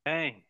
Bem,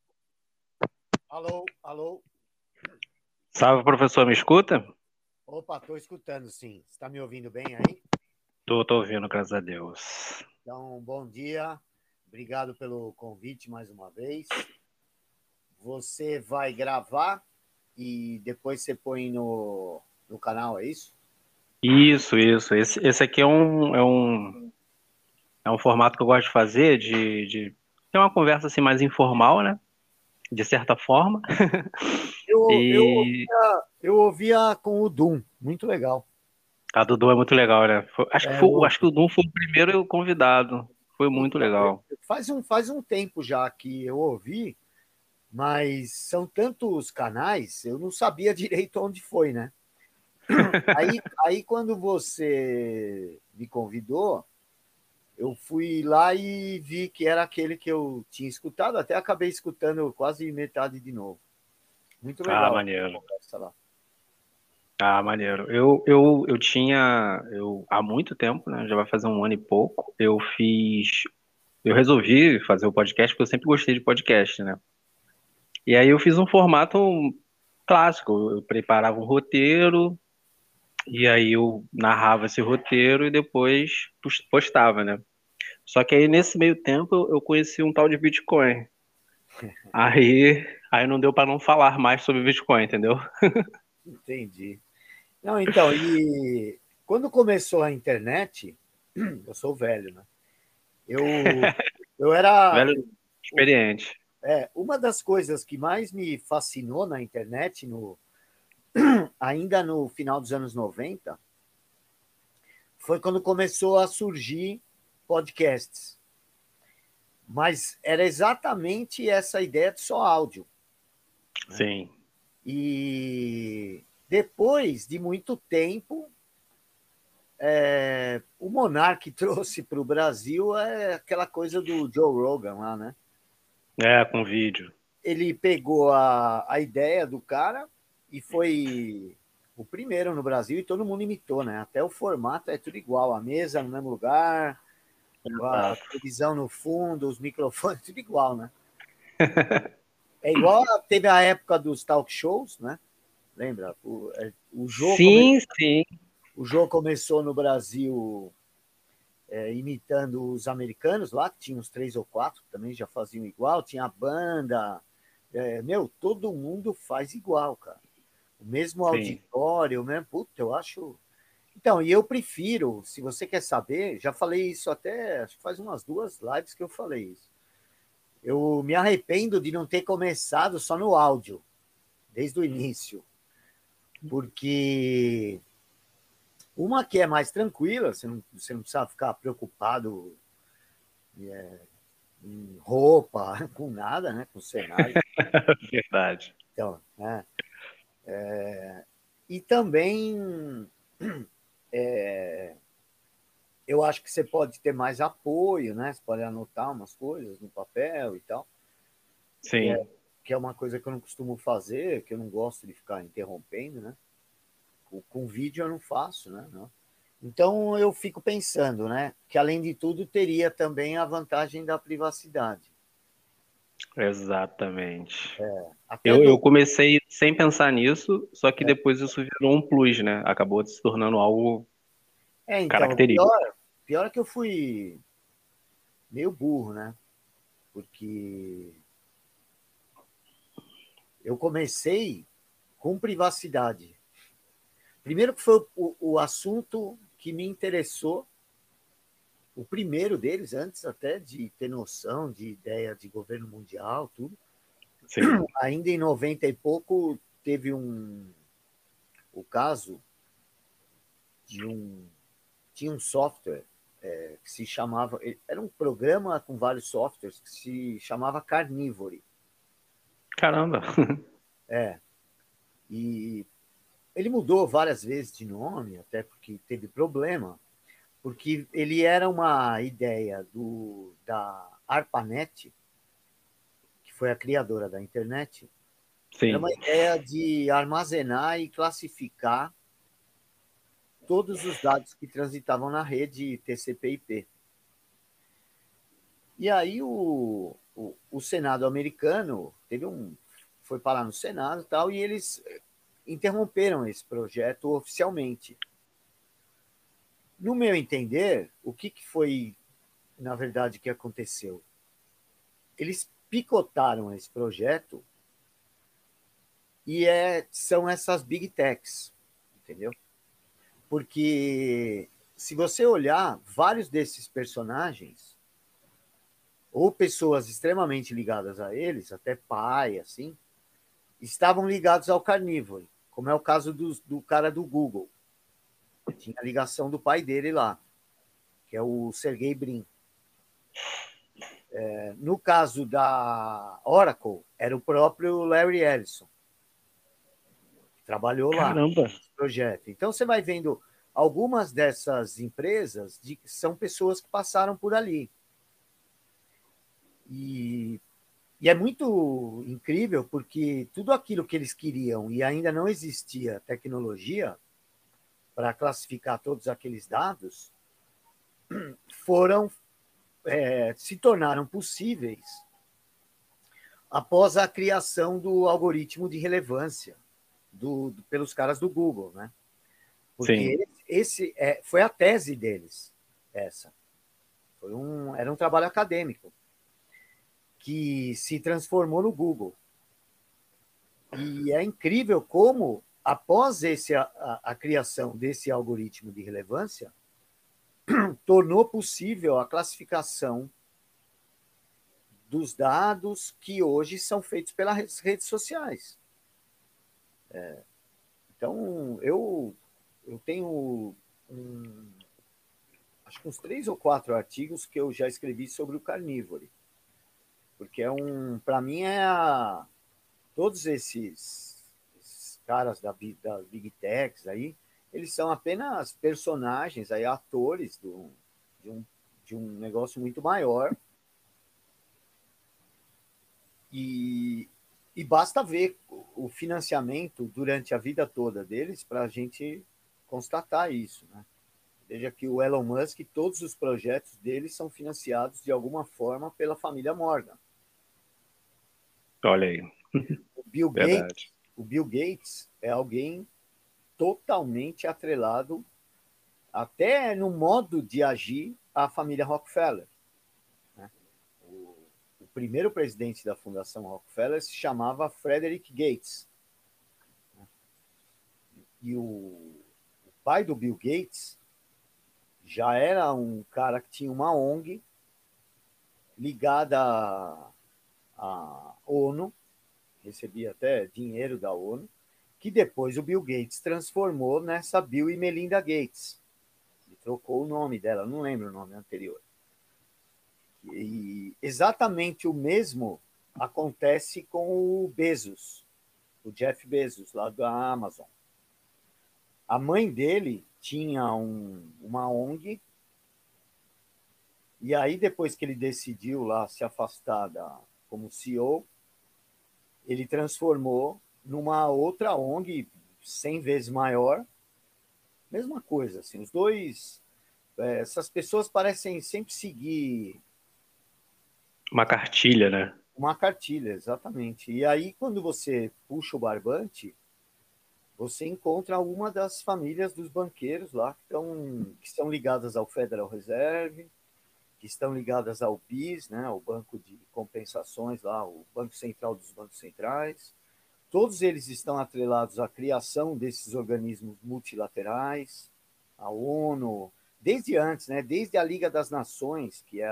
Alô, alô. salve, professor, me escuta? Opa, estou escutando, sim. Você está me ouvindo bem aí? Tô ouvindo, graças a Deus. Então, bom dia. Obrigado pelo convite mais uma vez. Você vai gravar e depois você põe no canal, é isso? Isso. Esse aqui é um formato que eu gosto de fazer, de ter uma conversa assim mais informal, né? De certa forma. Eu, eu, E eu ouvia com o Doom, muito legal. a Dudu é muito legal, né? É, eu Acho que ouvi. o Dum foi o primeiro convidado. Foi muito Então, legal. faz um tempo já que eu ouvi, mas são tantos canais, eu não sabia direito onde foi, né? Aí quando você me convidou, eu fui lá e vi que era aquele que eu tinha escutado, até acabei escutando quase metade de novo. Muito Ah, legal a maneiro. conversa lá. Ah, maneiro. Há muito tempo, né? Já vai fazer um ano e pouco. Eu resolvi fazer o podcast porque eu sempre gostei de podcast, né? E aí eu fiz um formato clássico. Eu preparava um roteiro e aí eu narrava esse roteiro e depois postava, né? Só que aí nesse meio tempo eu conheci um tal de Bitcoin. Aí não deu para não falar mais sobre Bitcoin, entendeu? Entendi. Não, então, e quando começou a internet, eu sou velho, né? Eu era. Velho experiente. Uma das coisas que mais me fascinou na internet, ainda no final dos anos 90, foi quando começou a surgir podcasts. Mas era exatamente essa ideia de só áudio, né? Sim. E depois de muito tempo, o Monark trouxe para o Brasil aquela coisa do Joe Rogan lá, né? É, com vídeo. Ele pegou a ideia do cara e foi o primeiro no Brasil e todo mundo imitou, né? Até o formato é tudo igual, a mesa no mesmo lugar, a Exato. televisão no fundo, os microfones, tudo igual, né? É igual teve a época dos talk shows, né? Lembra? Sim, sim. O Jô começou no Brasil imitando os americanos lá, que tinha uns três ou quatro, que também já faziam igual, tinha a banda. Todo mundo faz igual, cara. O mesmo Sim. auditório, o mesmo. Puta, eu acho. Então, e eu prefiro, se você quer saber, já falei isso até, acho que faz umas duas lives que eu falei isso. Eu me arrependo de não ter começado só no áudio, desde o início, porque uma que é mais tranquila, você não precisa ficar preocupado em roupa, com nada, né? Com cenário. Verdade. Então, né? E também eu acho que você pode ter mais apoio, né? Você pode anotar umas coisas no papel e tal, que é, Sim. que é uma coisa que eu não costumo fazer, que eu não gosto de ficar interrompendo, né? Com vídeo eu não faço, né? Não. Então eu fico pensando, né? Que além de tudo teria também a vantagem da privacidade. Exatamente. Até Eu do. comecei sem pensar nisso, só que depois isso virou um plus, né? Acabou se tornando algo Então, o característico. pior é que eu fui meio burro, né? Porque eu comecei com privacidade. Primeiro que foi o assunto que me interessou, o primeiro deles, antes até de ter noção de ideia de governo mundial, tudo. Sim, Ainda em 90 e pouco, teve o caso de tinha um software que se chamava, era um programa com vários softwares que se chamava Carnivore. caramba. É, e ele mudou várias vezes de nome, até porque teve problema, porque ele era uma ideia da ARPANET, que foi a criadora da internet, era Sim, uma ideia de armazenar e classificar todos os dados que transitavam na rede TCP/IP. E aí o Senado americano foi parar no Senado e tal, e eles interromperam esse projeto oficialmente. No meu entender, o que foi, na verdade, que aconteceu? Eles picotaram esse projeto e são essas big techs, entendeu? Porque se você olhar, vários desses personagens, ou pessoas extremamente ligadas a eles, até pai, assim, estavam ligados ao Carnivore, como é o caso do cara do Google. Tinha a ligação do pai dele lá, que é o Sergey Brin. No caso da Oracle, era o próprio Larry Ellison, que trabalhou lá Caramba! nesse projeto. Então, você vai vendo algumas dessas empresas são pessoas que passaram por ali. E é muito incrível, porque tudo aquilo que eles queriam, e ainda não existia tecnologia para classificar todos aqueles dados, se tornaram possíveis após a criação do algoritmo de relevância pelos caras do Google, né? Sim. Porque foi a tese deles, essa. Era um trabalho acadêmico que se transformou no Google. E é incrível como, após a criação desse algoritmo de relevância, tornou possível a classificação dos dados que hoje são feitos pelas redes sociais. Então, eu tenho acho que uns 3 ou 4 artigos que eu já escrevi sobre o Carnivore, porque para mim, todos esses caras das Big Techs aí, eles são apenas personagens, aí, atores de um negócio muito maior. E basta ver o financiamento durante a vida toda deles para a gente constatar isso, né? Veja que o Elon Musk, todos os projetos dele são financiados de alguma forma pela família Morgan. Olha aí. O Bill Verdade. Gates, o Bill Gates é alguém totalmente atrelado, até no modo de agir, à família Rockefeller. Né? O primeiro presidente da Fundação Rockefeller se chamava Frederick Gates. E o pai do Bill Gates já era um cara que tinha uma ONG ligada à ONU, recebia até dinheiro da ONU, que depois o Bill Gates transformou nessa Bill e Melinda Gates. Ele trocou o nome dela, não lembro o nome anterior. E exatamente o mesmo acontece com o Bezos, o Jeff Bezos, lá da Amazon. A mãe dele tinha uma ONG, e aí depois que ele decidiu lá se afastar como CEO, ele transformou numa outra ONG 100 vezes maior. Mesma coisa, assim, os dois, essas pessoas parecem sempre seguir Uma cartilha, né? uma cartilha, exatamente. E aí, quando você puxa o barbante, você encontra uma das famílias dos banqueiros lá que estão ligadas ao Federal Reserve, que estão ligadas ao BIS, né, o Banco de Compensações lá, o Banco Central dos Bancos Centrais. Todos eles estão atrelados à criação desses organismos multilaterais, a ONU, desde antes, né, desde a Liga das Nações, que é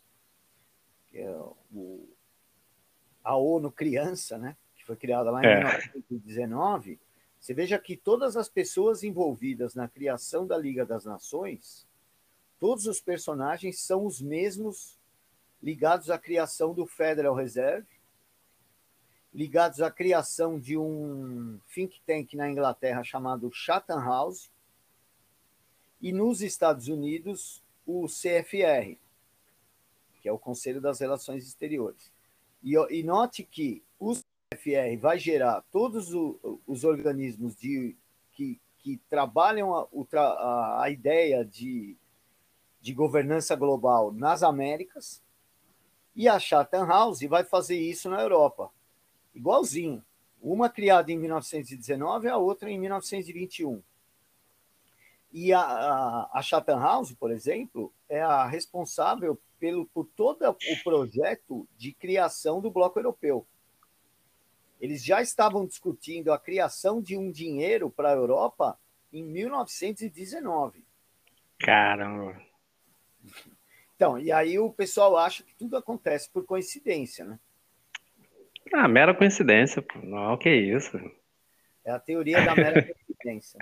a ONU Criança, né, que foi criada lá em É. 1919. Você veja que todas as pessoas envolvidas na criação da Liga das Nações, todos os personagens são os mesmos ligados à criação do Federal Reserve, ligados à criação de um think tank na Inglaterra chamado Chatham House, e nos Estados Unidos o CFR, que é o Conselho das Relações Exteriores. E note que o CFR vai gerar todos os organismos que trabalham a ideia de governança global nas Américas, E a Chatham House vai fazer isso na Europa, igualzinho. Uma criada em 1919 e a outra em 1921. E a Chatham House, por exemplo, é a responsável por todo o projeto de criação do Bloco Europeu. Eles já estavam discutindo a criação de um dinheiro para a Europa em 1919. Caramba. Então, e aí o pessoal acha que tudo acontece por coincidência, né? Ah, mera coincidência, pô. Não, que isso. É a teoria da mera coincidência.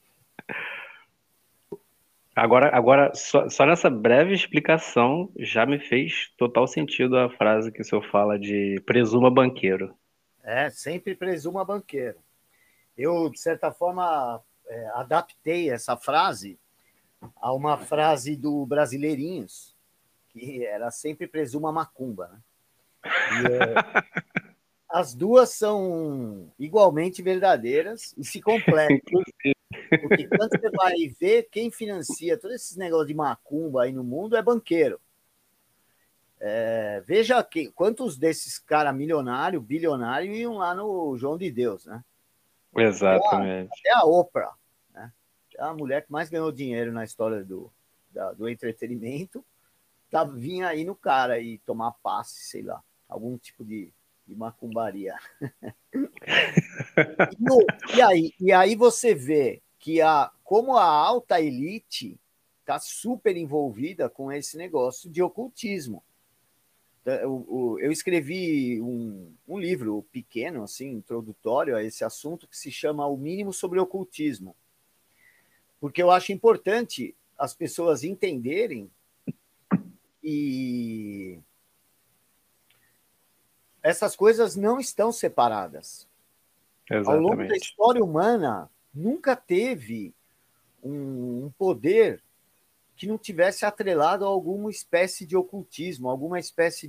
Agora só nessa breve explicação já me fez total sentido a frase que o senhor fala de presuma banqueiro. É, sempre presuma banqueiro. Eu, de certa forma, adaptei essa frase a uma frase do Brasileirinhos, que era sempre presuma macumba, né? As duas são igualmente verdadeiras e se completam. Inclusive. Porque quando você vai ver, quem financia todos esses negócios de macumba aí no mundo é banqueiro. Veja quantos desses caras milionários, bilionários, iam lá no João de Deus, né? Exatamente. Até a Oprah, né? É a mulher que mais ganhou dinheiro na história do entretenimento, vinha aí no cara e tomar passe, sei lá, algum tipo de macumbaria. E aí você vê que como a alta elite está super envolvida com esse negócio de ocultismo. Eu escrevi um livro pequeno, assim, introdutório a esse assunto, que se chama O Mínimo sobre Ocultismo. Porque eu acho importante as pessoas entenderem que essas coisas não estão separadas. Ao longo da Exatamente. história humana, nunca teve um poder que não tivesse atrelado a alguma espécie de ocultismo, alguma espécie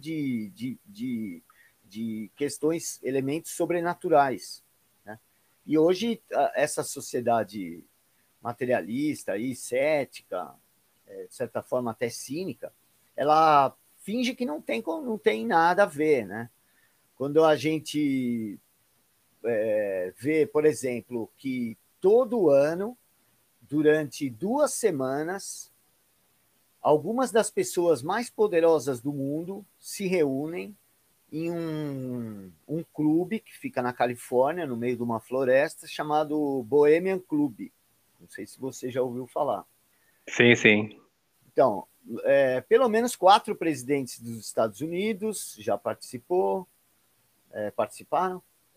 de questões, elementos sobrenaturais. Né? E hoje, essa sociedade materialista e cética, de certa forma até cínica, ela finge que não tem nada a ver. Né? Quando a gente vê, por exemplo, que todo ano, durante 2 semanas, algumas das pessoas mais poderosas do mundo se reúnem em um clube que fica na Califórnia, no meio de uma floresta, chamado Bohemian Club. Não sei se você já ouviu falar. Sim, sim. Então, pelo menos 4 presidentes dos Estados Unidos já participaram.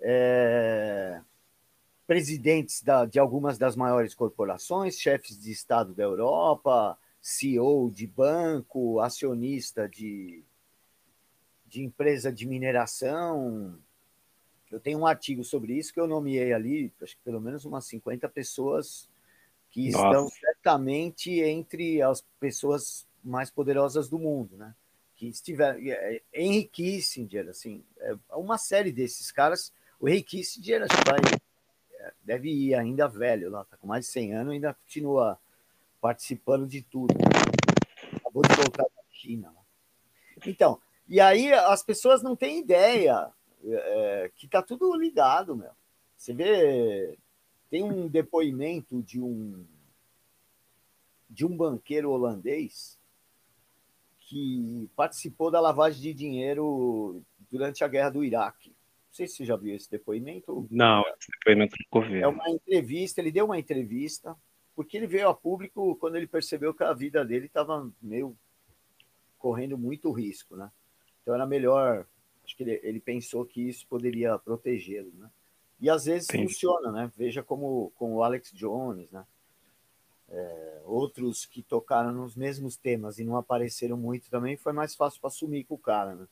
Presidentes de algumas das maiores corporações, chefes de Estado da Europa, CEO de banco, acionista de empresa de mineração. Eu tenho um artigo sobre isso que eu nomeei ali, acho que pelo menos umas 50 pessoas que estão Nossa. certamente entre as pessoas mais poderosas do mundo, né? Que estiveram. Henry Kissinger, assim, uma série desses caras. O Henry Kissinger acho que deve ir ainda velho lá, está com mais de 100 anos, ainda continua participando de tudo. Acabou de voltar da China. Então, e aí as pessoas não têm ideia que está tudo ligado, meu. Você vê, tem um depoimento de um banqueiro holandês que participou da lavagem de dinheiro durante a guerra do Iraque. Não sei se você já viu esse depoimento. Não, esse depoimento do É governo. uma entrevista, ele deu uma entrevista, porque ele veio a público quando ele percebeu que a vida dele estava meio correndo muito risco, né? Então era melhor, acho que ele pensou que isso poderia protegê-lo, né? E às vezes Entendi. funciona, né? Veja como com o Alex Jones, né? Outros que tocaram nos mesmos temas e não apareceram muito também, foi mais fácil para sumir com o cara, né?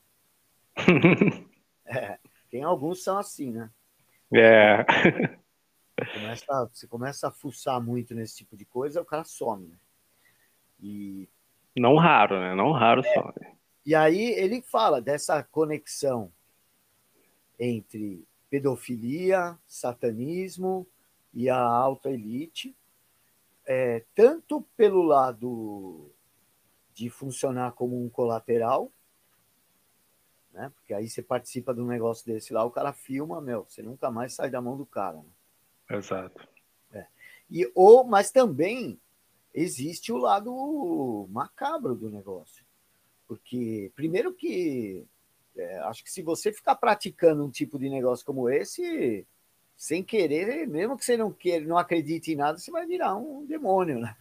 Tem alguns que são assim, né? É. Você começa a fuçar muito nesse tipo de coisa, o cara some, né? E, Não raro, né? Não raro só. e aí ele fala dessa conexão entre pedofilia, satanismo e a alta elite, tanto pelo lado de funcionar como um colateral, né? Porque aí você participa de um negócio desse lá, o cara filma, meu, você nunca mais sai da mão do cara, né? Exato. Mas também existe o lado macabro do negócio. Porque, primeiro que acho que se você ficar praticando um tipo de negócio como esse, sem querer, mesmo que você não queira, não acredite em nada, você vai virar um demônio, né?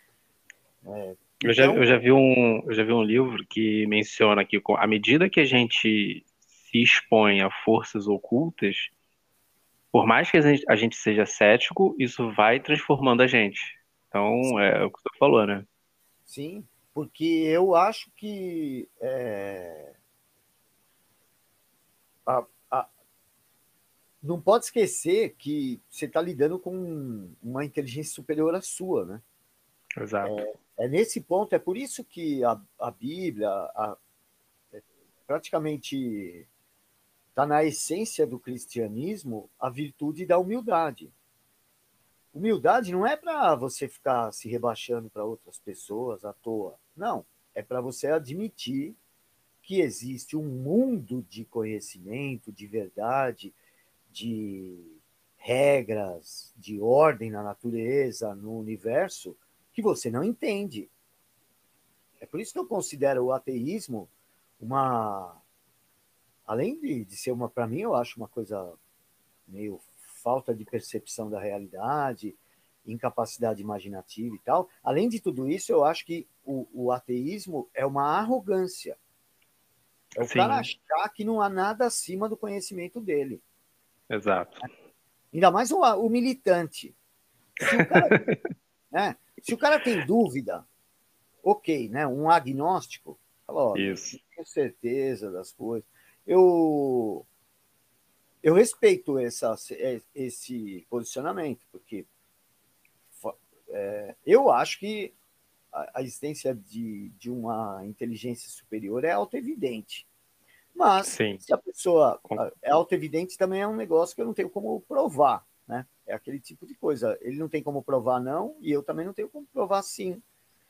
Eu Então, já vi um livro que menciona que à medida que a gente se expõe a forças ocultas, por mais que a gente seja cético, isso vai transformando a gente. Então, é o que você falou, né? sim, porque eu acho que a- a- não pode esquecer que você está lidando com uma inteligência superior à sua, né? Exato. É nesse ponto, é por isso que a Bíblia praticamente está na essência do cristianismo a virtude da humildade. Humildade não é para você ficar se rebaixando para outras pessoas à toa. Não. É para você admitir que existe um mundo de conhecimento, de verdade, de regras, de ordem na natureza, no universo, que você não entende. É por isso que eu considero o ateísmo uma. Além de ser uma, para mim, eu acho uma coisa meio falta de percepção da realidade, incapacidade imaginativa e tal. Além de tudo isso, eu acho que o ateísmo é uma arrogância. É o cara Sim, achar que não há nada acima do conhecimento dele. exato. Ainda mais o militante. Se o cara, né, se o cara tem dúvida, ok, né? Um agnóstico, fala, ó, meu, Isso. não tenho certeza das coisas. Eu, eu respeito esse posicionamento, porque eu acho que a existência de uma inteligência superior é autoevidente. Mas, Sim. se a pessoa é autoevidente, também é um negócio que eu não tenho como provar, né? É aquele tipo de coisa. Ele não tem como provar não, e eu também não tenho como provar sim.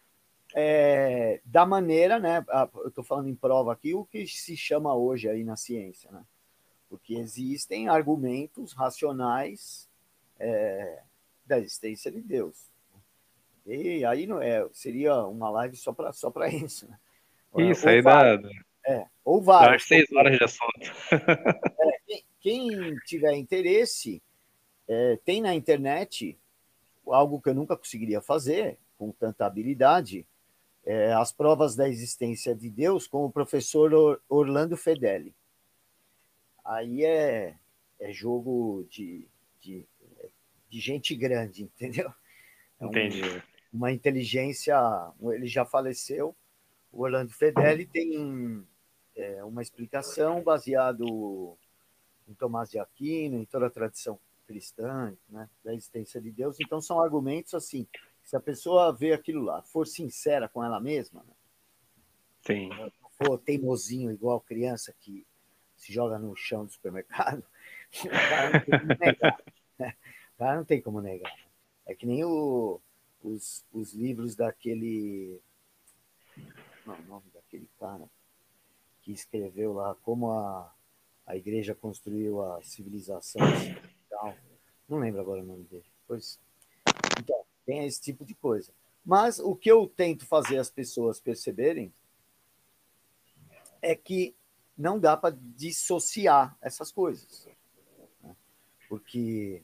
Da maneira, né? Eu estou falando em prova aqui, o que se chama hoje aí na ciência, né? Porque existem argumentos racionais da existência de Deus. E aí não seria uma live só para isso, né? Isso Ou aí várias, ou dá várias, umas 6 horas porque de assunto. quem tiver interesse, tem na internet algo que eu nunca conseguiria fazer com tanta habilidade, as provas da existência de Deus com o professor Orlando Fedeli. Aí é jogo de, de gente grande, entendeu? É Entendi. uma inteligência. Ele já faleceu. O Orlando Fedeli tem uma explicação baseado em Tomás de Aquino, em toda a tradição cristã, né, da existência de Deus. Então, são argumentos assim, se a pessoa vê aquilo lá, for sincera com ela mesma, né, Sim. não for teimosinho igual criança que se joga no chão do supermercado, o cara não tem como negar. Né? O cara não tem como negar. Né? É que nem os livros daquele. Não, o nome daquele cara que escreveu lá como a igreja construiu a civilização ocidental. Não lembro agora o nome dele. Pois, então, tem esse tipo de coisa. Mas o que eu tento fazer as pessoas perceberem é que não dá para dissociar essas coisas. Né? Porque,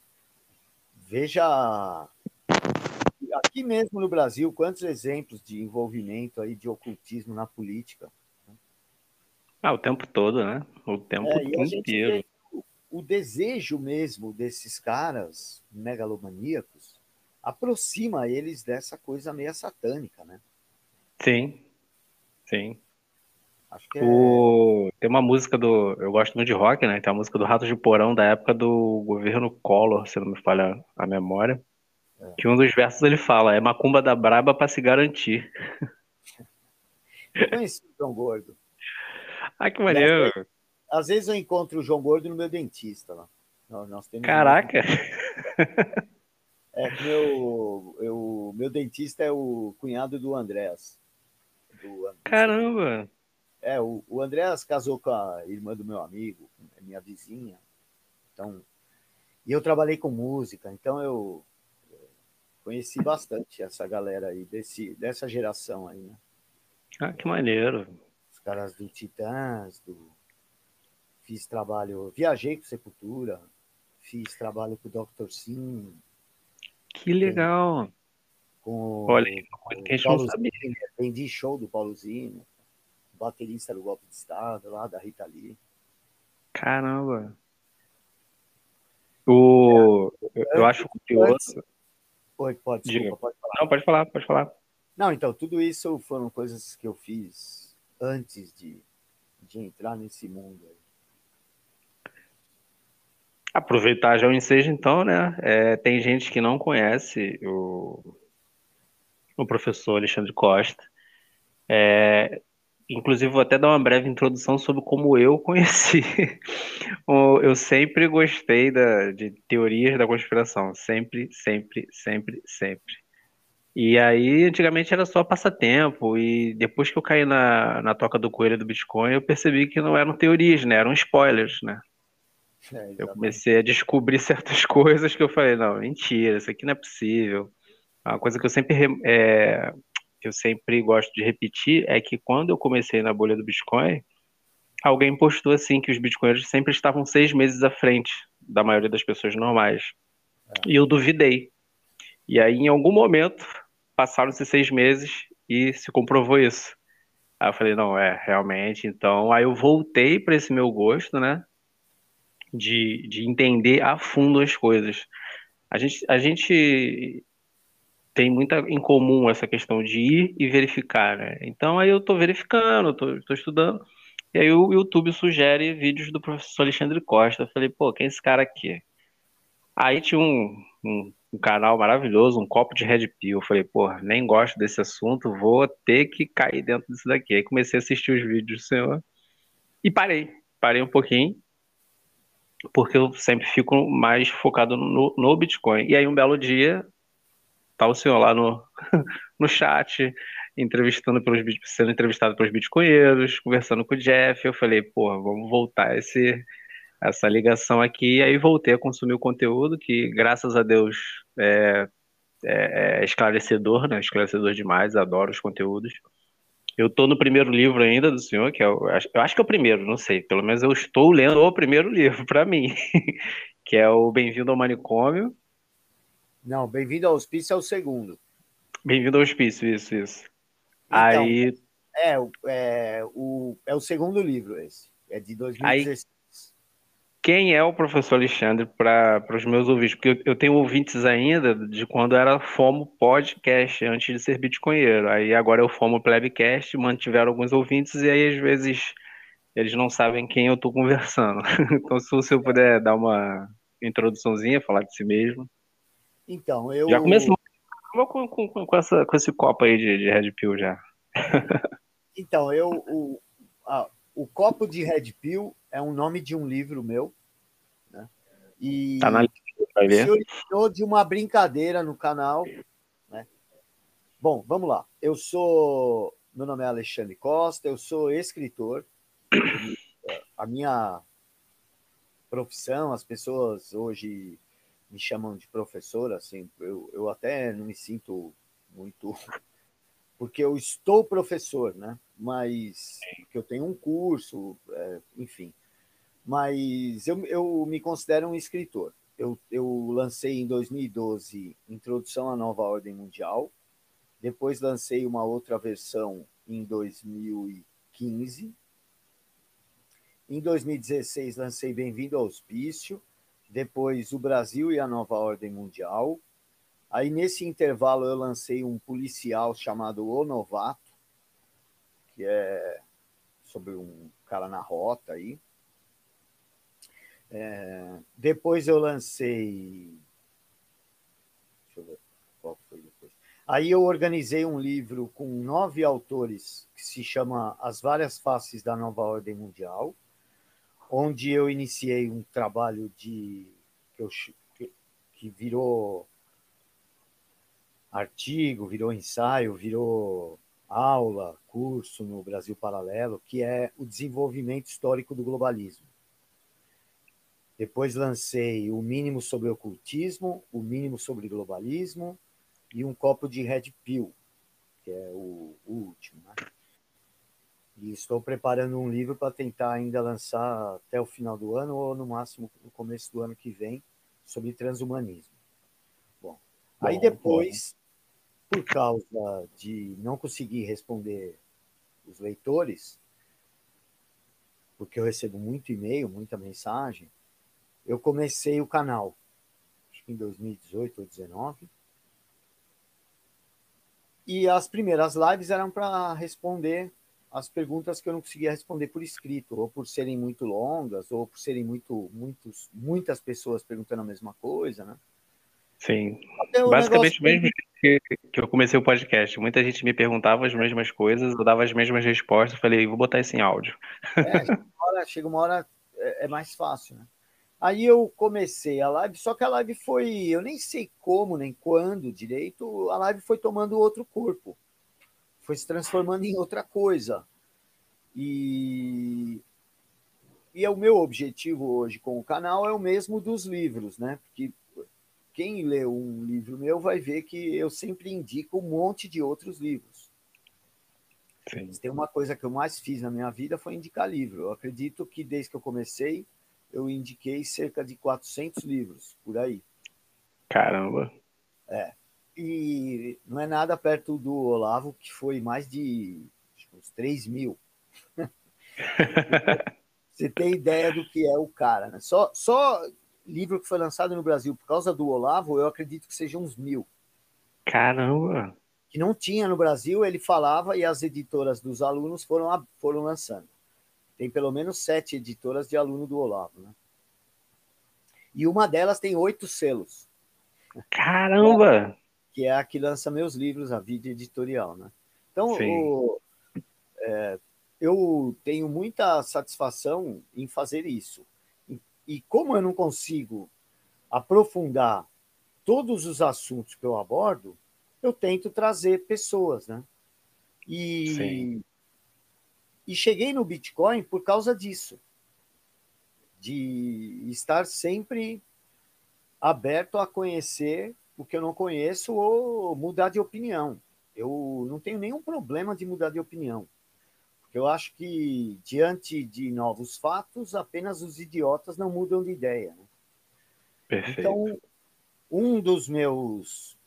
veja, aqui mesmo no Brasil, quantos exemplos de envolvimento aí de ocultismo na política. Ah, o tempo todo, né? O tempo E a gente vê inteiro. o desejo mesmo desses caras megalomaníacos aproxima eles dessa coisa meio satânica, né? Sim, sim. Acho que é. Tem uma música do. Eu gosto muito de rock, né? Tem uma música do Ratos de Porão da época do governo Collor, se não me falha a memória. Que um dos versos ele fala: é macumba da braba pra se garantir. Eu conheci o João Gordo. Ah, que E maneiro. às vezes eu encontro o João Gordo no meu dentista lá. Nós temos o mesmo. Caraca. É que meu dentista é o cunhado do Andrés. Do Andrés. Caramba. O Andréas casou com a irmã do meu amigo, minha vizinha. Então, e eu trabalhei com música, então eu conheci bastante essa galera aí, dessa geração aí, né? Ah, que maneiro. Os caras do Titãs, fiz trabalho, viajei com Sepultura, fiz trabalho com o Dr. Sim, Que tem legal. Olha, com aí, uma coisa que o a gente não Paulo sabia. Ziner, vendi show do Paulo Ziner, baterista do Golpe de Estado, lá da Rita Lee. Caramba. Eu Antes, acho curioso. Oi, pode, Diga. desculpa, pode falar. Não, pode falar, pode falar. Não, então, tudo isso foram coisas que eu fiz antes de entrar nesse mundo aí. Aproveitar já o ensejo, então, né? Tem gente que não conhece o professor Alexandre Costa. Inclusive, vou até dar uma breve introdução sobre como eu conheci. Eu sempre gostei de teorias da conspiração. Sempre, sempre, sempre, sempre. E aí, antigamente era só passatempo. E depois que eu caí na toca do coelho do Bitcoin, eu percebi que não eram teorias, né? Eram spoilers, né? Eu Exatamente. comecei a descobrir certas coisas que eu falei, não, mentira, isso aqui não é possível. Uma coisa que eu sempre gosto de repetir é que quando eu comecei na bolha do Bitcoin, alguém postou assim que os bitcoinheiros sempre estavam 6 meses à frente da maioria das pessoas normais. E eu duvidei. E aí, em algum momento, passaram-se 6 meses e se comprovou isso. Aí eu falei, não, realmente. Então, aí eu voltei para esse meu gosto, né? De entender a fundo as coisas. A gente tem muita em comum essa questão de ir e verificar, né? Então aí eu tô verificando, tô estudando, e aí o YouTube sugere vídeos do professor Alexandre Costa. Eu falei, pô, quem é esse cara aqui? Aí tinha um canal maravilhoso, um copo de Red Pill. Eu falei, pô, nem gosto desse assunto, vou ter que cair dentro disso daqui. Aí comecei a assistir os vídeos do senhor e parei um pouquinho, porque eu sempre fico mais focado no Bitcoin. E aí um belo dia, tá o senhor lá no chat, sendo entrevistado pelos bitcoinheiros, conversando com o Jeff. Eu falei, pô, vamos voltar essa ligação aqui. E aí voltei a consumir o conteúdo, que graças a Deus é esclarecedor, né? Esclarecedor demais, adoro os conteúdos. Eu tô no primeiro livro ainda do senhor, eu acho que é o primeiro, não sei. Pelo menos eu estou lendo o primeiro livro para mim, que é o Bem-vindo ao Manicômio. Não, Bem-vindo ao Hospício é o segundo. Bem-vindo ao Hospício, isso. Então, Aí, é o segundo livro esse. É de aí 2016. quem é o professor Alexandre para os meus ouvintes? Porque eu tenho ouvintes ainda de quando era Fomo Podcast, antes de ser Bitcoinheiro. Aí agora é o Fomo Plebcast, mantiveram alguns ouvintes e aí às vezes eles não sabem quem eu estou conversando. Então, se você puder dar uma introduçãozinha, falar de si mesmo. Então, Já começamos com esse copo aí de Red Pill já. então, eu, o Copo de Red Pill é um nome de um livro meu, né? Tá na E lista, vai se ver. originou de uma brincadeira no canal, né? Bom, vamos lá. Meu nome é Alexandre Costa, eu sou escritor. A minha profissão, as pessoas hoje me chamam de professor, assim, eu até não me sinto muito, porque eu estou professor, né? Mas porque eu tenho um curso, enfim. Mas eu me considero um escritor. Eu lancei em 2012 Introdução à Nova Ordem Mundial, depois lancei uma outra versão em 2015. Em 2016 lancei Bem-vindo ao Hospício, depois O Brasil e a Nova Ordem Mundial. Aí nesse intervalo eu lancei um policial chamado O Novato, que é sobre um cara na rota aí. Depois eu lancei. Deixa eu ver qual foi depois. Aí eu organizei um livro com 9 autores que se chama As Várias Faces da Nova Ordem Mundial, onde eu iniciei um trabalho que virou artigo, virou ensaio, virou aula, curso no Brasil Paralelo, que é o desenvolvimento histórico do globalismo. Depois lancei o mínimo sobre ocultismo, o mínimo sobre globalismo e um copo de Red Pill, que é o último. Né? E estou preparando um livro para tentar ainda lançar até o final do ano ou no máximo no começo do ano que vem sobre transhumanismo. Bom, aí Bom, bom. depois, por causa de não conseguir responder os leitores, porque eu recebo muito e-mail, muita mensagem, eu comecei o canal, acho que em 2018 ou 2019, e as primeiras lives eram para responder as perguntas que eu não conseguia responder por escrito, ou por serem muito longas, ou por serem muitas pessoas perguntando a mesma coisa, né? Sim. Até o negócio Basicamente, mesmo que eu comecei o podcast, muita gente me perguntava as mesmas coisas, eu dava as mesmas respostas, eu falei, vou botar isso em áudio. chega uma hora é mais fácil, né? Aí eu comecei a live, só que a live foi, eu nem sei como, nem quando direito, a live foi tomando outro corpo, foi se transformando em outra coisa. E, e o meu objetivo hoje com o canal é o mesmo dos livros, né? Porque quem lê um livro meu vai ver que eu sempre indico um monte de outros livros. Sim. Se tem uma coisa que eu mais fiz na minha vida foi indicar livro. Eu acredito que desde que eu comecei, eu indiquei cerca de 400 livros, por aí. Caramba. E não é nada perto do Olavo, que foi mais de acho que uns 3 mil. Você tem ideia do que é o cara, né? Só livro que foi lançado no Brasil por causa do Olavo, eu acredito que sejam uns 1.000. Caramba. Que não tinha no Brasil, ele falava e as editoras dos alunos foram lançando. Tem pelo menos 7 editoras de aluno do Olavo, né? E uma delas tem 8 selos, Caramba. que é a que lança meus livros, a Vida Editorial, né? Então, Sim. eu tenho muita satisfação em fazer isso. E como eu não consigo aprofundar todos os assuntos que eu abordo, eu tento trazer pessoas, né? Sim. E cheguei no Bitcoin por causa disso, de estar sempre aberto a conhecer o que eu não conheço ou mudar de opinião. Eu não tenho nenhum problema de mudar de opinião. Porque eu acho que, diante de novos fatos, apenas os idiotas não mudam de ideia. Né? Perfeito. Então, um dos meus.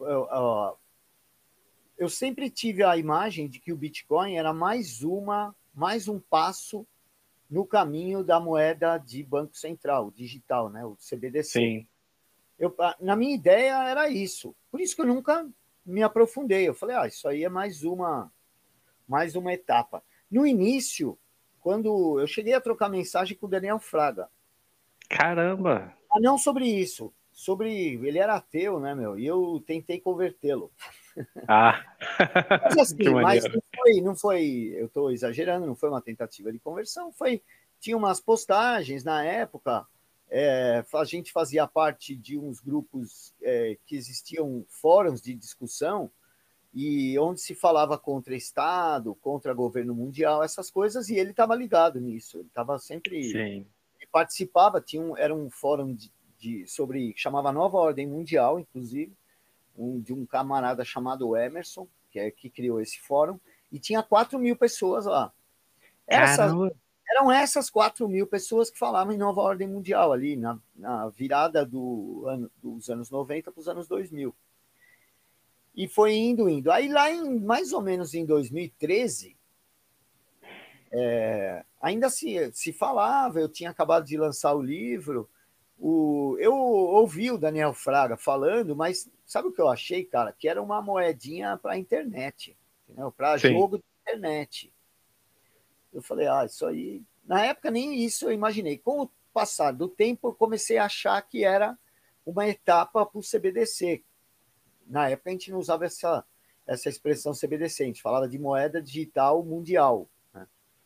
Eu sempre tive a imagem de que o Bitcoin era mais um passo no caminho da moeda de Banco Central, digital, né? O CBDC. Sim. Na minha ideia era isso. Por isso que eu nunca me aprofundei. Eu falei, isso aí é mais uma etapa. No início, quando eu cheguei a trocar mensagem com o Daniel Fraga, Caramba. não sobre isso, sobre ele era ateu, né, meu? E eu tentei convertê-lo. Ah. Mas Que assim, maneiro. não foi, eu estou exagerando, não foi uma tentativa de conversão, tinha umas postagens na época, a gente fazia parte de uns grupos que existiam fóruns de discussão e onde se falava contra Estado, contra governo mundial, essas coisas, e ele estava ligado nisso, ele estava sempre, Sim. ele participava, era um fórum sobre, chamava Nova Ordem Mundial, inclusive, de um camarada chamado Emerson, que criou esse fórum, e tinha 4 mil pessoas lá. Essas, Caramba. eram essas 4 mil pessoas que falavam em Nova Ordem Mundial, ali na virada dos anos 90 para os anos 2000. E foi indo, indo. Aí lá mais ou menos em 2013, ainda se falava, eu tinha acabado de lançar o livro, eu ouvi o Daniel Fraga falando, mas sabe o que eu achei, cara? Que era uma moedinha para a internet, para Sim. jogo de internet. Eu falei, isso aí. Na época, nem isso eu imaginei. Com o passar do tempo, eu comecei a achar que era uma etapa para o CBDC. Na época, a gente não usava essa expressão CBDC, a gente falava de moeda digital mundial. Né?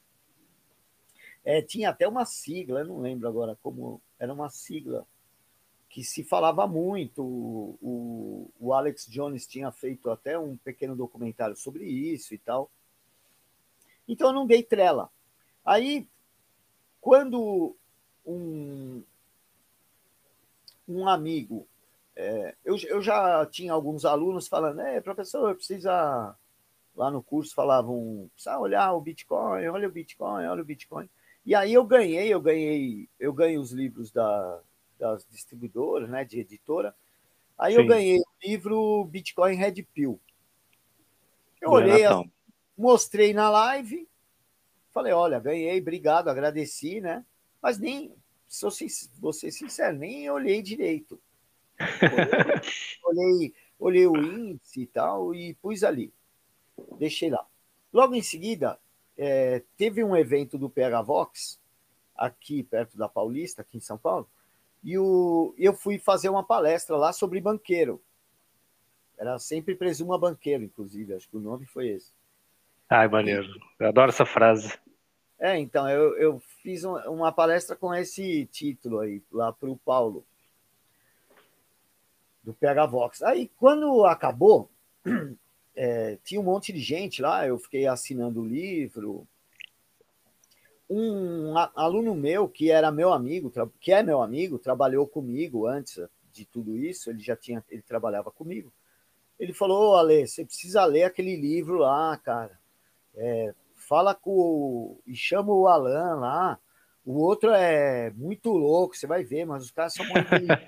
Tinha até uma sigla, eu não lembro agora como era uma sigla que se falava muito. O Alex Jones tinha feito até um pequeno documentário sobre isso e tal. Então eu não dei trela. Aí, quando um amigo, eu já tinha alguns alunos falando, professor, precisa, lá no curso falavam, precisa olhar o Bitcoin, olha o Bitcoin, olha o Bitcoin. E aí eu ganho os livros das distribuidoras, né, de editora. Aí eu Sim, ganhei o livro Bitcoin Red Pill. Eu do olhei, Renatão. mostrei na live, falei, olha, ganhei, obrigado, agradeci, né? Mas nem, vou ser sincero, nem olhei direito. Olhei o índice e tal e pus ali, deixei lá. Logo em seguida, teve um evento do PH Vox, aqui perto da Paulista, aqui em São Paulo, e eu fui fazer uma palestra lá sobre banqueiro. Era sempre presuma banqueiro, inclusive, acho que o nome foi esse. Ai, E, maneiro. Eu adoro essa frase. então, eu fiz uma palestra com esse título aí, lá para o Paulo, do PH Vox. Aí, quando acabou, tinha um monte de gente lá, eu fiquei assinando o livro. Um aluno meu, que era meu amigo, que é meu amigo, trabalhou comigo antes de tudo isso, ele trabalhava comigo. Ele falou, Ale, você precisa ler aquele livro lá, cara. Fala e chama o Alan lá. O outro é muito louco, você vai ver, mas os caras são muito inteligentes.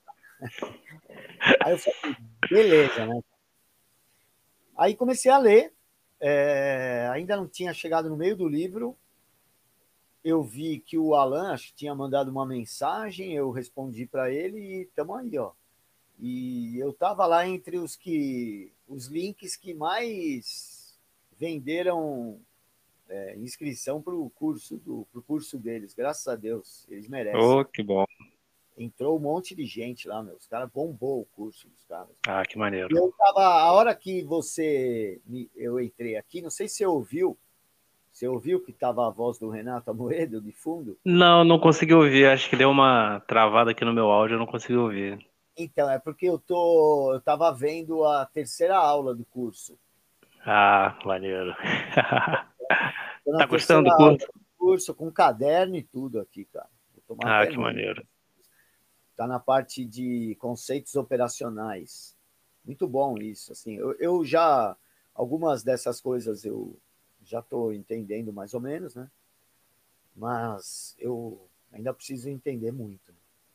Aí eu falei, beleza, né? Aí comecei a ler, ainda não tinha chegado no meio do livro, eu vi que o Alan acho que tinha mandado uma mensagem, eu respondi para ele e estamos aí, ó. E eu estava lá entre os links que mais venderam inscrição para o curso deles, graças a Deus, eles merecem. Oh, que bom. Entrou um monte de gente lá, meu. Os caras bombou o curso dos caras. Ah, que E maneiro. eu tava, a hora que eu entrei aqui, não sei se você ouviu que tava a voz do Renato Amoedo de fundo? Não, não consegui ouvir. Acho que deu uma travada aqui no meu áudio, eu não consegui ouvir. Então, é porque eu tava vendo a terceira aula do curso. Ah, maneiro. Tô na Tá terceira gostando do aula curso? do curso, com caderno e tudo aqui, cara. Vou tomar Ah, até que nota. maneiro. Tá na parte de conceitos operacionais. Muito bom isso, assim. Eu já algumas dessas coisas eu já estou entendendo mais ou menos, né? Mas eu ainda preciso entender muito.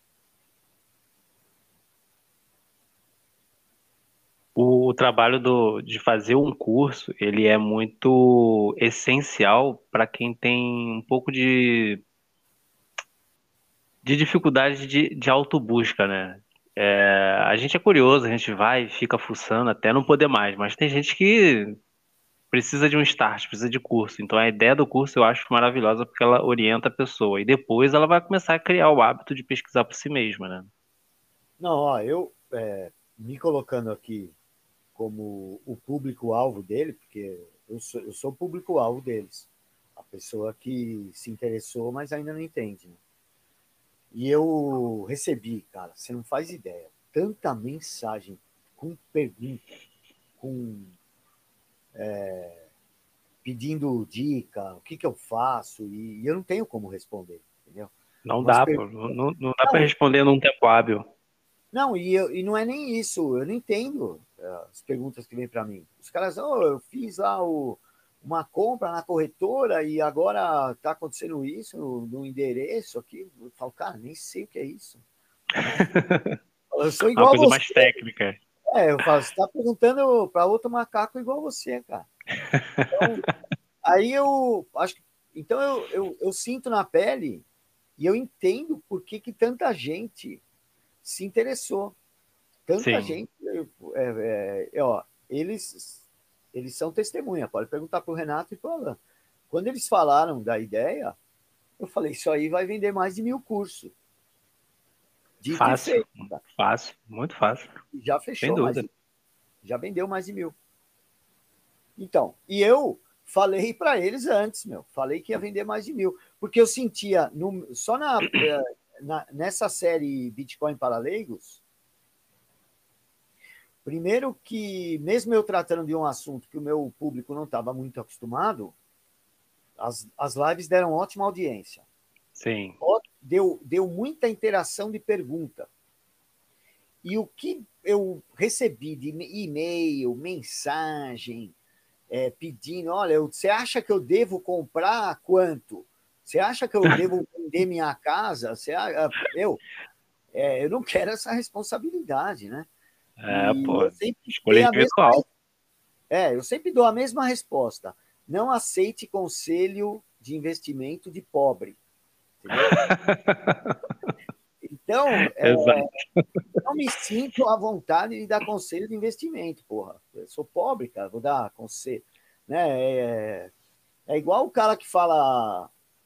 O trabalho de fazer um curso, ele é muito essencial para quem tem um pouco de dificuldade de autobusca, né? A gente é curioso, a gente vai e fica fuçando até não poder mais, mas tem gente que precisa de um start, precisa de curso. Então a ideia do curso eu acho maravilhosa porque ela orienta a pessoa e depois ela vai começar a criar o hábito de pesquisar por si mesma, né? Não, ó, eu me colocando aqui como o público-alvo dele, porque eu sou o público-alvo deles. A pessoa que se interessou, mas ainda não entende, né? E eu recebi, cara, você não faz ideia, tanta mensagem com pergunta, com pedindo dica, o que, que eu faço, e eu não tenho como responder, entendeu? Não Umas dá, pô. perguntas. Não dá para Não, responder num tempo hábil. não e não é nem isso, eu não entendo as perguntas que vêm para mim. Os caras, oh, eu fiz lá uma compra na corretora e agora está acontecendo isso no endereço aqui. Eu falo, cara, nem sei o que é isso. Né? Eu sou É uma igual a coisa você. mais técnica. Eu falo, você está perguntando para outro macaco igual você, cara. Então, aí eu acho que. Então eu sinto na pele e eu entendo por que, que tanta gente se interessou. Tanta Sim. gente. Ó, eles são testemunha, pode perguntar para o Renato e para o Alan. Quando eles falaram da ideia, eu falei, isso aí vai vender mais de 1000 cursos. Dito e Fácil. feito. Tá? Fácil. Muito fácil. Já Sem fechou dúvida. já vendeu mais de 1000. Então, e eu falei para eles antes, meu, falei que ia vender mais de 1000, porque eu sentia, só nessa série Bitcoin para leigos, primeiro que, mesmo eu tratando de um assunto que o meu público não estava muito acostumado, As lives deram ótima audiência. Sim. Deu muita interação de pergunta. E o que eu recebi de e-mail, mensagem, pedindo, olha, você acha que eu devo comprar quanto? Você acha que eu devo vender minha casa? Eu não quero essa responsabilidade, né? E Pô, eu sempre escolha individual. eu sempre dou a mesma resposta. Não aceite conselho de investimento de pobre. Entendeu? Então, Exato. não me sinto à vontade de dar conselho de investimento, porra. Eu sou pobre, cara, vou dar conselho. Né? É igual o cara que fala.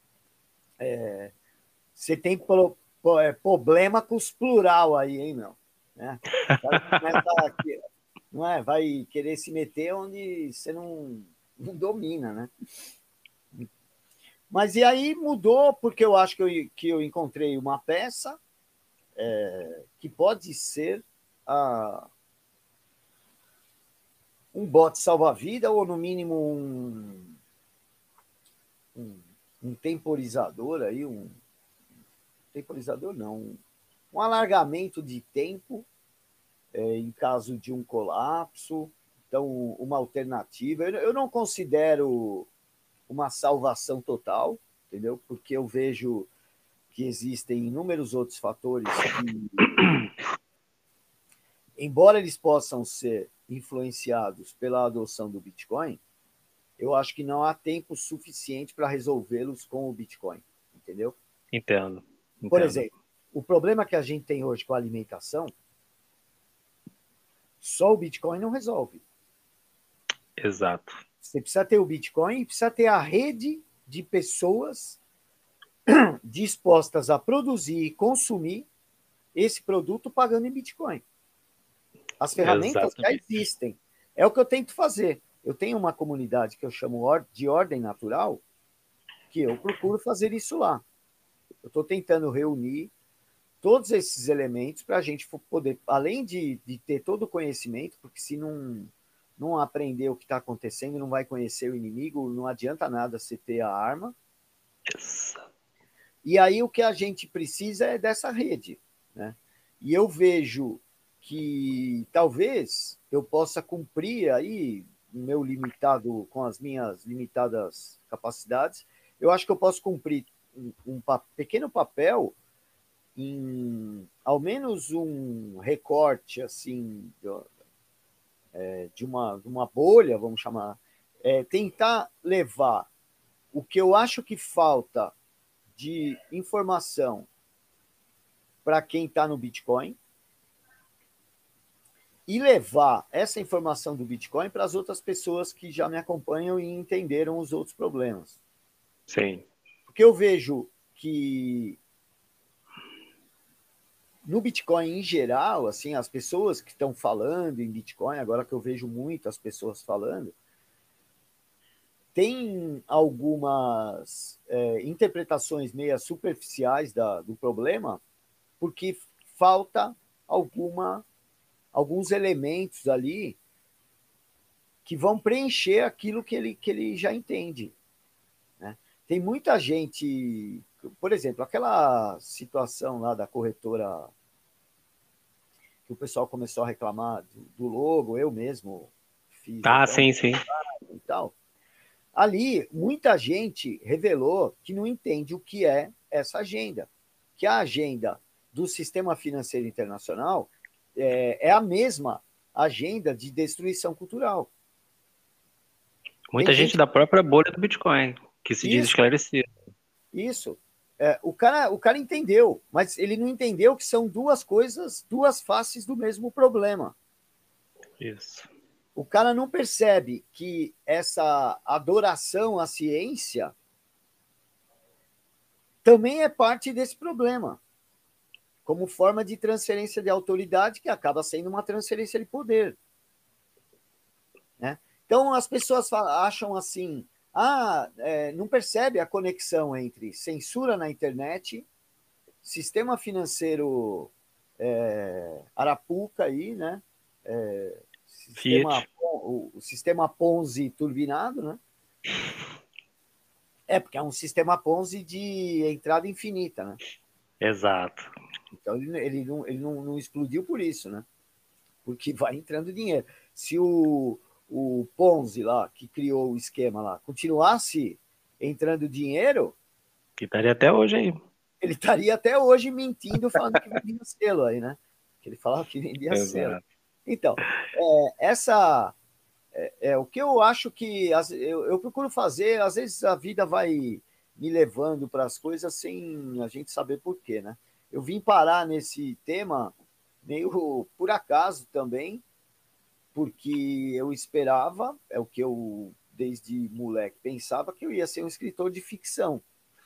Você tem problema com os plural aí, hein, meu? Né? O cara não é? Vai querer se meter onde você não domina, né? Mas e aí mudou, porque eu acho que eu encontrei uma peça que pode ser um bote salva-vida ou, no mínimo, um temporizador aí, temporizador não, um alargamento de tempo em caso de um colapso. Então, uma alternativa. Eu não considero uma salvação total, entendeu? Porque eu vejo que existem inúmeros outros fatores que, embora eles possam ser influenciados pela adoção do Bitcoin, eu acho que não há tempo suficiente para resolvê-los com o Bitcoin, entendeu? Entendo. Por exemplo, o problema que a gente tem hoje com a alimentação, só o Bitcoin não resolve. Exato. Você precisa ter o Bitcoin e precisa ter a rede de pessoas dispostas a produzir e consumir esse produto pagando em Bitcoin. As ferramentas já Exatamente. existem. É o que eu tento fazer. Eu tenho uma comunidade que eu chamo de ordem natural, que eu procuro fazer isso lá. Eu estou tentando reunir todos esses elementos para a gente poder, além de ter todo o conhecimento, porque se não aprender o que está acontecendo, não vai conhecer o inimigo, não adianta nada você ter a arma. E aí o que a gente precisa é dessa rede, né? E eu vejo que talvez eu possa cumprir aí o meu limitado, com as minhas limitadas capacidades, eu acho que eu posso cumprir um pequeno papel em ao menos um recorte assim de uma bolha, vamos chamar, tentar levar o que eu acho que falta de informação para quem está no Bitcoin e levar essa informação do Bitcoin para as outras pessoas que já me acompanham e entenderam os outros problemas. Sim. Porque eu vejo que no Bitcoin em geral, assim, as pessoas que estão falando em Bitcoin, agora que eu vejo muitas pessoas falando, tem algumas interpretações meio superficiais do problema, porque falta alguns elementos ali que vão preencher aquilo que ele já entende. Né? Tem muita gente, por exemplo, aquela situação lá da corretora que o pessoal começou a reclamar do logo, eu mesmo fiz até um Sim, sim. e tal. Ali, muita gente revelou que não entende o que é essa agenda, que a agenda do sistema financeiro internacional é a mesma agenda de destruição cultural. Tem Muita gente gente. da própria bolha do Bitcoin, que se diz Isso, esclarecido. isso. O cara entendeu, mas ele não entendeu que são duas coisas, duas faces do mesmo problema. Isso. O cara não percebe que essa adoração à ciência também é parte desse problema, como forma de transferência de autoridade que acaba sendo uma transferência de poder. Né? Então, as pessoas acham assim, não percebe a conexão entre censura na internet, sistema financeiro arapuca aí, né? Fiat. O sistema Ponzi turbinado, né? Porque é um sistema Ponzi de entrada infinita, né? Exato. Então ele não explodiu por isso, né? Porque vai entrando dinheiro. Se o Ponzi lá, que criou o esquema lá, continuasse entrando dinheiro, Que estaria até hoje aí. ele estaria até hoje mentindo, falando que vendia selo aí, né? Que ele falava que vendia selo. Exato. Então, essa o que eu acho que eu procuro fazer, às vezes a vida vai me levando para as coisas sem a gente saber por quê, né? Eu vim parar nesse tema meio por acaso também, porque eu esperava, é o que eu desde moleque pensava, que eu ia ser um escritor de ficção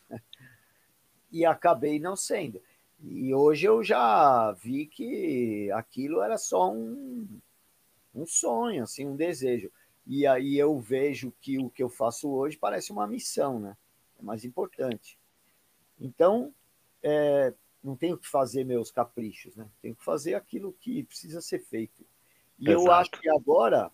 e acabei não sendo. E hoje eu já vi que aquilo era só um sonho, assim, um desejo. E aí eu vejo que o que eu faço hoje parece uma missão, né? É mais importante. Então, não tenho que fazer meus caprichos, né? Tenho que fazer aquilo que precisa ser feito. E eu acho Exato. que agora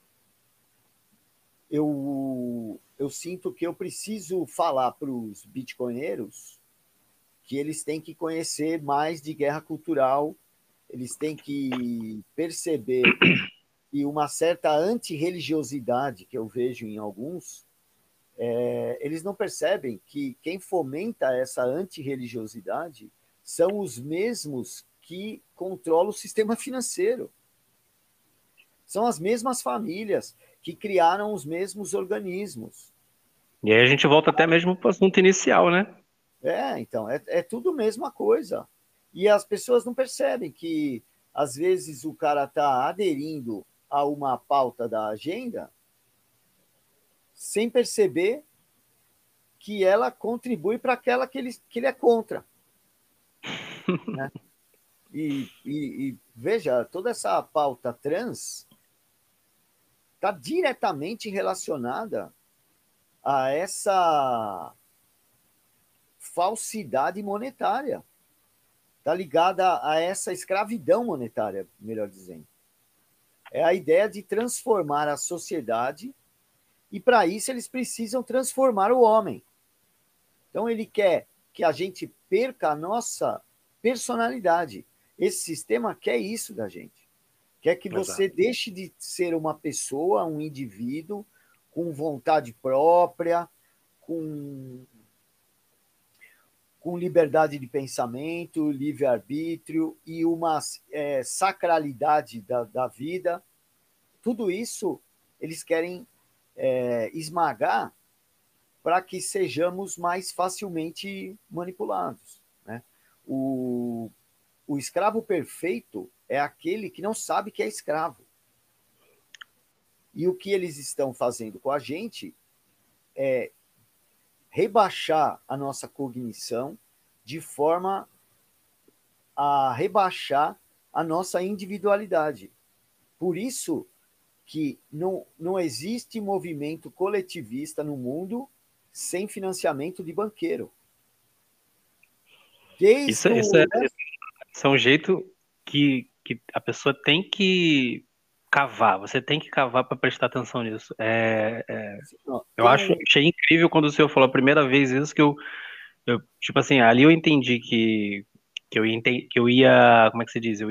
eu sinto que eu preciso falar para os bitcoinheiros que eles têm que conhecer mais de guerra cultural, eles têm que perceber que uma certa antirreligiosidade que eu vejo em alguns, eles não percebem que quem fomenta essa antirreligiosidade são os mesmos que controlam o sistema financeiro. São as mesmas famílias que criaram os mesmos organismos. E aí a gente volta até mesmo para o assunto inicial, né? Então, é tudo a mesma coisa. E as pessoas não percebem que, às vezes, o cara está aderindo a uma pauta da agenda sem perceber que ela contribui para aquela que ele é contra. Né? E veja, toda essa pauta trans está diretamente relacionada a essa falsidade monetária. Está ligada a essa escravidão monetária, melhor dizendo. É a ideia de transformar a sociedade e, para isso, eles precisam transformar o homem. Então, ele quer que a gente perca a nossa personalidade. Esse sistema quer isso da gente. Quer que você Exato. deixe de ser uma pessoa, um indivíduo, com vontade própria, com liberdade de pensamento, livre-arbítrio e uma sacralidade da vida. Tudo isso eles querem esmagar para que sejamos mais facilmente manipulados. Né? O escravo perfeito é aquele que não sabe que é escravo. E o que eles estão fazendo com a gente é rebaixar a nossa cognição de forma a rebaixar a nossa individualidade. Por isso que não existe movimento coletivista no mundo sem financiamento de banqueiro. Isso, Desde o... isso é um jeito que a pessoa tem que cavar. Você tem que cavar para prestar atenção nisso. Eu Tem achei incrível quando o senhor falou a primeira vez isso tipo assim, ali eu entendi que eu ia, como é que se diz?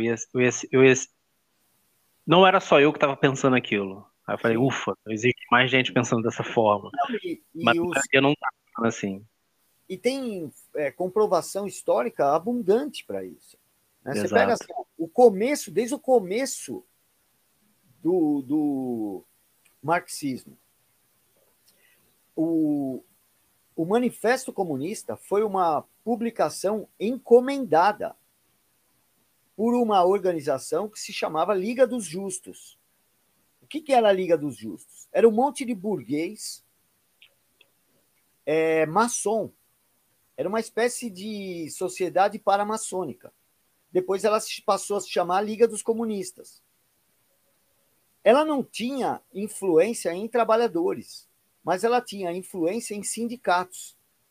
Não era só eu que estava pensando aquilo. Aí eu falei, sim, ufa, existe mais gente pensando dessa forma. e, Mas e, os, eu não estava pensando assim. e tem comprovação histórica abundante para isso. Né? Você pega Exato. assim, o começo, desde o começo do marxismo, o, o Manifesto Comunista foi uma publicação encomendada por uma organização que se chamava Liga dos Justos. O que era a Liga dos Justos? Era um monte de burguês maçom. Era uma espécie de sociedade paramaçônica. Depois ela passou a se chamar Liga dos Comunistas. Ela não tinha influência em trabalhadores, mas ela tinha influência em sindicatos.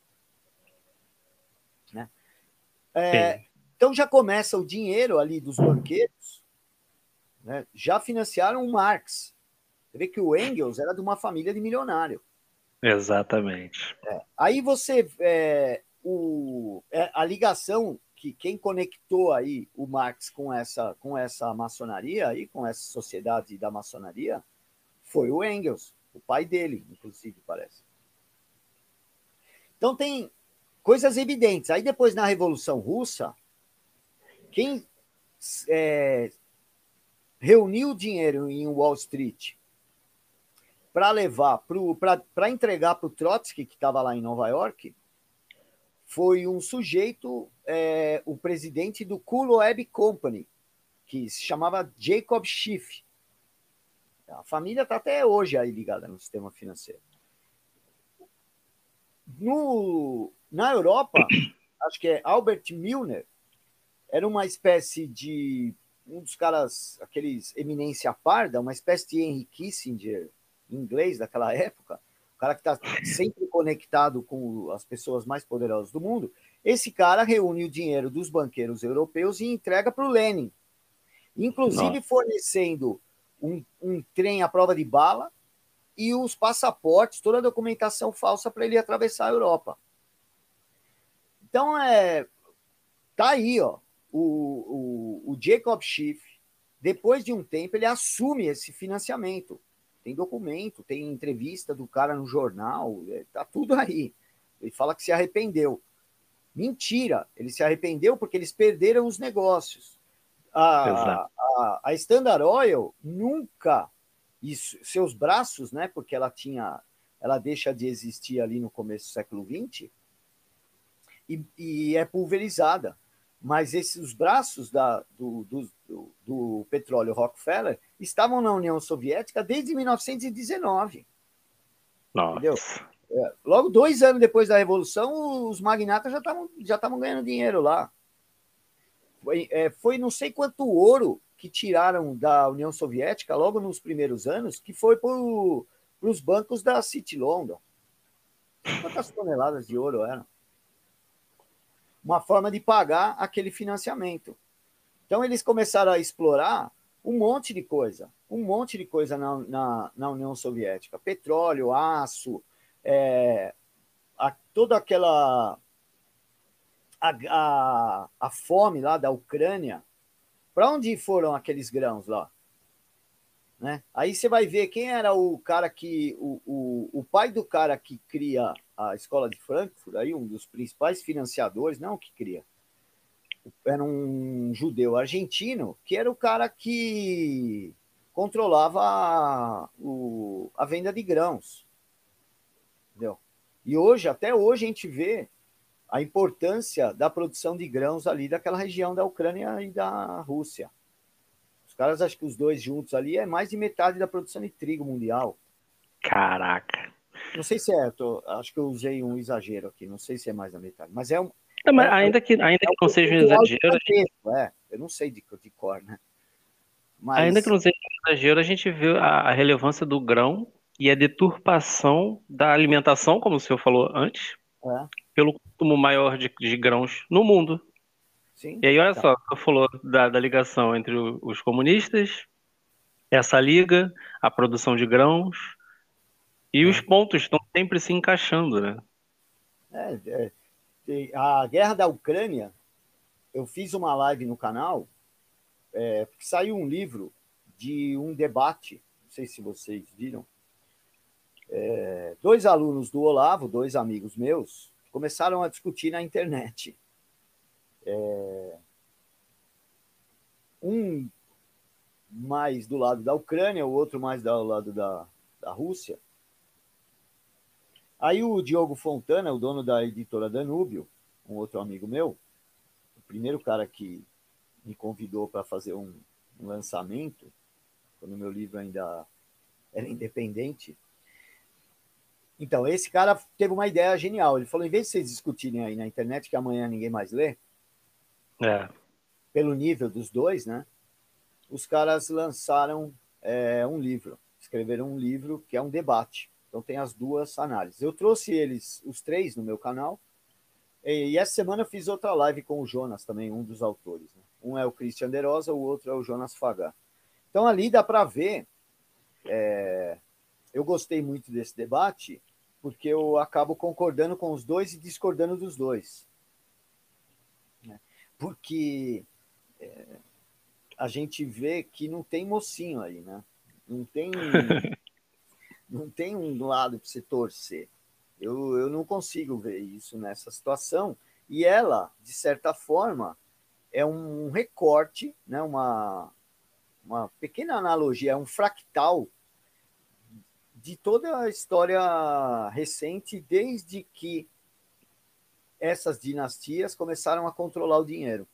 Né? Sim. Então já começa o dinheiro ali dos banqueiros, né? Já financiaram o Marx. Você vê que o Engels era de uma família de milionário. Exatamente. Aí você, a ligação que quem conectou aí o Marx com essa maçonaria, aí, com essa sociedade da maçonaria, foi o Engels, o pai dele, inclusive, parece. Então tem coisas evidentes. Aí depois, na Revolução Russa, quem reuniu dinheiro em Wall Street para levar, para entregar para o Trotsky, que estava lá em Nova York, foi um sujeito, o presidente do Kuloeb Company, que se chamava Jacob Schiff. A família está até hoje aí ligada no sistema financeiro. Na Europa, acho que é Albert Milner, era uma espécie de um dos caras, aqueles eminência parda, uma espécie de Henry Kissinger inglês daquela época, o cara que está sempre conectado com as pessoas mais poderosas do mundo. Esse cara reúne o dinheiro dos banqueiros europeus e entrega para o Lenin, inclusive fornecendo um trem à prova de bala e os passaportes, toda a documentação falsa para ele atravessar a Europa. Então, tá aí, ó, o Jacob Schiff, depois de um tempo, ele assume esse financiamento. Tem documento, tem entrevista do cara no jornal, tá tudo aí. Ele fala que se arrependeu. Mentira, ele se arrependeu porque eles perderam os negócios. A Standard Oil nunca, seus braços, né, porque ela deixa de existir ali no começo do século XX e é pulverizada. Mas os braços do petróleo Rockefeller estavam na União Soviética desde 1919. Nossa. Entendeu? Logo 2 anos depois da Revolução, os magnatas já estavam ganhando dinheiro lá. Foi não sei quanto ouro que tiraram da União Soviética logo nos primeiros anos, que foi para os bancos da City London. Quantas toneladas de ouro eram? Uma forma de pagar aquele financiamento. Então, eles começaram a explorar um monte de coisa na União Soviética. Petróleo, aço, toda aquela... A fome lá da Ucrânia. Para onde foram aqueles grãos lá? Né? Aí você vai ver quem era o cara que... O pai do cara que cria a escola de Frankfurt, aí, um dos principais financiadores, não que cria, era um judeu argentino, que era o cara que controlava a venda de grãos. Entendeu? E hoje, até hoje, a gente vê a importância da produção de grãos ali daquela região da Ucrânia e da Rússia. Os caras, acho que os dois juntos ali é mais de metade da produção de trigo mundial. Caraca. Não sei se acho que eu usei um exagero aqui, não sei se é mais da metade, mas Mas ainda que não seja um exagero, eu não sei de cor, né? ainda que não seja um exagero, a gente vê a relevância do grão e a deturpação da alimentação, como o senhor falou antes, pelo consumo maior de grãos no mundo. Sim, e aí, olha só, você falou da ligação entre os comunistas, essa liga, a produção de grãos, e os pontos estão sempre se encaixando, né? A guerra da Ucrânia, eu fiz uma live no canal, porque saiu um livro de um debate, não sei se vocês viram, 2 alunos do Olavo, 2 amigos meus, começaram a discutir na internet. Um mais do lado da Ucrânia, o outro mais do lado da Rússia. Aí o Diogo Fontana, o dono da editora Danúbio, um outro amigo meu, o primeiro cara que me convidou para fazer um lançamento, quando o meu livro ainda era independente. Então, esse cara teve uma ideia genial. Ele falou, em vez de vocês discutirem aí na internet, que amanhã ninguém mais lê, pelo nível dos dois, né? Os caras lançaram um livro, escreveram um livro que é um debate. Então tem as duas análises. Eu trouxe eles, os 3, no meu canal, e essa semana eu fiz outra live com o Jonas também, um dos autores. Né? Um é o Christian De Rosa, o outro é o Jonas Fagar. Então ali dá para ver, eu gostei muito desse debate, porque eu acabo concordando com os dois e discordando dos dois. Né? Porque a gente vê que não tem mocinho aí, né? Não tem, não tem um lado para você torcer. Eu não consigo ver isso nessa situação. E ela, de certa forma, é um recorte, né? Uma pequena analogia, é um fractal de toda a história recente, desde que essas dinastias começaram a controlar o dinheiro.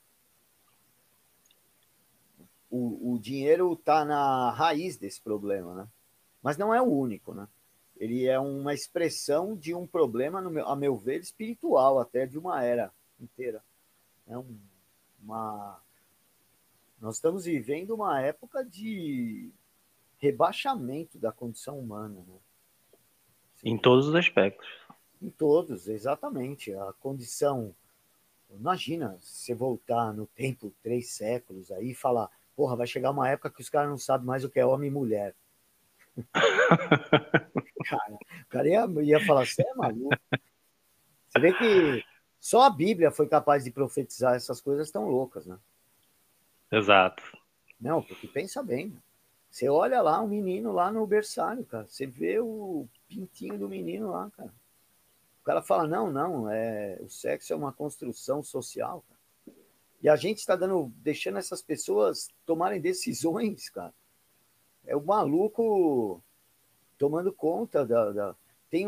O dinheiro está na raiz desse problema, né? Mas não é o único, né? Ele é uma expressão de um problema, a meu ver, espiritual, até de uma era inteira. É uma... Nós estamos vivendo uma época de rebaixamento da condição humana, né? Em todos os aspectos. Em todos, exatamente. A condição. Imagina você voltar no tempo, 3 séculos, aí e falar: porra, vai chegar uma época que os caras não sabem mais o que é homem e mulher. Cara, o cara ia falar: você é maluco. Você vê que só a Bíblia foi capaz de profetizar essas coisas tão loucas, né? Exato. Não, porque pensa bem. Né? Você olha lá um menino lá no berçário, cara. Você vê o pintinho do menino lá, cara. O cara fala: não, não, o sexo é uma construção social, cara. E a gente está deixando essas pessoas tomarem decisões, cara. É o maluco tomando conta Tem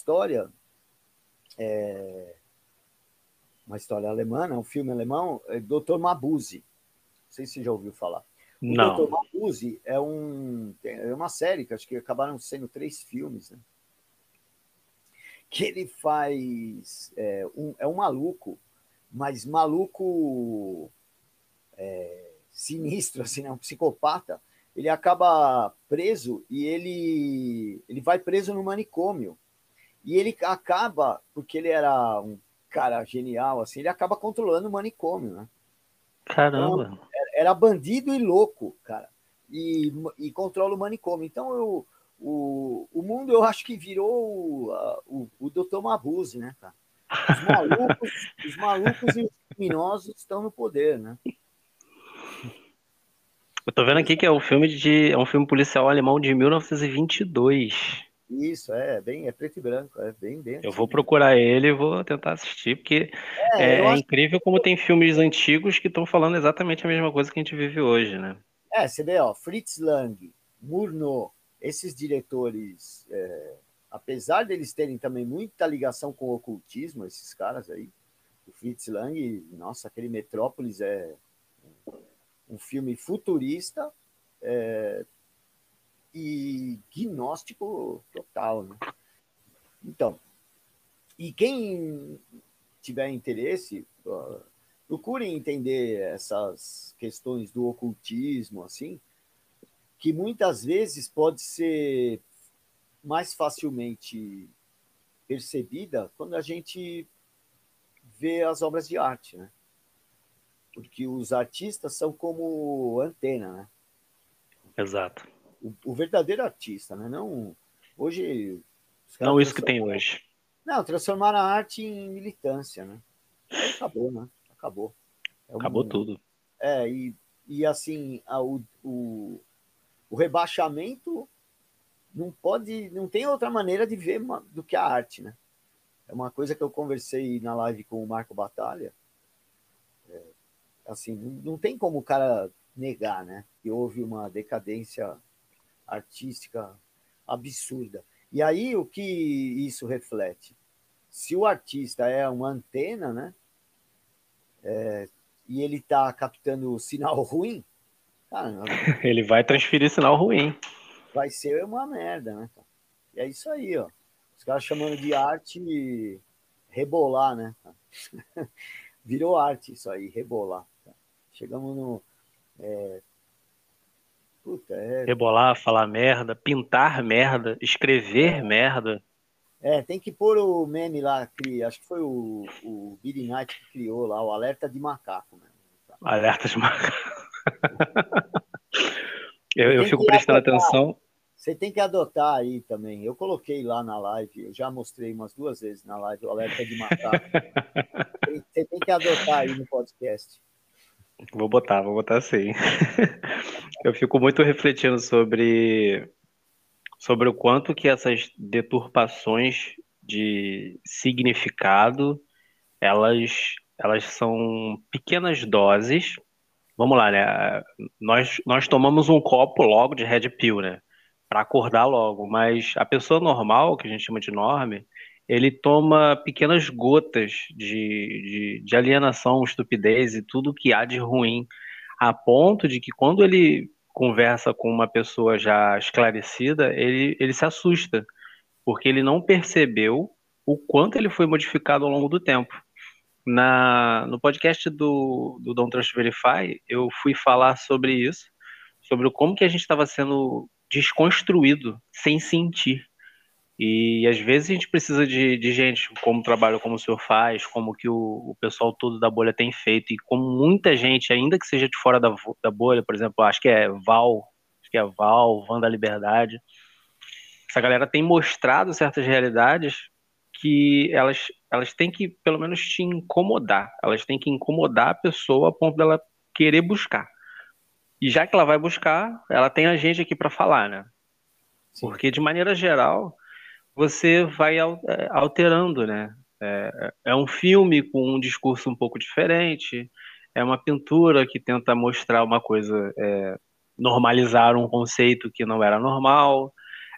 uma história alemã, né, um filme alemão, Dr. Mabuse. Não sei se você já ouviu falar. O Dr. Não. Mabuse é uma série que acho que acabaram sendo 3 filmes, né? Que ele faz. É um maluco, mas maluco sinistro, assim, né? Um psicopata. Ele acaba preso e ele vai preso no manicômio. E ele acaba, porque ele era um cara genial, assim, ele acaba controlando o manicômio, né? Então, Caramba. era bandido e louco, cara. E controla o manicômio. Então, o mundo, eu acho que virou o Dr. Mabuse, né, cara? Os malucos e os criminosos estão no poder, né? Eu tô vendo aqui que é um filme policial alemão de 1922. Isso, é preto e branco, é bem Eu vou antigo. procurar ele e vou tentar assistir, porque Eu é acho incrível como tem filmes antigos que estão falando exatamente a mesma coisa que a gente vive hoje, né? você vê, ó, Fritz Lang, Murnau, esses diretores, apesar deles terem também muita ligação com o ocultismo, esses caras aí, o Fritz Lang, nossa, aquele Metrópolis é um filme futurista e gnóstico total, né? Então, e quem tiver interesse, procurem entender essas questões do ocultismo, assim, que muitas vezes pode ser mais facilmente percebida quando a gente vê as obras de arte, né? Porque os artistas são como antena, né? Exato. O verdadeiro artista, né? Não, hoje os caras Não isso que tem transformaram, hoje. não, transformaram a arte em militância, né? Aí acabou, né? Acabou. É Acabou um, tudo. é, e assim, o rebaixamento não tem outra maneira de ver do que a arte, né? É uma coisa que eu conversei na live com o Marco Batalha, assim, não tem como o cara negar, né? Que houve uma decadência artística absurda. E aí o que isso reflete? Se o artista é uma antena, né? E ele está captando sinal ruim, cara, Ele vai transferir sinal ruim. vai ser uma merda, né? E é isso aí, ó. Os caras chamando de arte rebolar, né? Virou arte isso aí, rebolar. Chegamos no. Puta, Rebolar, falar merda, pintar merda, escrever merda. tem que pôr o meme lá, acho que foi o Billy Knight que criou lá, o alerta de macaco, né? Alerta de marca. Você Eu tem fico que prestando atenção. Você tem que adotar aí também. Eu coloquei lá na live, eu já mostrei umas 2 vezes na live, o alerta de macaco. Você tem que adotar aí no podcast. Vou botar sim. Eu fico muito refletindo sobre o quanto que essas deturpações de significado, elas são pequenas doses. Vamos lá, né? Nós tomamos um copo logo de Red Pill, né? Para acordar logo, mas a pessoa normal, que a gente chama de norme, ele toma pequenas gotas de alienação, estupidez e tudo que há de ruim, a ponto de que quando ele conversa com uma pessoa já esclarecida, ele se assusta, porque ele não percebeu o quanto ele foi modificado ao longo do tempo. No podcast do Don't Trust Verify, eu fui falar sobre isso, sobre como que a gente estava sendo desconstruído sem sentir. E às vezes a gente precisa de gente, como o trabalho como o senhor faz, como que o pessoal todo da bolha tem feito, e como muita gente, ainda que seja de fora da bolha, por exemplo, acho que é Val, Van da Liberdade, essa galera tem mostrado certas realidades que elas têm que, pelo menos, te incomodar. Elas têm que incomodar a pessoa a ponto dela querer buscar. E já que ela vai buscar, ela tem a gente aqui para falar, né? Sim. Porque, de maneira geral, você vai alterando, né? É um filme com um discurso um pouco diferente, é uma pintura que tenta mostrar uma coisa, normalizar um conceito que não era normal.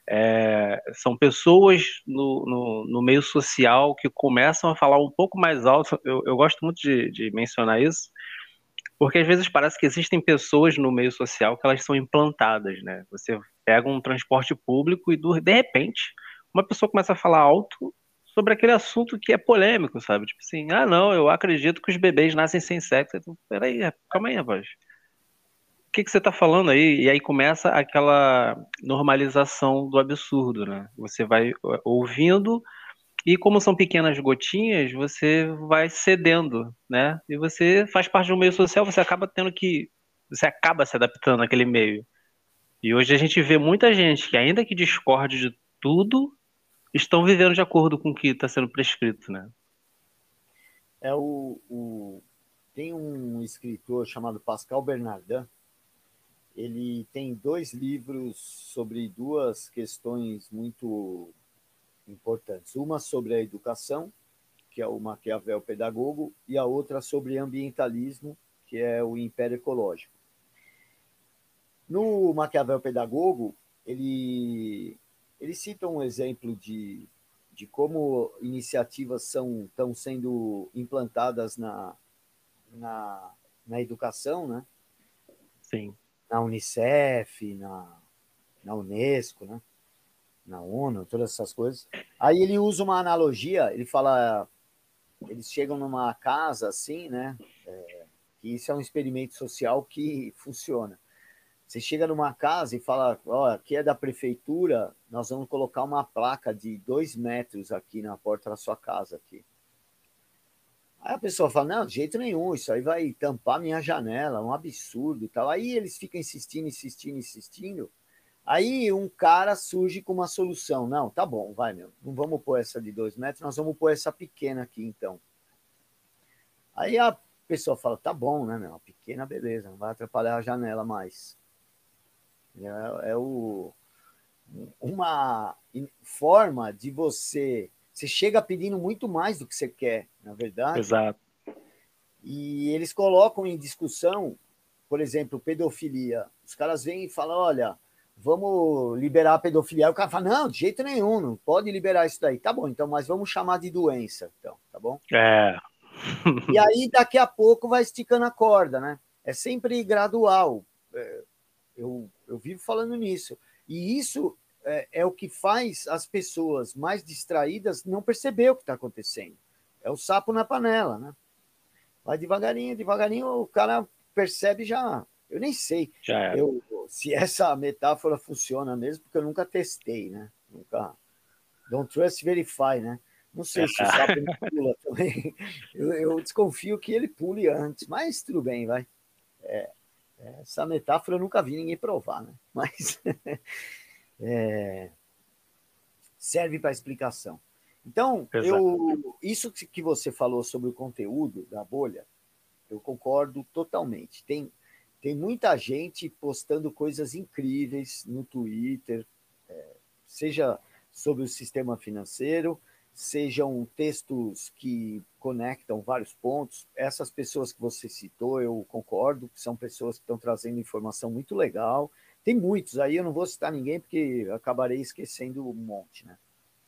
São pessoas no meio social que começam a falar um pouco mais alto. Eu gosto muito de mencionar isso, porque às vezes parece que existem pessoas no meio social que elas são implantadas, né? Você pega um transporte público e de repente uma pessoa começa a falar alto sobre aquele assunto que é polêmico, sabe? Tipo assim, ah, não, eu acredito que os bebês nascem sem sexo. Então, peraí, calma aí, rapaz. O que você está falando aí? E aí começa aquela normalização do absurdo, né? Você vai ouvindo e como são pequenas gotinhas, você vai cedendo, né? E você faz parte de um meio social, você acaba se adaptando àquele meio. E hoje a gente vê muita gente que, ainda que discorde de tudo, estão vivendo de acordo com o que está sendo prescrito, né? É tem um escritor chamado Pascal Bernardin. Ele tem 2 livros sobre 2 questões muito importantes. Uma sobre a educação, que é o Maquiavel Pedagogo, e a outra sobre ambientalismo, que é o Império Ecológico. No Maquiavel Pedagogo, ele cita um exemplo de como iniciativas estão sendo implantadas na, na educação, né? Sim. Na Unicef, na Unesco, né? Na ONU, todas essas coisas. Aí ele usa uma analogia, ele fala, eles chegam numa casa assim, né? Que isso é um experimento social que funciona. Você chega numa casa e fala, ó, aqui é da prefeitura, nós vamos colocar uma placa de 2 metros aqui na porta da sua casa aqui. Aí a pessoa fala, não, de jeito nenhum, isso aí vai tampar minha janela, um absurdo e tal. Aí eles ficam insistindo, insistindo, insistindo. Aí um cara surge com uma solução. Não, tá bom, vai, meu, não vamos pôr essa de 2 metros, nós vamos pôr essa pequena aqui, então. Aí a pessoa fala, tá bom, né, meu, a pequena, beleza, não vai atrapalhar a janela mais. É uma forma de você chega pedindo muito mais do que você quer, na verdade, Exato. e eles colocam em discussão, por exemplo, pedofilia. Os caras vêm e falam, olha, vamos liberar a pedofilia. Aí o cara fala, não, de jeito nenhum, não pode liberar isso daí. Tá bom, então, mas vamos chamar de doença, então, tá bom? É. E aí, daqui a pouco, vai esticando a corda, né? É sempre gradual. Eu vivo falando nisso. E isso é o que faz as pessoas mais distraídas não perceber o que está acontecendo. É o sapo na panela, né? Vai devagarinho, devagarinho, o cara percebe já. Eu nem sei Já era. se essa metáfora funciona mesmo, porque eu nunca testei, né? Nunca. Don't trust, verify, né? Não sei se o sapo não pula também. Eu desconfio que ele pule antes, mas tudo bem, vai. Essa metáfora eu nunca vi ninguém provar, né? Mas serve para explicação. Então, Exato. isso que você falou sobre o conteúdo da bolha, eu concordo totalmente. Tem muita gente postando coisas incríveis no Twitter, seja sobre o sistema financeiro, sejam textos que conectam vários pontos. Essas pessoas que você citou, eu concordo, que são pessoas que estão trazendo informação muito legal. Tem muitos aí, eu não vou citar ninguém, porque acabarei esquecendo um monte, né?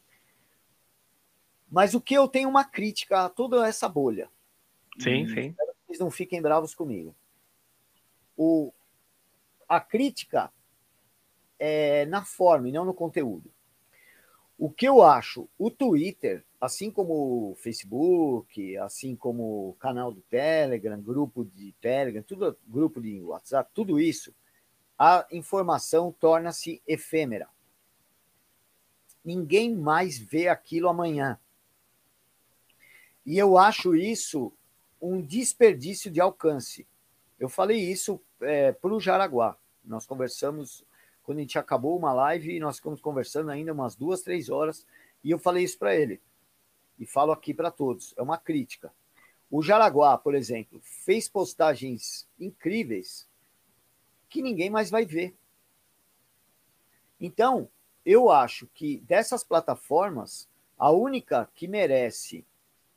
Mas o que eu tenho uma crítica a toda essa bolha, Sim, e sim. espero que vocês não fiquem bravos comigo. O, a crítica é na forma e não no conteúdo. O que eu acho, o Twitter, assim como o Facebook, assim como o canal do Telegram, grupo de Telegram, tudo, grupo de WhatsApp, tudo isso, a informação torna-se efêmera. Ninguém mais vê aquilo amanhã. E eu acho isso um desperdício de alcance. Eu falei isso para o Jaraguá. Nós conversamos, quando a gente acabou uma live, nós ficamos conversando ainda umas 2, 3 horas, e eu falei isso para ele. E falo aqui para todos, é uma crítica. O Jaraguá, por exemplo, fez postagens incríveis que ninguém mais vai ver. Então, eu acho que dessas plataformas, a única que merece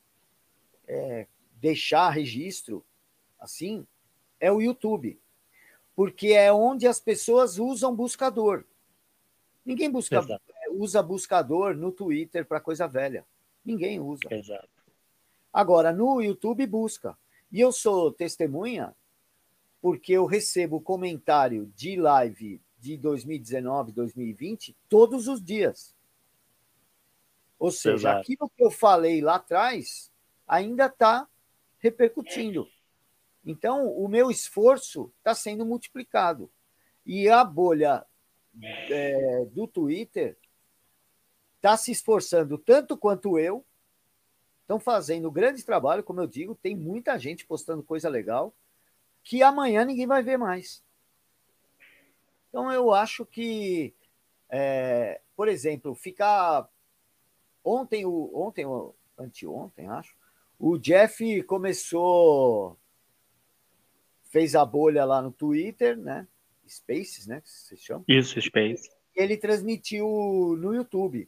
deixar registro assim é o YouTube, porque é onde as pessoas usam buscador. Ninguém Exato, usa buscador no Twitter para coisa velha. Ninguém usa. exato. Agora, no YouTube, busca. E eu sou testemunha porque eu recebo comentário de live de 2019, 2020, todos os dias. Ou seja, Exato. aquilo que eu falei lá atrás ainda está repercutindo. Então, o meu esforço está sendo multiplicado. E a bolha do Twitter está se esforçando tanto quanto eu, estão fazendo grande trabalho, como eu digo, tem muita gente postando coisa legal, que amanhã ninguém vai ver mais. Então, eu acho que, por exemplo, ficar. Ontem ou anteontem, acho, o Jeff começou, fez a bolha lá no Twitter, né? Spaces, né? Que se chama. Isso, Space. Ele transmitiu no YouTube.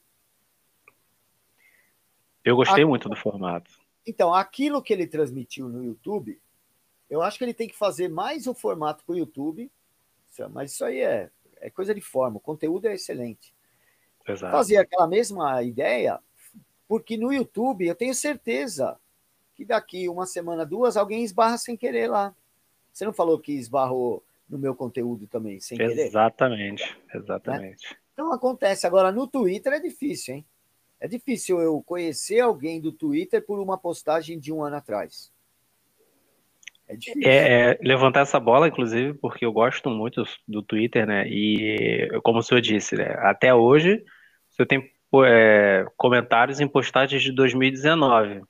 Eu gostei A- muito do formato. Então, aquilo que ele transmitiu no YouTube, eu acho que ele tem que fazer mais o formato para o YouTube, mas isso aí é coisa de forma, o conteúdo é excelente. Fazer Exato. aquela mesma ideia, porque no YouTube eu tenho certeza que daqui uma semana, duas, alguém esbarra sem querer lá. Você não falou que esbarrou no meu conteúdo também, sem querer? Exatamente. Né? Exatamente. Então acontece. Agora, no Twitter é difícil, hein? É difícil eu conhecer alguém do Twitter por uma postagem de um ano atrás. É difícil. Levantar essa bola, inclusive, porque eu gosto muito do Twitter, né? E como o senhor disse, né? Até hoje, você tem comentários em postagens de 2019,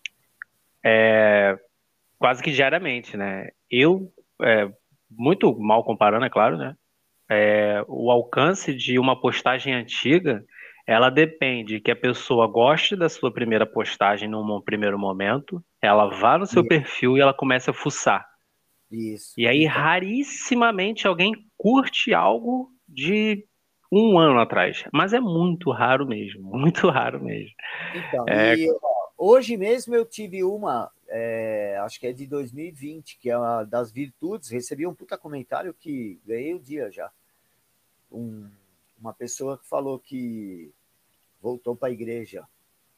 quase que diariamente, né? É, muito mal comparando, é claro, né? O alcance de uma postagem antiga, ela depende que a pessoa goste da sua primeira postagem num primeiro momento, ela vá no seu perfil e ela comece a fuçar. Isso. E aí, Então, rarissimamente, alguém curte algo de um ano atrás. Mas é muito raro mesmo, muito raro mesmo. É, e ó, hoje mesmo eu tive uma, acho que é de 2020, que é uma das virtudes. Recebi um puta comentário que ganhei o dia já. Um- uma pessoa que falou que voltou para a igreja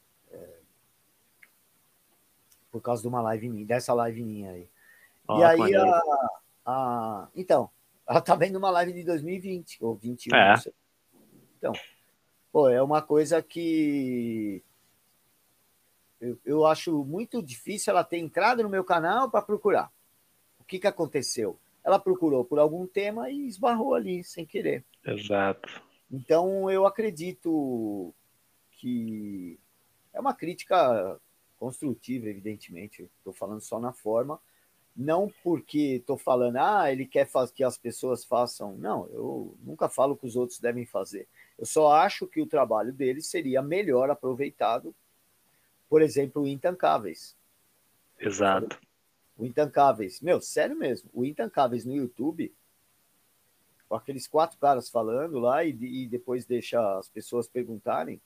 por causa de uma live minha, dessa live minha aí. E ó, que aí, maneiro. então, ela tá vendo uma live de 2020 ou 21, não É, sei. Então, pô, é uma coisa que eu acho muito difícil ela ter entrado no meu canal para procurar. O que, que aconteceu? Ela procurou por algum tema e esbarrou ali, sem querer. exato. Então, eu acredito que é uma crítica construtiva, evidentemente. Estou falando só na forma, não porque estou falando, ele quer que as pessoas façam. Não, eu nunca falo que os outros devem fazer. Eu só acho que o trabalho deles seria melhor aproveitado, por exemplo, o Intancáveis. Eu falei, Exato. o Intancáveis, meu, sério mesmo, o Intancáveis no YouTube, com aqueles 4 caras falando lá e depois deixa as pessoas perguntarem,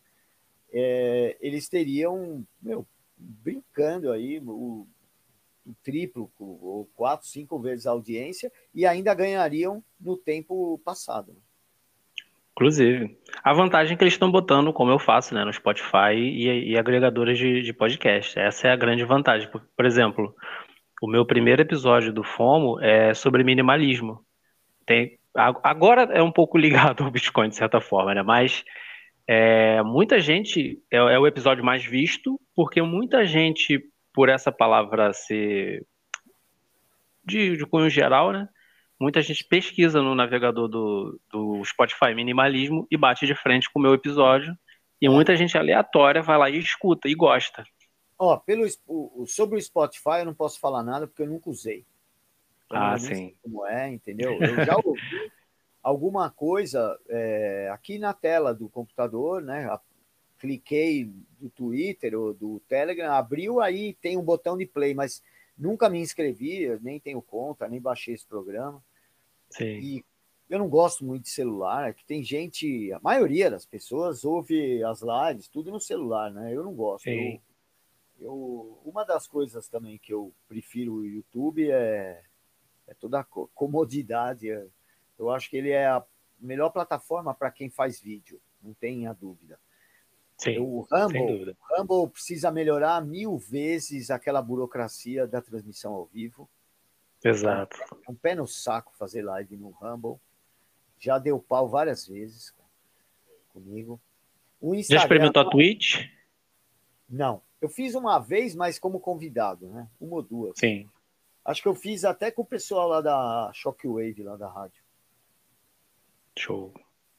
eles teriam, meu, brincando aí, o triplo, ou 4, 5 vezes a audiência, e ainda ganhariam no tempo passado. Inclusive, a vantagem é que eles estão botando, como eu faço, né, no Spotify e agregadores de podcast. Essa é a grande vantagem. Por exemplo, o meu primeiro episódio do FOMO é sobre minimalismo. Agora é um pouco ligado ao Bitcoin, de certa forma, né? Mas muita gente, é o episódio mais visto, porque muita gente, por essa palavra ser de cunho geral, né? Muita gente pesquisa no navegador do Spotify minimalismo e bate de frente com o meu episódio. E muita gente aleatória vai lá e escuta e gosta. Sobre o Spotify eu não posso falar nada porque eu nunca usei. Então eu nem sei Sim. como entendeu? Eu já ouvi alguma coisa aqui na tela do computador, né? Cliquei do Twitter ou do Telegram, abriu, aí tem um botão de play, mas nunca me inscrevi, nem tenho conta, nem baixei esse programa. Sim. E eu não gosto muito de celular, que tem gente, a maioria das pessoas ouve as lives, tudo no celular, né? Eu não gosto. Sim. Uma das coisas também que eu prefiro o YouTube é toda a comodidade. Eu acho que ele é a melhor plataforma para quem faz vídeo, não tenha dúvida. Sim. O Sem Rumble, dúvida. Rumble precisa melhorar 1000 vezes aquela burocracia da transmissão ao vivo. Tá? Exato. É um pé no saco fazer live no Rumble. Já deu pau várias vezes comigo. O Já Instagram, experimentou a Twitch? não. Eu fiz uma vez, mas como convidado, né? Uma ou duas. Sim. Acho que eu fiz até com o pessoal lá da Shockwave, lá da rádio. Show.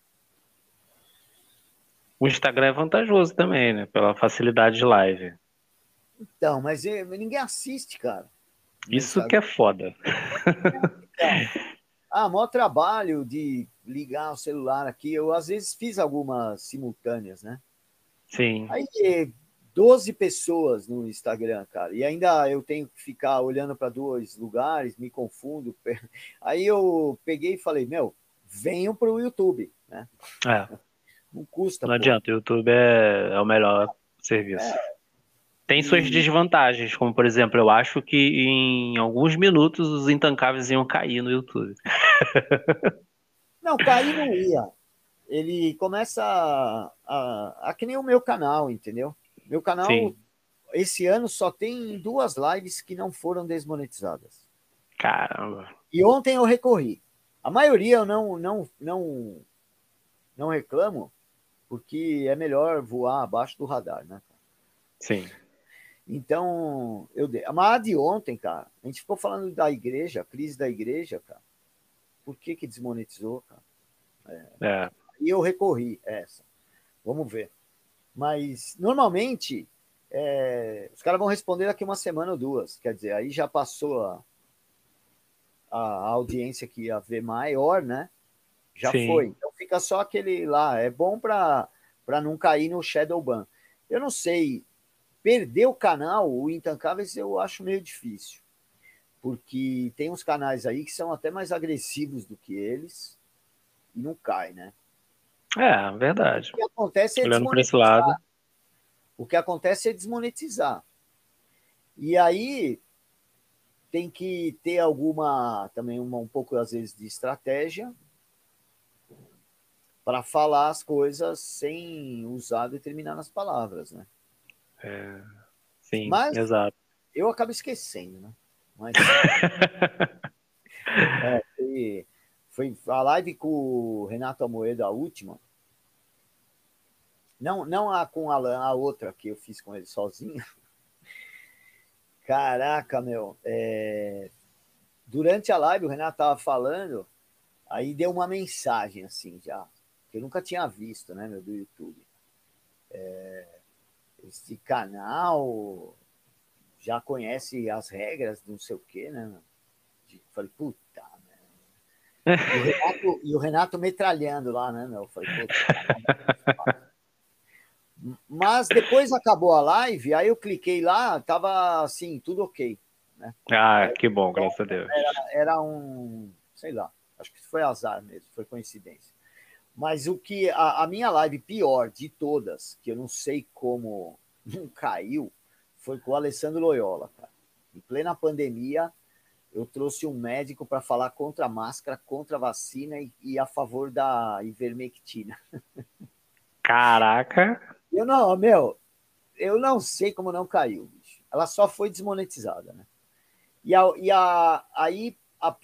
O Instagram é vantajoso também, né? Pela facilidade de live. Então, mas ninguém assiste, cara, no Isso que Instagram. é foda. Então, maior trabalho de ligar o celular aqui. Eu, às vezes, fiz algumas simultâneas, né? Sim. Aí, 12 pessoas no Instagram, cara. E ainda eu tenho que ficar olhando para 2 lugares, me confundo. Aí eu peguei e falei, meu, venham para o YouTube, né? É. Não custa, Não pô. adianta. O YouTube é o melhor serviço. Tem suas E desvantagens, como por exemplo, eu acho que em alguns minutos os intancáveis iam cair no YouTube. não, cair não ia. Ele começa a que nem o meu canal, entendeu? Meu canal Sim. esse ano só tem 2 lives que não foram desmonetizadas. Caramba. E ontem eu recorri. A maioria eu não reclamo, porque é melhor voar abaixo do radar, né? Sim. Então, eu dei. Mas a de ontem, cara, a gente ficou falando da igreja, a crise da igreja, cara. Por que desmonetizou, cara? É. E eu recorri a essa. Vamos ver. Mas, normalmente, os caras vão responder daqui uma semana ou 2. Quer dizer, aí já passou a audiência que ia ver maior, né? Já foi. Sim. Então fica só aquele lá. É bom para não cair no Shadowban. Eu não sei. Perder o canal, o Intancáveis, eu acho meio difícil. Porque tem uns canais aí que são até mais agressivos do que eles e não cai, né? É, verdade. O que acontece é Olhando para esse lado. desmonetizar. O que acontece é desmonetizar. E aí tem que ter alguma, também um pouco, às vezes, de estratégia para falar as coisas sem usar determinadas palavras, né? É, sim, Mas exato. eu acabo esquecendo, né? Mas foi a live com o Renato Amoedo, a última. Não a com o Alan, a outra que eu fiz com ele sozinho. Caraca, meu. Durante a live, o Renato tava falando, aí deu uma mensagem assim já, que eu nunca tinha visto, né, meu, do YouTube. Esse canal já conhece as regras, não sei o quê, né? Falei, puta, né? E o Renato metralhando lá, né, meu? Falei, puta. Mas depois acabou a live, aí eu cliquei lá, tava assim, tudo ok, né? Ah, que bom, graças a Deus. Era um, sei lá, acho que foi azar mesmo, foi coincidência. Mas o que a minha live pior de todas, que eu não sei como não caiu, foi com o Alessandro Loyola, cara. Em plena pandemia, eu trouxe um médico para falar contra a máscara, contra a vacina e a favor da ivermectina. Caraca. Eu não sei como não caiu, bicho. Ela só foi desmonetizada, né? Aí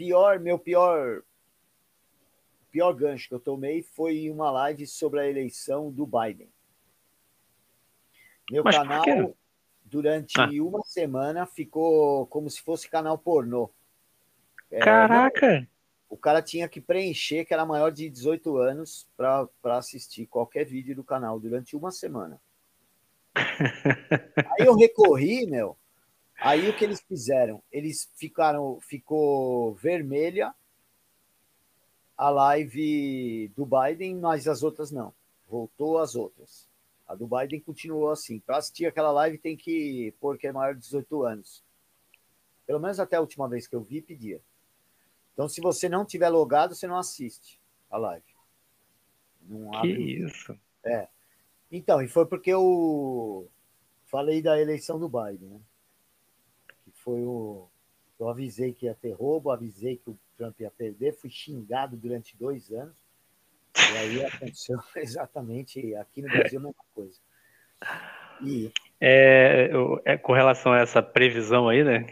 pior gancho que eu tomei foi uma live sobre a eleição do Biden. Meu Mas por quê? canal, Ah, durante uma semana, ficou como se fosse canal pornô. Não, caraca. o cara tinha que preencher que era maior de 18 anos para assistir qualquer vídeo do canal durante uma semana. Aí eu recorri, meu. Aí o que eles fizeram? Ficou vermelha a live do Biden, mas as outras não. Voltou as outras. A do Biden continuou assim. Para assistir aquela live tem que pôr que é maior de 18 anos. Pelo menos até a última vez que eu vi, pedia. Então, se você não tiver logado, você não assiste a live. Não Que abre o vídeo. isso? É. Então, e foi porque eu falei da eleição do Biden, né? Que foi o. Eu avisei que ia ter roubo, avisei que o Trump ia perder, fui xingado durante 2 anos. E aí aconteceu exatamente aqui no Brasil a mesma coisa. E Com relação a essa previsão aí, né?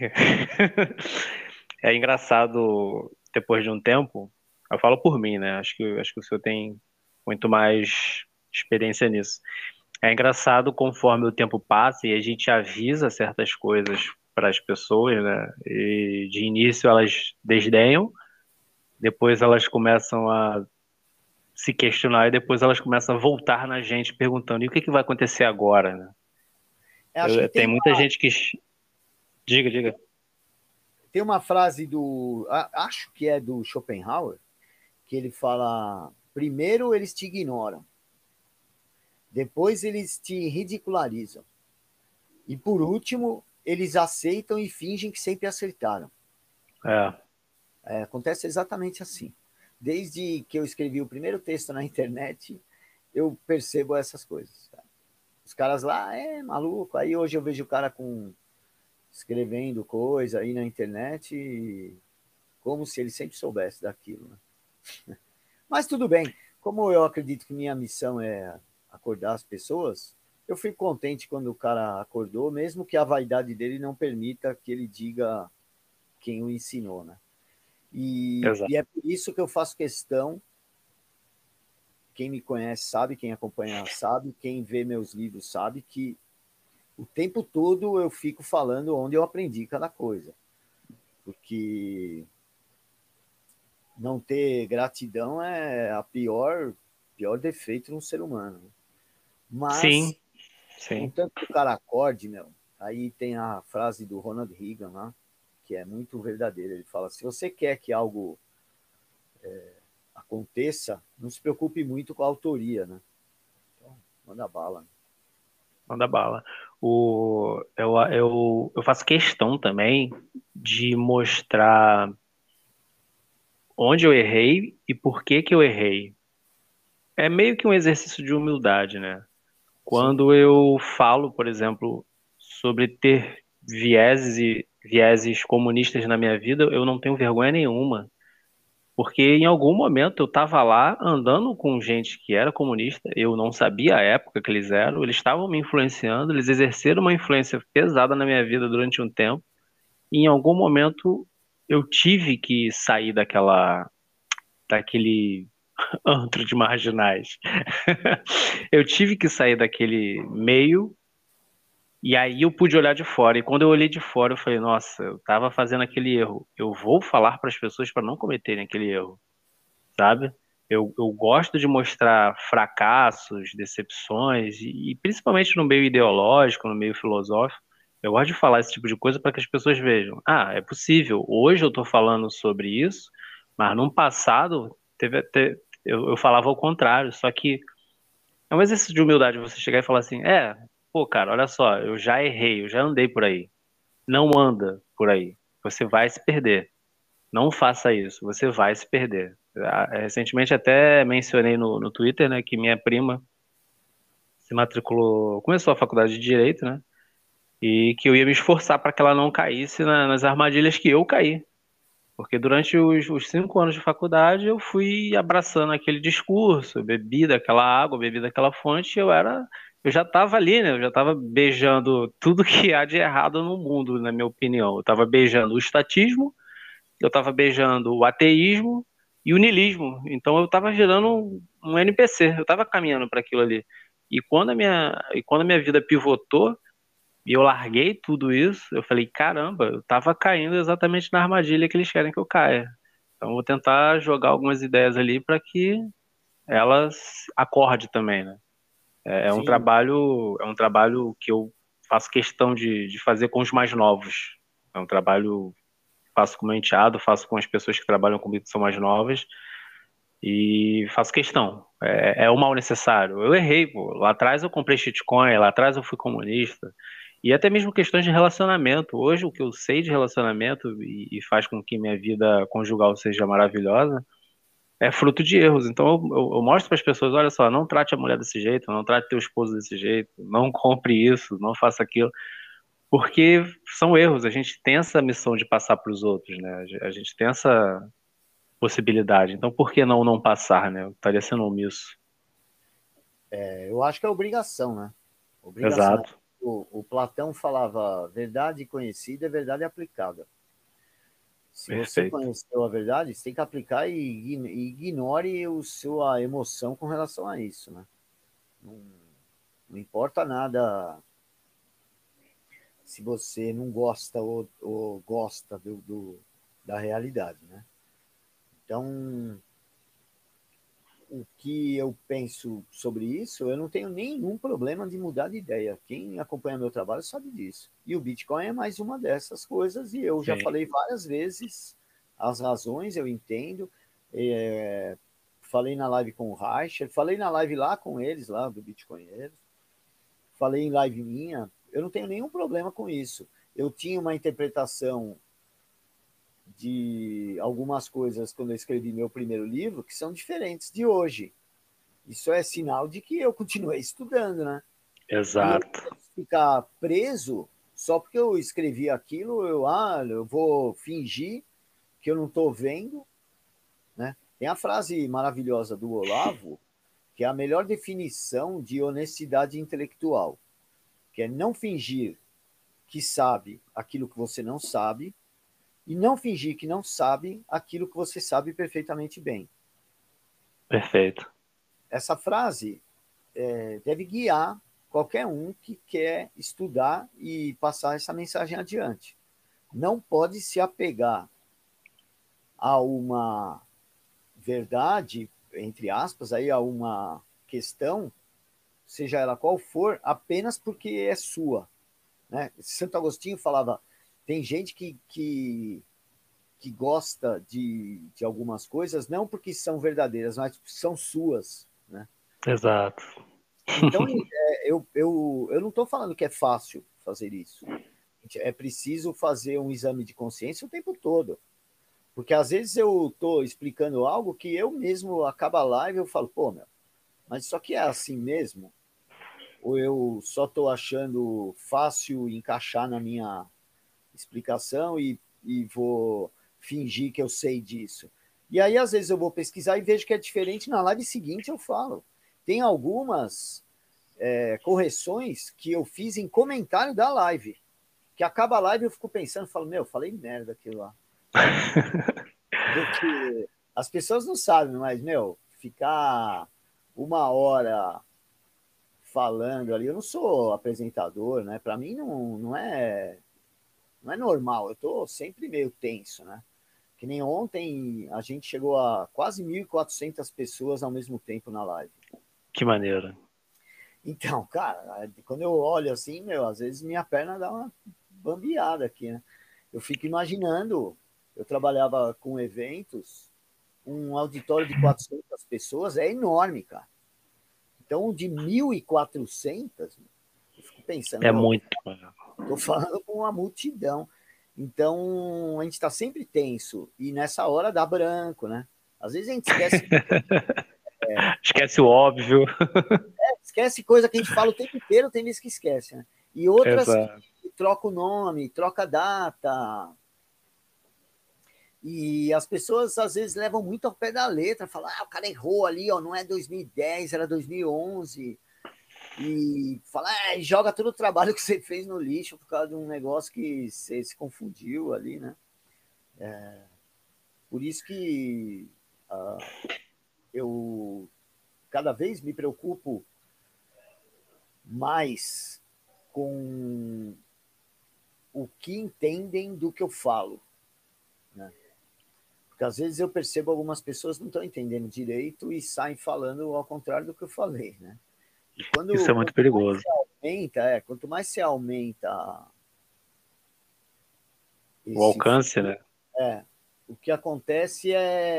É engraçado, depois de um tempo, eu falo por mim, né? Acho que o senhor tem muito mais experiência nisso. É engraçado conforme o tempo passa e a gente avisa certas coisas para as pessoas, né? E de início elas desdenham, depois elas começam a se questionar e depois elas começam a voltar na gente perguntando: e o que que vai acontecer agora, né? acho que Tem muita gente que. Diga, diga. tem uma frase acho que é do Schopenhauer, que ele fala: primeiro eles te ignoram, depois eles te ridicularizam, e por último eles aceitam e fingem que sempre acertaram. É, Acontece exatamente assim. Desde que eu escrevi o primeiro texto na internet, eu percebo essas coisas. Cara. Os caras lá, maluco. Aí hoje eu vejo o cara escrevendo coisa aí na internet, como se ele sempre soubesse daquilo. Né? Mas tudo bem. Como eu acredito que minha missão é acordar as pessoas, eu fico contente quando o cara acordou, mesmo que a vaidade dele não permita que ele diga quem o ensinou, né? E exato. é por isso que eu faço questão. Quem me conhece sabe, quem acompanha sabe, quem vê meus livros sabe que o tempo todo eu fico falando onde eu aprendi cada coisa. Porque não ter gratidão é a pior defeito no ser humano. Sim, Mas, sim. contanto que o cara acorde, meu, aí tem a frase do Ronald Reagan lá, que é muito verdadeira. Ele fala: se você quer que algo aconteça, não se preocupe muito com a autoria, né? Então, manda bala. Né? Manda bala. Eu faço questão também de mostrar onde eu errei e por que que eu errei. É meio que um exercício de humildade, né? Sim. Quando eu falo, por exemplo, sobre ter vieses comunistas na minha vida, eu não tenho vergonha nenhuma. Porque em algum momento eu estava lá andando com gente que era comunista, eu não sabia a época que eles eram, eles estavam me influenciando, eles exerceram uma influência pesada na minha vida durante um tempo, e em algum momento eu tive que sair daquele antro de marginais. Eu tive que sair daquele meio. E aí eu pude olhar de fora. E quando eu olhei de fora, eu falei, nossa, eu estava fazendo aquele erro. Eu vou falar para as pessoas para não cometerem aquele erro, sabe? Eu gosto de mostrar fracassos, decepções, e principalmente no meio ideológico, no meio filosófico, Eu gosto de falar esse tipo de coisa para que as pessoas vejam. Ah, é possível. Hoje eu estou falando sobre isso, mas no passado eu falava ao contrário. Só que é um exercício de humildade você chegar e falar assim: pô, cara, olha só, eu já errei, eu já andei por aí. Não anda por aí. Você vai se perder. Não faça isso, você vai se perder. Recentemente até mencionei no Twitter, né, que minha prima se matriculou, começou a faculdade de Direito, né? E que eu ia me esforçar para que ela não caísse nas armadilhas que eu caí. Porque durante os 5 anos de faculdade eu fui abraçando aquele discurso, bebi daquela água, bebi daquela fonte, eu já estava ali, né? Eu já estava beijando tudo que há de errado no mundo, na minha opinião. Eu estava beijando o estatismo, eu estava beijando o ateísmo e o niilismo. Então eu estava gerando um NPC, eu estava caminhando para aquilo ali. E quando a minha vida pivotou, e eu larguei tudo isso, eu falei, caramba, eu tava caindo exatamente na armadilha que eles querem que eu caia. Então eu vou tentar jogar algumas ideias ali para que elas acorde também, né? Sim, É um trabalho que eu faço questão de fazer com os mais novos. É um trabalho que faço com o meu enteado, faço com as pessoas que trabalham comigo que são mais novas e faço questão. É o mal necessário. Eu errei, pô. Lá atrás eu comprei shitcoin, lá atrás eu fui comunista. E até mesmo questões de relacionamento. Hoje, o que eu sei de relacionamento e faz com que minha vida conjugal seja maravilhosa é fruto de erros. Então, eu mostro para as pessoas: olha só, não trate a mulher desse jeito, não trate teu esposo desse jeito, não compre isso, não faça aquilo. Porque são erros. A gente tem essa missão de passar para os outros, né? A gente tem essa possibilidade. Então, por que não passar, né? Eu estaria sendo omisso. eu acho que é obrigação, né? Obrigação. Exato. O Platão falava verdade conhecida é verdade aplicada. Se você Perfeito. conheceu a verdade, você tem que aplicar e ignore sua emoção com relação a isso, né? Não, não importa nada se você não gosta ou gosta da realidade, né? Então, o que eu penso sobre isso, eu não tenho nenhum problema de mudar de ideia. Quem acompanha meu trabalho sabe disso. E o Bitcoin é mais uma dessas coisas, e eu já Sim. falei várias vezes as razões, eu entendo. É, falei na live com o Reicher, falei na live lá com eles, lá do Bitcoinheiros, falei em live minha, eu não tenho nenhum problema com isso. Eu tinha uma interpretação de algumas coisas quando eu escrevi meu primeiro livro que são diferentes de hoje. Isso é sinal de que eu continuei estudando, né? E eu Exato. ficar preso só porque eu escrevi aquilo, eu vou fingir que eu não estou vendo, né? Tem a frase maravilhosa do Olavo, que é a melhor definição de honestidade intelectual, que é não fingir que sabe aquilo que você não sabe e não fingir que não sabe aquilo que você sabe perfeitamente bem. Perfeito. Essa frase deve guiar qualquer um que quer estudar e passar essa mensagem adiante. Não pode se apegar a uma verdade, entre aspas, aí a uma questão, seja ela qual for, apenas porque é sua. Né? Santo Agostinho falava, tem gente que gosta de algumas coisas não porque são verdadeiras, mas porque são suas. Né? Exato. Então, eu não estou falando que é fácil fazer isso. É preciso fazer um exame de consciência o tempo todo. Porque às vezes eu estou explicando algo que eu mesmo acaba a live e eu falo, pô, meu, mas isso aqui é assim mesmo? Ou eu só estou achando fácil encaixar na minha explicação e vou fingir que eu sei disso? E aí, às vezes, eu vou pesquisar e vejo que é diferente. Na live seguinte, eu falo. Tem algumas correções que eu fiz em comentário da live. Que acaba a live e eu fico pensando, falo, meu, falei merda aquilo lá. Porque as pessoas não sabem, mas, meu, ficar 1 hora falando ali, eu não sou apresentador, né? Para mim não é normal, eu tô sempre meio tenso, né? Que nem ontem a gente chegou a quase 1.400 pessoas ao mesmo tempo na live. Que maneiro. Então, cara, quando eu olho assim, meu, às vezes minha perna dá uma bambeada aqui, né? Eu fico imaginando, eu trabalhava com eventos, um auditório de 400 pessoas é enorme, cara. Então, de 1.400, eu fico pensando, É meu, muito. estou falando com uma multidão. Então, a gente está sempre tenso. E nessa hora dá branco, né? Às vezes a gente Esquece o óbvio. esquece coisa que a gente fala o tempo inteiro, tem vezes que esquece, né? E outras que Exato. troca o nome, troca a data. E as pessoas às vezes levam muito ao pé da letra, falam, o cara errou ali, ó, não é 2010, era 2011. E fala, joga todo o trabalho que você fez no lixo por causa de um negócio que você se confundiu ali, né? Por isso que eu cada vez me preocupo mais com o que entendem do que eu falo, né? Porque às vezes eu percebo algumas pessoas não estão entendendo direito e saem falando ao contrário do que eu falei, né? E Isso é muito perigoso. quanto mais se aumenta O esse, alcance, né? o que acontece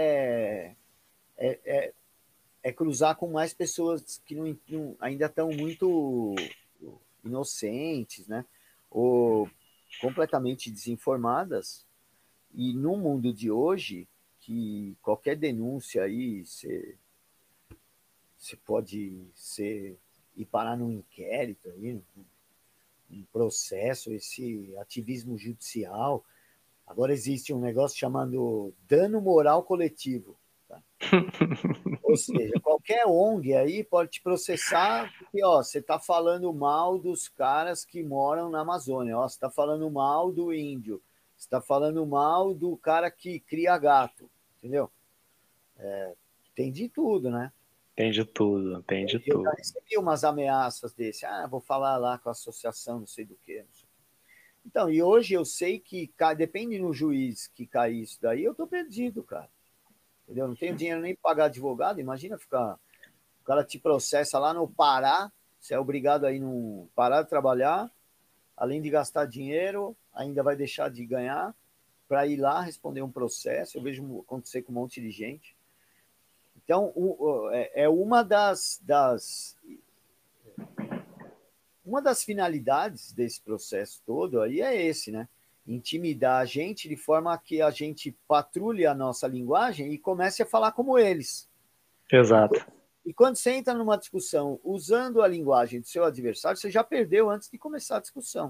é cruzar com mais pessoas que ainda estão muito inocentes, né? Ou completamente desinformadas. E no mundo de hoje, que qualquer denúncia aí você pode ir parar num inquérito aí, um processo, esse ativismo judicial. Agora existe um negócio chamado dano moral coletivo. Tá? Ou seja, qualquer ONG aí pode te processar porque você está falando mal dos caras que moram na Amazônia, você está falando mal do índio, você está falando mal do cara que cria gato, entendeu? Tem de tudo, né? Tem de tudo, tem de Eu já tudo. recebi umas ameaças desse, vou falar lá com a associação, não sei do que. Então, e hoje eu sei que depende no juiz que cai isso daí, eu tô perdido, cara. Entendeu? Não tenho dinheiro nem para pagar advogado, imagina ficar. O cara te processa lá no Pará, você é obrigado a ir no parar de trabalhar, além de gastar dinheiro, ainda vai deixar de ganhar para ir lá responder um processo. Eu vejo acontecer com um monte de gente. Então, é uma das finalidades desse processo todo aí é esse, né? Intimidar a gente de forma que a gente patrulhe a nossa linguagem e comece a falar como eles. E, Exato. e quando você entra numa discussão usando a linguagem do seu adversário, você já perdeu antes de começar a discussão.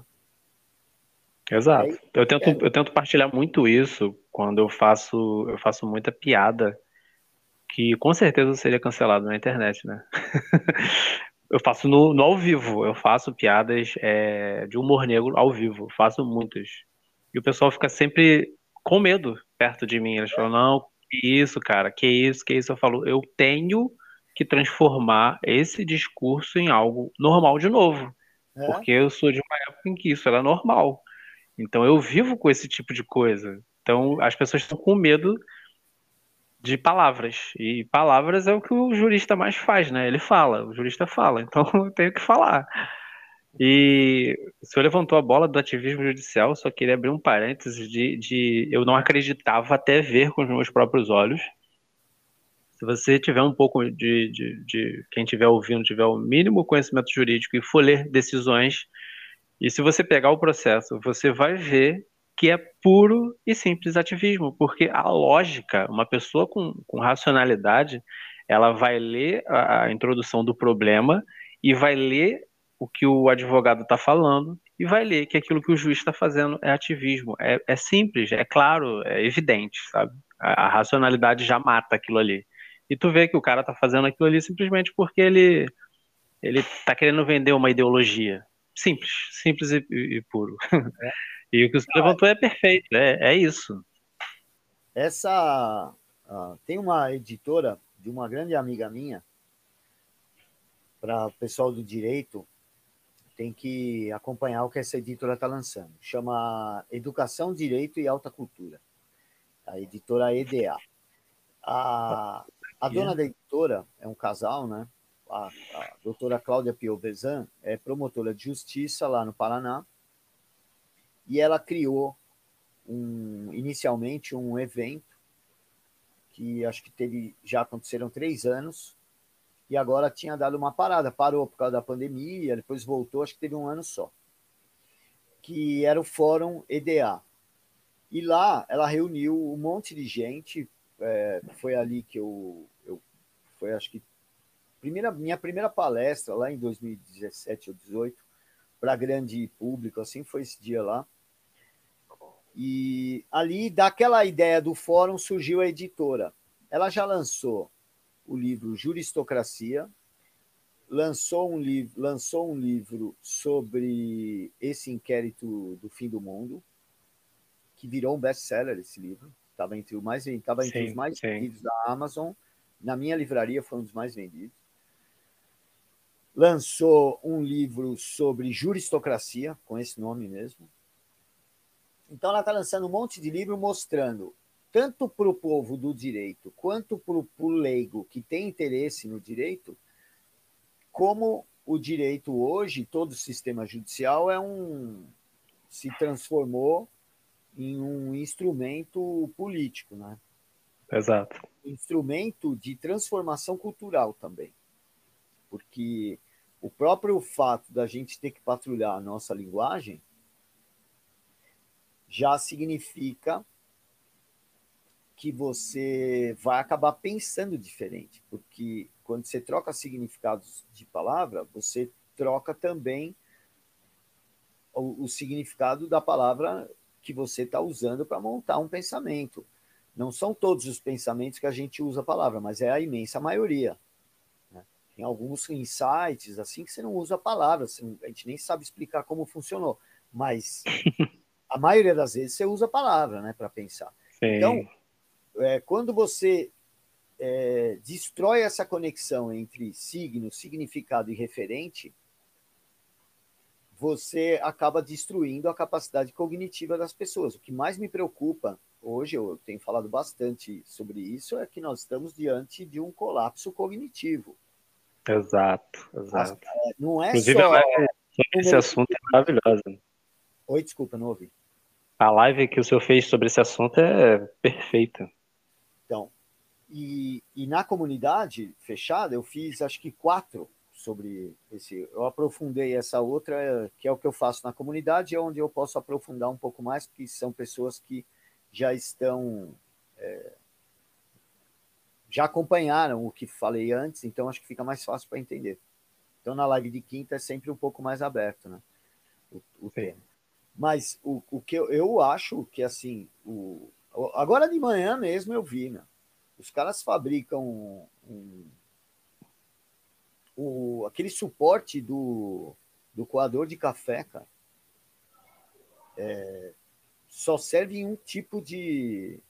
É Exato. isso Eu que eu tento, quero. eu tento partilhar muito isso quando eu faço muita piada, que com certeza seria cancelado na internet, né? Eu faço no ao vivo, eu faço piadas de humor negro ao vivo, faço muitas. E o pessoal fica sempre com medo perto de mim. Eles falam, não, que isso, cara, que isso, que isso. Eu falo, eu tenho que transformar esse discurso em algo normal de novo, É, porque eu sou de uma época em que isso era normal. Então eu vivo com esse tipo de coisa. Então as pessoas estão com medo de palavras. E palavras é o que o jurista mais faz, né? Ele fala, o jurista fala. Então eu tenho que falar. E o senhor levantou a bola do ativismo judicial, só queria abrir um parênteses de eu não acreditava até ver com os meus próprios olhos. Se você tiver um pouco de quem estiver ouvindo, tiver o mínimo conhecimento jurídico e for ler decisões, e se você pegar o processo, você vai ver que é puro e simples ativismo, porque a lógica, uma pessoa com racionalidade, ela vai ler a introdução do problema e vai ler o que o advogado está falando e vai ler que aquilo que o juiz está fazendo é ativismo. É simples, é claro, é evidente, sabe? A racionalidade já mata aquilo ali. E tu vê que o cara está fazendo aquilo ali simplesmente porque ele tá querendo vender uma ideologia. Simples, simples e puro. E o que você levantou é perfeito, é isso. tem uma editora de uma grande amiga minha, para o pessoal do direito, tem que acompanhar o que essa editora está lançando. Chama Educação, Direito e Alta Cultura. A editora EDA. A dona da editora é um casal, né? A doutora Cláudia Piovesan é promotora de justiça lá no Paraná e ela criou inicialmente um evento que acho que já aconteceram 3 anos, e agora tinha dado uma parada, parou por causa da pandemia, depois voltou, acho que teve 1 ano só, que era o Fórum EDA. E lá ela reuniu um monte de gente, foi ali que foi acho que minha primeira palestra lá em 2017 ou 2018, para grande público, assim, foi esse dia lá. E ali, daquela ideia do fórum, surgiu a editora. Ela já lançou o livro Juristocracia, lançou um livro sobre esse inquérito do fim do mundo, que virou um best-seller esse livro. Estava entre os mais vendidos da Amazon. Na minha livraria foi um dos mais vendidos. Lançou um livro sobre juristocracia, com esse nome mesmo. Então, ela está lançando um monte de livro mostrando, tanto para o povo do direito, quanto para o leigo que tem interesse no direito, como o direito hoje, todo o sistema judicial se transformou em um instrumento político, né? Exato. Instrumento de transformação cultural também. Porque o próprio fato da gente ter que patrulhar a nossa linguagem já significa que você vai acabar pensando diferente, porque quando você troca significados de palavra, você troca também o significado da palavra que você está usando para montar um pensamento. Não são todos os pensamentos que a gente usa a palavra, mas é a imensa maioria. Tem alguns insights assim que você não usa a palavra, a gente nem sabe explicar como funcionou, mas a maioria das vezes você usa a palavra, né, para pensar. Sim. Então, quando você destrói essa conexão entre signo, significado e referente, você acaba destruindo a capacidade cognitiva das pessoas. O que mais me preocupa hoje, eu tenho falado bastante sobre isso, é que nós estamos diante de um colapso cognitivo. Exato. Não é Inclusive, só... a live sobre esse assunto é maravilhosa. Oi, desculpa, não ouvi. A live que o senhor fez sobre esse assunto é perfeita. Então, e na comunidade fechada, eu fiz acho que 4 sobre esse. Eu aprofundei essa outra, que é o que eu faço na comunidade, é onde eu posso aprofundar um pouco mais, porque são pessoas que já estão. Já acompanharam o que falei antes, então acho que fica mais fácil para entender. Então, na live de quinta é sempre um pouco mais aberto, né? O tema. Mas o que eu acho que, assim, agora de manhã mesmo eu vi, né? Os caras fabricam aquele suporte do coador de café, cara. Só serve em um tipo de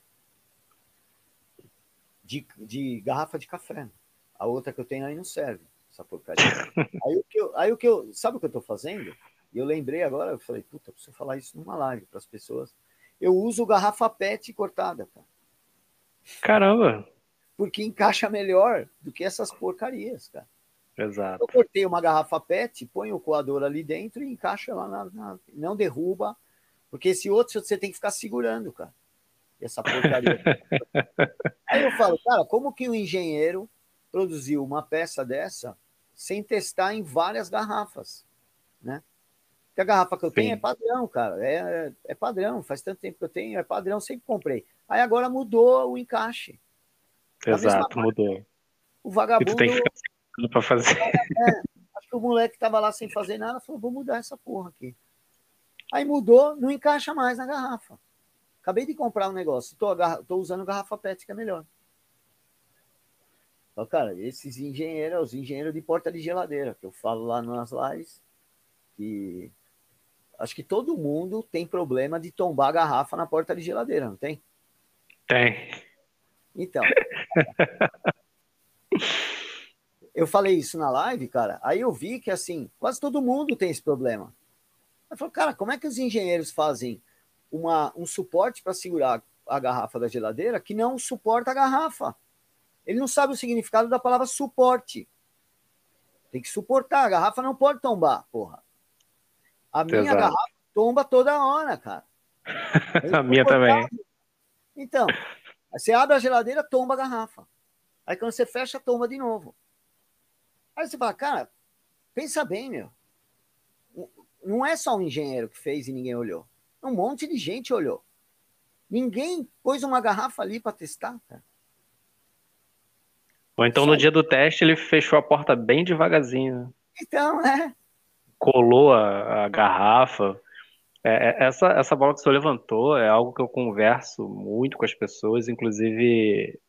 garrafa de café. Né? A outra que eu tenho aí não serve, essa porcaria. Sabe o que eu estou fazendo? E eu lembrei agora, eu falei, puta, preciso falar isso numa live para as pessoas. Eu uso garrafa PET cortada, cara. Caramba! Porque encaixa melhor do que essas porcarias, cara. Exato. Eu cortei uma garrafa PET, ponho o coador ali dentro e encaixa lá não derruba, porque esse outro você tem que ficar segurando, cara. Essa porcaria. Aí eu falo, cara, como que um engenheiro produziu uma peça dessa sem testar em várias garrafas, né? Porque a garrafa que eu tenho é padrão, cara. É padrão, faz tanto tempo que eu tenho, é padrão, sempre comprei. Aí agora mudou o encaixe. Exato, mudou. O vagabundo... E tu tem que ficar segurando pra fazer. Acho que o moleque estava lá sem fazer nada, falou, vou mudar essa porra aqui. Aí mudou, não encaixa mais na garrafa. Acabei de comprar um negócio, tô usando garrafa PET, que é melhor. Então, cara, esses engenheiros, os engenheiros de porta de geladeira, que eu falo lá nas lives, que acho que todo mundo tem problema de tombar a garrafa na porta de geladeira, não tem? Tem. Então, eu falei isso na live, cara, aí eu vi que, assim, quase todo mundo tem esse problema. Eu falei, cara, como é que os engenheiros fazem um suporte para segurar a garrafa da geladeira que não suporta a garrafa? Ele não sabe o significado da palavra suporte. Tem que suportar, a garrafa não pode tombar, porra. A minha Exato. garrafa tomba toda hora, cara. É A minha também. insuportável. Então, aí você abre a geladeira, tomba a garrafa. Aí quando você fecha, tomba de novo. Aí você fala, cara, pensa bem, meu. Não é só um engenheiro que fez e ninguém olhou. Um monte de gente olhou. Ninguém pôs uma garrafa ali para testar, cara. Ou então no Só... dia do teste ele fechou a porta bem devagarzinho, Então, é. colou a garrafa. Essa bola que o senhor levantou é algo que eu converso muito com as pessoas, inclusive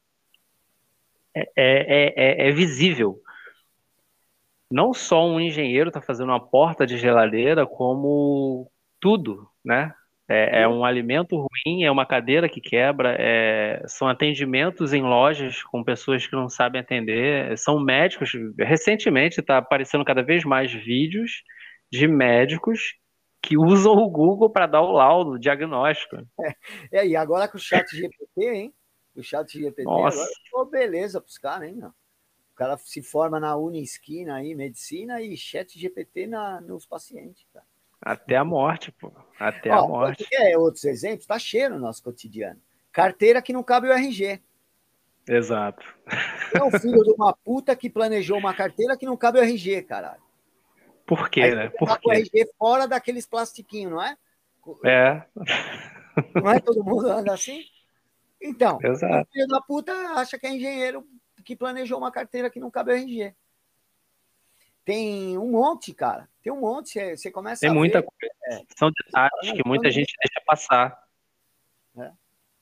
é visível. Não só um engenheiro está fazendo uma porta de geladeira, como tudo, né? É um alimento ruim, é uma cadeira que quebra, são atendimentos em lojas com pessoas que não sabem atender, são médicos. Recentemente está aparecendo cada vez mais vídeos de médicos que usam o Google para dar o laudo, o diagnóstico. E agora com o chat GPT, hein? O chat GPT agora Nossa, ficou beleza para os caras, hein, meu? O cara se forma na Unisquina aí, medicina, e chat GPT nos pacientes, cara. até a morte, pô, até a Ó, você morte. quer outros exemplos? Tá cheio no nosso cotidiano. Carteira que não cabe o RG. Exato. É o filho de uma puta que planejou uma carteira que não cabe o RG, caralho. Por Aí quê, né? você andar Por com o quê? RG fora daqueles plastiquinhos, não é? É, Não é todo mundo anda assim? Então, e o exato. filho da puta acha que é engenheiro que planejou uma carteira que não cabe o RG. Tem um monte, cara. Tem um monte. Você Tem começa a muita ver. coisa. É, São você fala, detalhes não, que então muita ninguém. gente deixa passar. Né?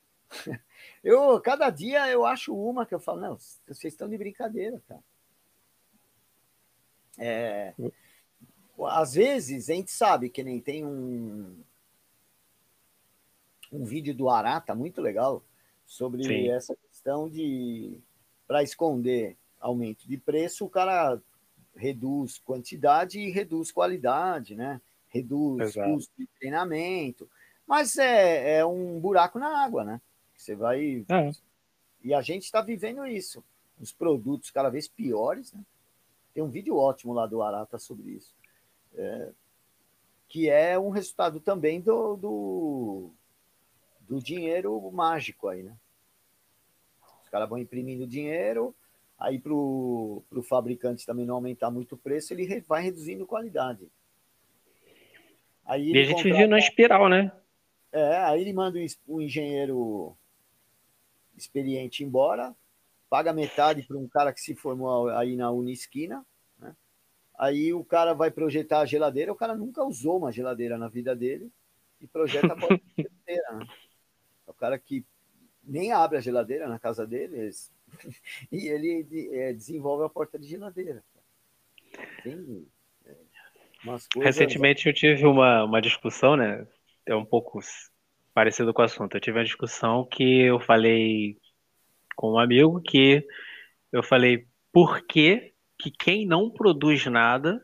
Cada dia eu acho uma que eu falo, não, vocês estão de brincadeira, cara. É, às vezes a gente sabe que nem tem um vídeo do Arata muito legal sobre Sim, essa questão de para esconder aumento de preço, o cara reduz quantidade e reduz qualidade, né? Reduz exato. custo de treinamento, mas é um buraco na água, né? Você vai. É. E a gente está vivendo isso. Os produtos cada vez piores, né? Tem um vídeo ótimo lá do Arata sobre isso, que é um resultado também do dinheiro mágico aí, né? Os caras vão imprimindo dinheiro, aí para o fabricante também não aumentar muito o preço, ele vai reduzindo qualidade. Aí E ele a gente vive contrata, numa espiral, né? aí ele manda o engenheiro experiente embora, paga metade para um cara que se formou aí na Unisquina, né? Aí o cara vai projetar a geladeira, o cara nunca usou uma geladeira na vida dele e projeta a porta de geladeira, né? É o cara que nem abre a geladeira na casa dele e ele desenvolve a porta de geladeira. Tem umas coisas. Recentemente eu tive uma discussão, né? É um pouco parecido com o assunto. Eu tive uma discussão que eu falei com um amigo que eu falei por que quem não produz nada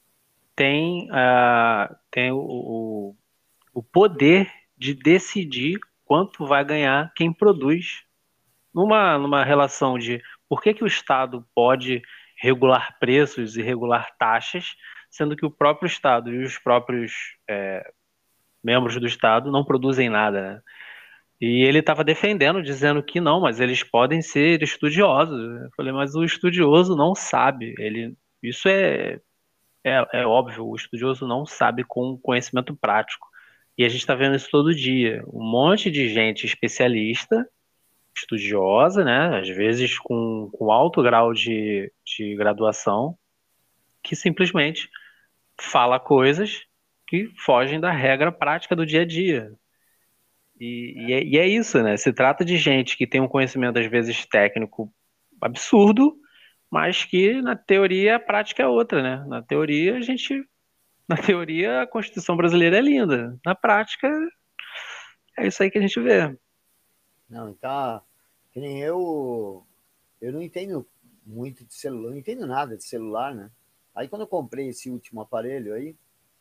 tem o poder de decidir quanto vai ganhar quem produz numa relação de por que o Estado pode regular preços e regular taxas, sendo que o próprio Estado e os próprios membros do Estado não produzem nada, né? E ele estava defendendo, dizendo que não, mas eles podem ser estudiosos. Eu falei, mas o estudioso não sabe. Isso é óbvio, o estudioso não sabe com conhecimento prático. E a gente está vendo isso todo dia. Um monte de gente especialista estudiosa, né? Às vezes com alto grau de graduação, que simplesmente fala coisas que fogem da regra prática do dia a dia. E é isso, né? Se trata de gente que tem um conhecimento, às vezes, técnico absurdo, mas que na teoria a prática é outra, né? Na teoria a Constituição brasileira é linda. Na prática, é isso aí que a gente vê. Não, tá. Que nem eu não entendo muito de celular, não entendo nada de celular, né? Aí quando eu comprei esse último aparelho aí,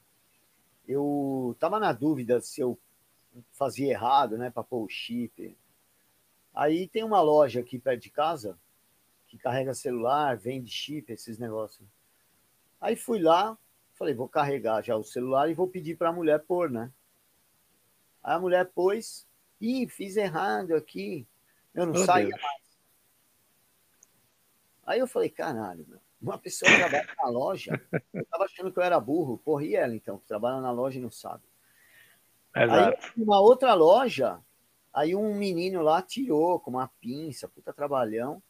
eu tava na dúvida se eu fazia errado, né, para pôr o chip. Aí tem uma loja aqui perto de casa que carrega celular, vende chip, esses negócios. Aí fui lá, falei, vou carregar já o celular e vou pedir para a mulher pôr, né? Aí a mulher pôs, fiz errado aqui, eu não Meu saía. Deus. Aí eu falei, caralho, meu, uma pessoa trabalha na loja, eu tava achando que eu era burro, porra, e ela então, que trabalha na loja e não sabe. Aí Exato. uma outra loja, aí um menino lá tirou com uma pinça, puta trabalhão,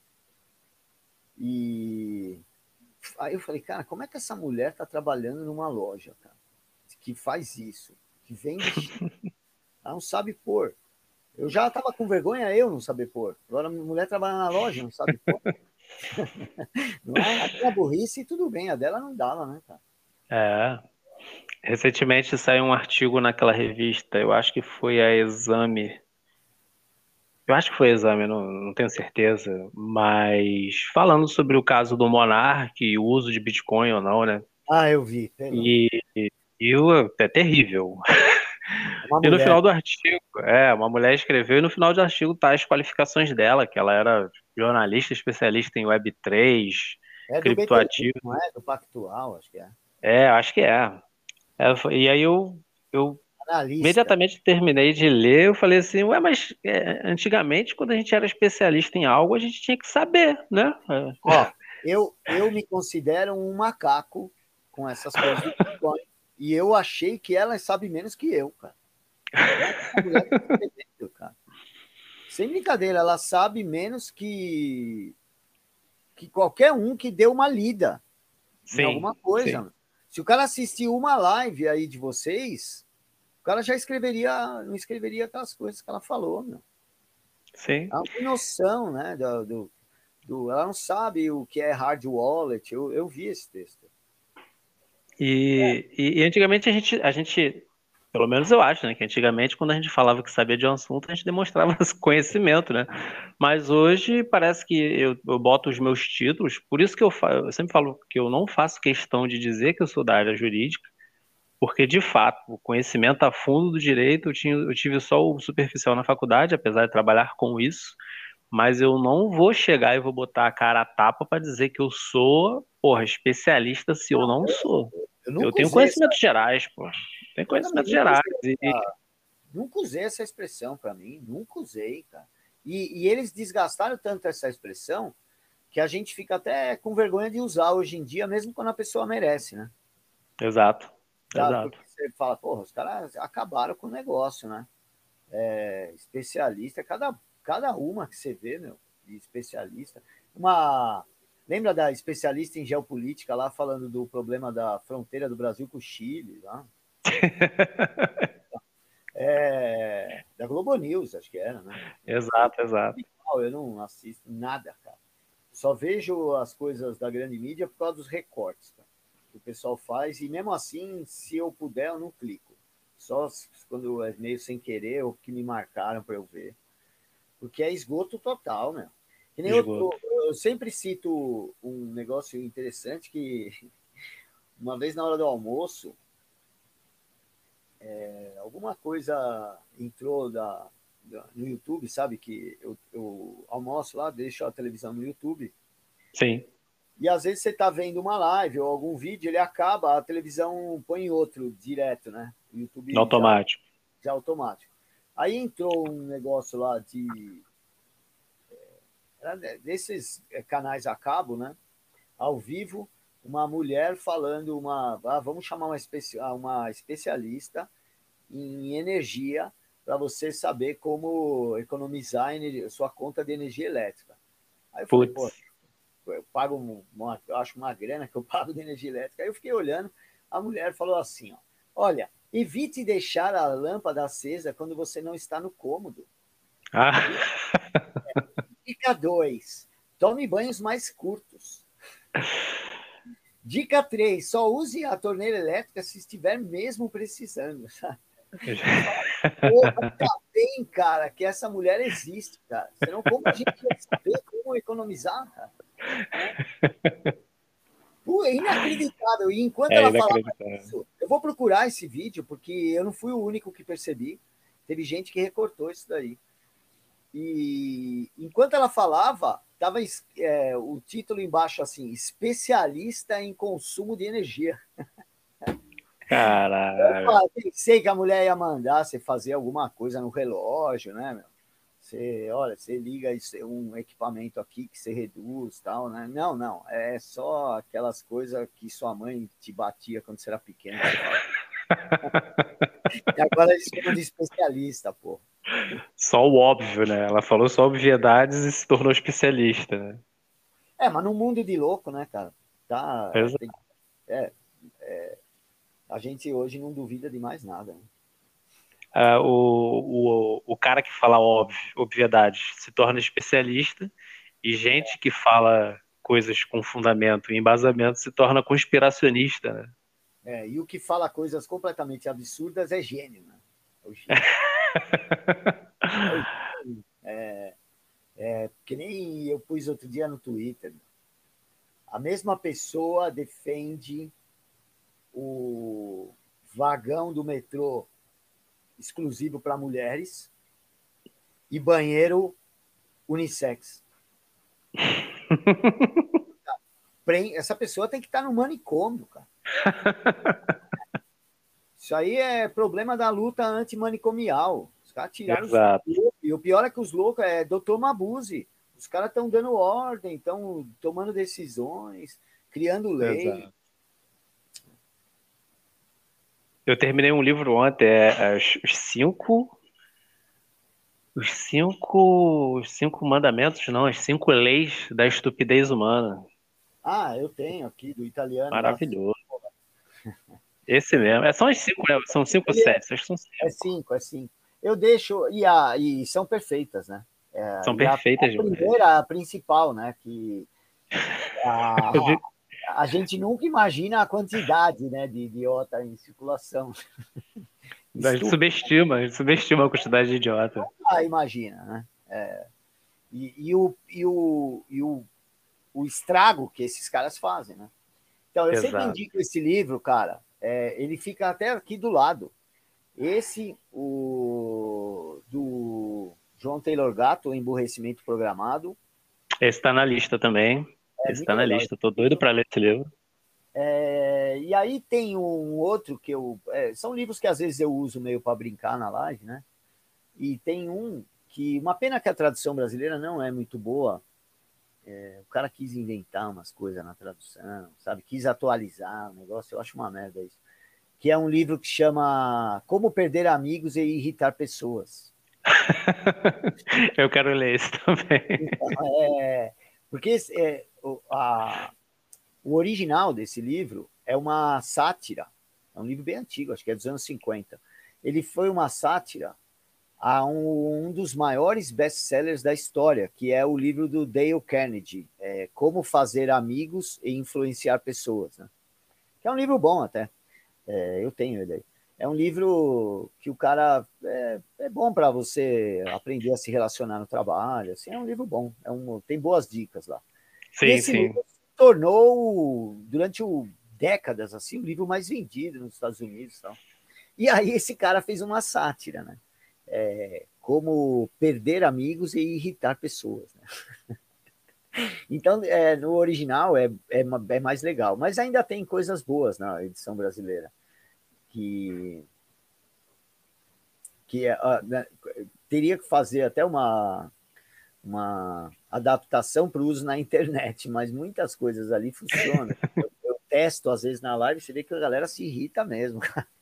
e aí eu falei, cara, como é que essa mulher tá trabalhando numa loja, cara, que faz isso, que vende, ela não sabe pôr. Eu já tava com vergonha eu não saber pôr. Agora a mulher trabalha na loja, não sabe pôr. Não é? A minha burrice, tudo bem, a dela não dava, né, cara? É. Recentemente saiu um artigo naquela revista, eu acho que foi a Exame. Eu acho que foi Exame, não tenho certeza. Mas falando sobre o caso do Monark e o uso de Bitcoin ou não, né? Ah, eu vi, pelo amor. E, é terrível. Uma E no mulher. final do artigo, uma mulher escreveu e no final do artigo tá as qualificações dela, que ela era jornalista especialista em Web3, É do BTG, criptoativos. não é? Do Pactual, acho que é. Acho que é. E aí eu Analista. imediatamente terminei de ler, eu falei assim, ué, mas antigamente, quando a gente era especialista em algo, a gente tinha que saber, né? Ó, eu me considero um macaco com essas coisas do Bitcoin. E eu achei que ela sabe menos que eu, cara. Olha essa mulher que tá escrevendo, cara. Sem brincadeira, ela sabe menos que qualquer um que deu uma lida em Sim, alguma sim, coisa. Se o cara assistiu uma live aí de vocês, o cara já escreveria, não escreveria aquelas coisas que ela falou, meu. sim. Ela não tem noção, né? Ela não sabe o que é hard wallet. Eu vi esse texto. E antigamente a gente, pelo menos eu acho, né, que antigamente quando a gente falava que sabia de um assunto, a gente demonstrava conhecimento, né? Mas hoje parece que eu boto os meus títulos, por isso que eu sempre falo que eu não faço questão de dizer que eu sou da área jurídica, porque de fato, o conhecimento a fundo do direito eu tive só o superficial na faculdade, apesar de trabalhar com isso, mas eu não vou chegar e vou botar a cara a tapa para dizer que eu sou, porra, especialista se eu Não, não sou. eu Eu nunca tenho usei conhecimentos gerais, pô. Tenho eu também conhecimentos gerais. nunca usei essa expressão para mim, nunca usei, cara. E eles desgastaram tanto essa expressão que a gente fica até com vergonha de usar hoje em dia, mesmo quando a pessoa merece, né? Exato, Sabe? exato. Porque você fala, porra, os caras acabaram com o negócio, né? Especialista, cada uma que você vê, meu, de especialista. Uma. Lembra da especialista em geopolítica lá falando do problema da fronteira do Brasil com o Chile, lá? Da Globo News, acho que era, né? Exato, exato. Eu não assisto nada, cara. Só vejo as coisas da grande mídia por causa dos recortes, cara, que o pessoal faz, e mesmo assim, se eu puder, eu não clico. Só quando é meio sem querer ou que me marcaram para eu ver. Porque é esgoto total, né? Que nem Esgoto. eu sempre cito um negócio interessante que uma vez na hora do almoço, alguma coisa entrou no YouTube, sabe? Que eu almoço lá, deixo a televisão no YouTube. Sim, E às vezes você está vendo uma live ou algum vídeo, ele acaba, a televisão põe outro direto, né? O no YouTube automático. já automático. Aí entrou um negócio lá desses canais a cabo, né? Ao vivo, uma mulher falando vamos chamar uma especialista em energia para você saber como economizar sua conta de energia elétrica. Aí eu falei, pô, Putz. eu pago eu acho uma grana que eu pago de energia elétrica. Aí eu fiquei olhando, a mulher falou assim, ó, olha, evite deixar a lâmpada acesa quando você não está no cômodo. Ah, Dica 2, tome banhos mais curtos. Dica 3, só use a torneira elétrica se estiver mesmo precisando. Sabe? Porra, ainda bem, cara, que essa mulher existe, cara. Senão, como a gente ia saber como economizar, cara? Pô, é inacreditável. E enquanto é ela falava inacreditável. isso, eu vou procurar esse vídeo, porque eu não fui o único que percebi. Teve gente que recortou isso daí. E enquanto ela falava, estava o título embaixo assim: especialista em consumo de energia. Caralho. Pensei que a mulher ia mandar você fazer alguma coisa no relógio, né, meu? Você, olha, você liga um equipamento aqui que você reduz, tal, né? Não, não, é só aquelas coisas que sua mãe te batia quando você era pequeno. Que você fala. E agora eles chamam de especialista, pô. Só o óbvio, né? Ela falou só obviedades e se tornou especialista, né? Mas num mundo de louco, né, cara? Tá, Exato. é, a gente hoje não duvida de mais nada, né? O cara que fala óbvio, obviedades se torna especialista e gente que fala coisas com fundamento e embasamento se torna conspiracionista, né? E o que fala coisas completamente absurdas é gênio, né? É o gênio. É o gênio. Que nem eu pus outro dia no Twitter. A mesma pessoa defende o vagão do metrô exclusivo para mulheres e banheiro unissex. Essa pessoa tem que estar no manicômio, cara. Isso aí é problema da luta antimanicomial. Os caras tiraram os Exato, loucos. E o pior é que os loucos é doutor Mabuse. Os caras estão dando ordem, estão tomando decisões, criando lei. exato. Eu terminei um livro ontem, os cinco mandamentos, não, as 5 leis da estupidez humana. Eu tenho aqui do italiano lá. Maravilhoso. Esse mesmo. São as 5, né? São 5 Ele sets, acho que são é 5. cinco, é cinco. Eu deixo, e são perfeitas, né? São E a perfeitas demais. primeira, a principal, né? Que Eu a, vi- a gente nunca imagina a quantidade, né, de idiota em circulação. Estúpido, a gente subestima a quantidade de idiota. imagina, né? E o estrago que esses caras fazem, né? Então, eu sempre Exato. indico esse livro, cara. Ele fica até aqui do lado. Esse, o do João Taylor Gatto, O Emburrecimento Programado, Esse tá na lista também. é Esse muito tá na legal esse lista. Tô doido livro. pra ler esse livro. E aí tem um outro que eu. São livros que às vezes eu uso meio para brincar na live, né? E tem um que. Uma pena que a tradução brasileira não é muito boa. O cara quis inventar umas coisas na tradução, sabe? Quis atualizar o negócio, eu acho uma merda isso. Que é um livro que chama Como Perder Amigos e Irritar Pessoas. Eu quero ler esse também. Porque o original desse livro é uma sátira, é um livro bem antigo, acho que é dos anos 50. Ele foi uma sátira a um dos maiores best-sellers da história, que é o livro do Dale Carnegie, Como Fazer Amigos e Influenciar Pessoas. Né? Que é um livro bom até, eu tenho ele aí. É um livro que o cara é bom para você aprender a se relacionar no trabalho. Assim, é um livro bom, tem boas dicas lá. E Sim, esse sim. livro se tornou, durante décadas, assim, o livro mais vendido nos Estados Unidos. Tal. E aí esse cara fez uma sátira, né? Como perder amigos e irritar pessoas. Né? Então, no original é mais legal, mas ainda tem coisas boas na edição brasileira, que, né, teria que fazer até uma adaptação para o uso na internet, mas muitas coisas ali funcionam. Eu testo, às vezes, na live, você vê que a galera se irrita mesmo.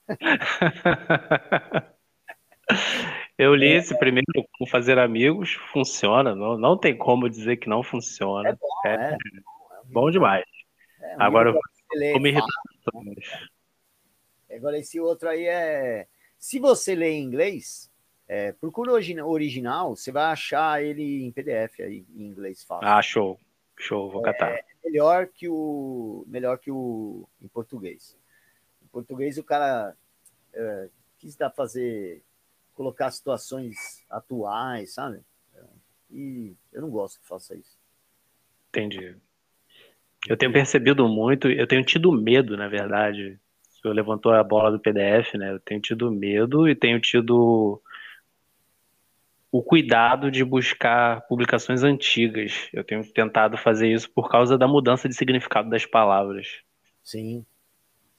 Eu li esse primeiro, Como Fazer Amigos, funciona. Não, não tem como dizer que não É funciona. bom, É é um bom livro bom. demais. É um livro Agora, para você ler como irritar fácil. pessoas. Agora, esse outro aí é. Se você lê em inglês, procura o original, você vai achar ele em PDF aí, em inglês fácil. Ah, show. Show, vou catar. Melhor que o em português. Em português, o cara quis colocar situações atuais, sabe? E eu não gosto que faça isso. Entendi. Eu Eu tenho prefiro. percebido muito, eu tenho tido medo, na verdade. O senhor levantou a bola do PDF, né? Eu tenho tido medo e tenho tido o cuidado de buscar publicações antigas. Eu tenho tentado fazer isso por causa da mudança de significado das palavras. Sim,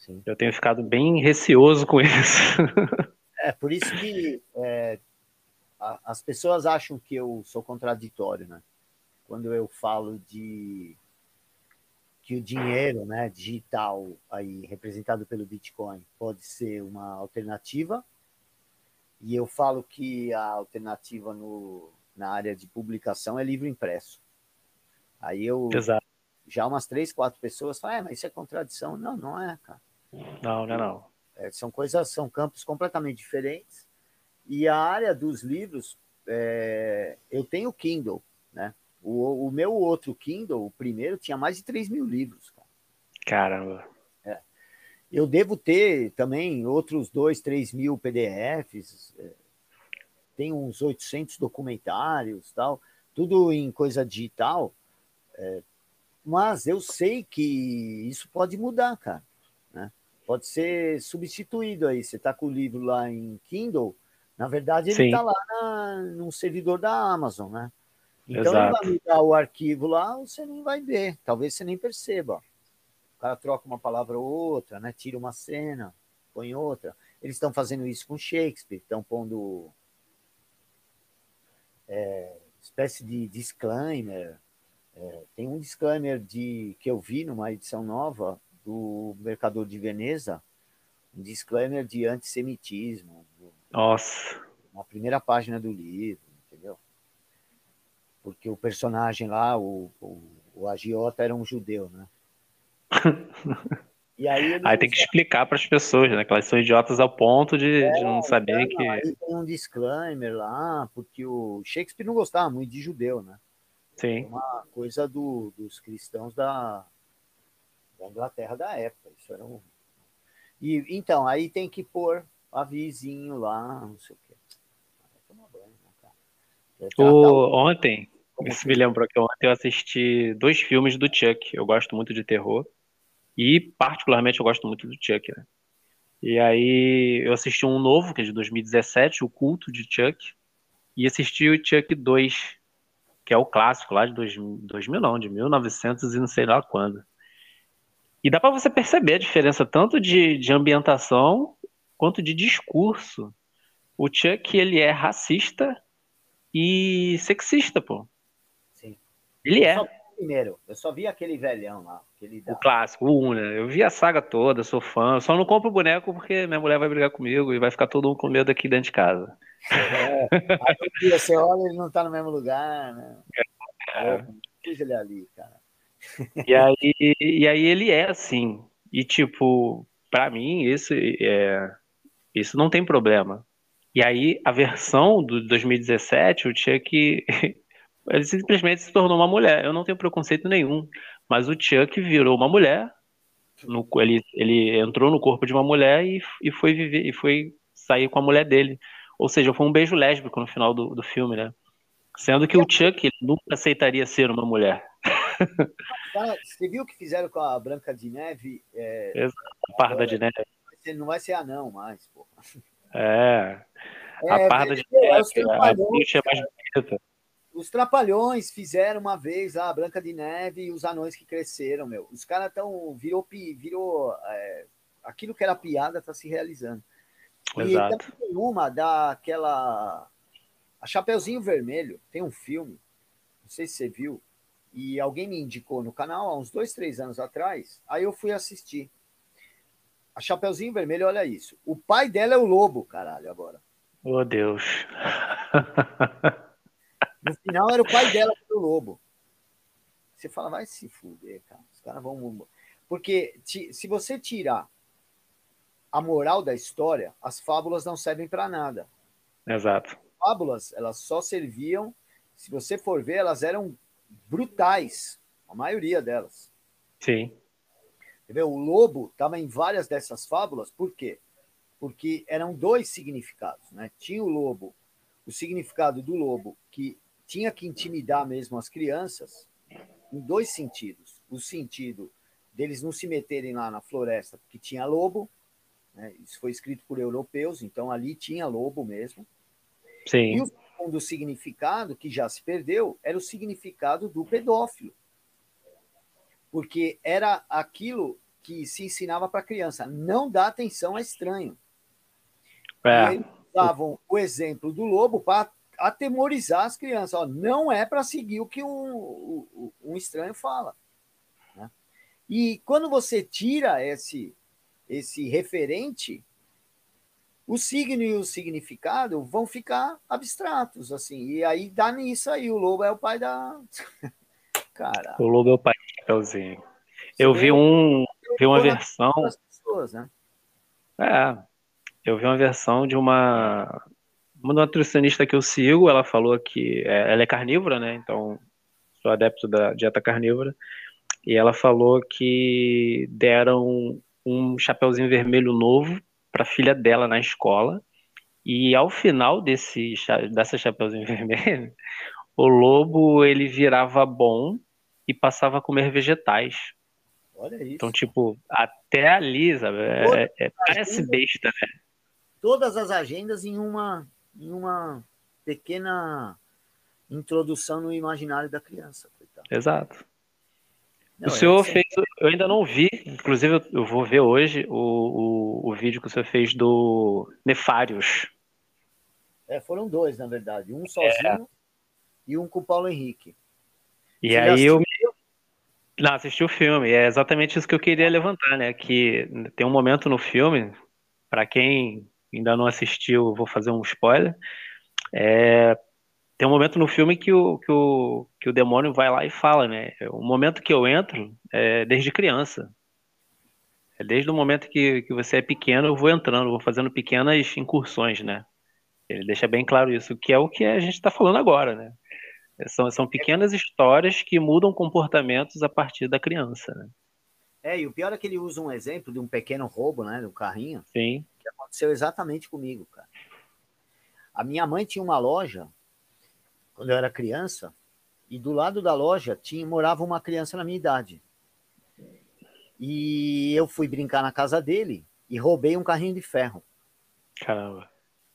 sim. Eu tenho ficado bem receoso com isso. Por isso que as pessoas acham que eu sou contraditório, né? Quando eu falo de que o dinheiro, né, digital aí representado pelo Bitcoin pode ser uma alternativa, e eu falo que a alternativa na área de publicação é livro impresso. Aí eu Exato. já umas 3, 4 pessoas falam, mas isso é contradição. Não, não é, cara. Não, não é não. São campos completamente diferentes. E a área dos livros, eu tenho Kindle, né? O meu outro Kindle, o primeiro, tinha mais de 3 mil livros, cara. Caramba. Eu devo ter também outros 2, 3 mil PDFs, tem uns 800 documentários, tal, tudo em coisa digital, mas eu sei que isso pode mudar, cara, né? Pode ser substituído aí. Você está com o livro lá em Kindle, na verdade ele Sim, está lá num servidor da Amazon, né? Então ele vai exato. mudar o arquivo lá, você nem vai ver, talvez você nem perceba. O cara troca uma palavra ou outra, né? Tira uma cena, põe outra. Eles estão fazendo isso com Shakespeare, estão pondo espécie de disclaimer. Tem um disclaimer que eu vi numa edição nova do Mercador de Veneza, um disclaimer de antissemitismo, Nossa. na primeira página do livro, entendeu? Porque o personagem lá, o agiota, era um judeu, né? E aí eles Aí tem que explicar para as pessoas, né? Que elas são idiotas ao ponto de não saberem não, que. aí tem um disclaimer lá, porque o Shakespeare não gostava muito de judeu, né? Era Sim. uma coisa dos cristãos da Inglaterra da época. Isso era E então, aí tem que pôr avisinho lá, não sei o quê. Vai tomar banho, né, cara? Tratar Ontem, como isso me cristão. lembrou que ontem eu assisti dois filmes do Chuck. Eu gosto muito de terror. E, particularmente, eu gosto muito do Chuck, né? E aí, eu assisti um novo, que é de 2017, O Culto de Chuck. E assisti o Chuck 2, que é o clássico lá de 2000 não, de 1900 e não sei lá quando. E dá pra você perceber a diferença tanto de ambientação quanto de discurso. O Chuck, ele é racista e sexista, pô. Sim. Ele Eu só é. vi o primeiro, eu só vi aquele velhão lá, aquele O da. clássico, o 1, né? Eu vi a saga toda, sou fã. Eu só não compro boneco porque minha mulher vai brigar comigo e vai ficar todo mundo com medo aqui dentro de casa. Aí um dia você olha, ele não tá no mesmo lugar, né? Pô, É. pus ele ali, cara. E aí ele é assim. E tipo, pra mim, isso não tem problema. E aí, a versão do 2017, o Chuck, ele simplesmente se tornou uma mulher. Eu não tenho preconceito nenhum. Mas o Chuck virou uma mulher. Ele entrou no corpo de uma mulher e foi viver e foi sair com a mulher dele. Ou seja, foi um beijo lésbico no final do filme, né? Sendo que E o a, Chuck ele nunca aceitaria ser uma mulher. cara, você viu o que fizeram com a Branca de Neve? Exato. A parda Agora de neve. não vai ser anão mais, pô. É. A parda de Meu, é os neve, a trapalhões, bruxa é mais cara. bonita. Os trapalhões fizeram uma vez a Branca de Neve e os anões que cresceram, meu. Os caras estão. Virou. Aquilo que era piada está se realizando. E também Exato. tem uma daquela. A Chapeuzinho Vermelho, tem um filme, não sei se você viu, e alguém me indicou no canal há uns 2, 3 anos atrás, aí eu fui assistir. A Chapeuzinho Vermelho, olha isso. O pai dela é o lobo, caralho, agora. Oh, Deus. No final era o pai dela que era o lobo. Você fala, vai se fuder, cara. Os caras vão. Porque se você tirar a moral da história, as fábulas não servem para nada. Exato. Fábulas, elas só serviam, se você for ver, elas eram brutais, a maioria delas. Sim. Entendeu? O lobo estava em várias dessas fábulas, por quê? Porque eram dois significados, né? Tinha o lobo, o significado do lobo, que tinha que intimidar mesmo as crianças, em dois sentidos. O sentido deles não se meterem lá na floresta, porque tinha lobo, né? Isso foi escrito por europeus, então ali tinha lobo mesmo. E o Sim. segundo significado, que já se perdeu, era o significado do pedófilo. Porque era aquilo que se ensinava para a criança, não dá atenção a estranho. E É, eles usavam o exemplo do lobo para atemorizar as crianças. Ó, não é para seguir o que um estranho fala. Né? E quando você tira esse referente, o signo e o significado vão ficar abstratos, assim. E aí dá nisso aí, o lobo é o pai da... Cara, o lobo é o pai do Chapeuzinho. você Eu vi ganhou vi uma na versão, das pessoas, né? é, eu vi uma versão de uma nutricionista que eu sigo, ela falou que ela é carnívora, né? Então, sou adepto da dieta carnívora, e ela falou que deram um chapeuzinho vermelho novo para filha dela na escola, e ao final dessa chapeuzinho vermelho, o lobo ele virava bom e passava a comer vegetais. Olha Então, isso, cara. tipo, até ali, sabe? Todas as Parece agendas, besta, né? todas as agendas em uma pequena introdução no imaginário da criança. Coitado. Exato. O Não, é senhor excelente. fez, eu ainda não vi, inclusive eu vou ver hoje o vídeo que o senhor fez do Nefários. Foram dois, na verdade. Um sozinho e um com o Paulo Henrique. E Você já aí assistiu? não, assisti o filme, e é exatamente isso que eu queria levantar, né? Que tem um momento no filme, para quem ainda não assistiu, vou fazer um spoiler. Tem um momento no filme que o demônio vai lá e fala, né? O momento que eu entro é desde criança. É desde o momento que você é pequeno, eu vou entrando, vou fazendo pequenas incursões, né? Ele deixa bem claro isso, que é o que a gente está falando agora, né? São pequenas histórias que mudam comportamentos a partir da criança, né? E o pior é que ele usa um exemplo de um pequeno roubo, né? Do carrinho, Sim, que aconteceu exatamente comigo, cara. A minha mãe tinha uma loja quando eu era criança, e do lado da loja morava uma criança na minha idade. E eu fui brincar na casa dele e roubei um carrinho de ferro. caramba.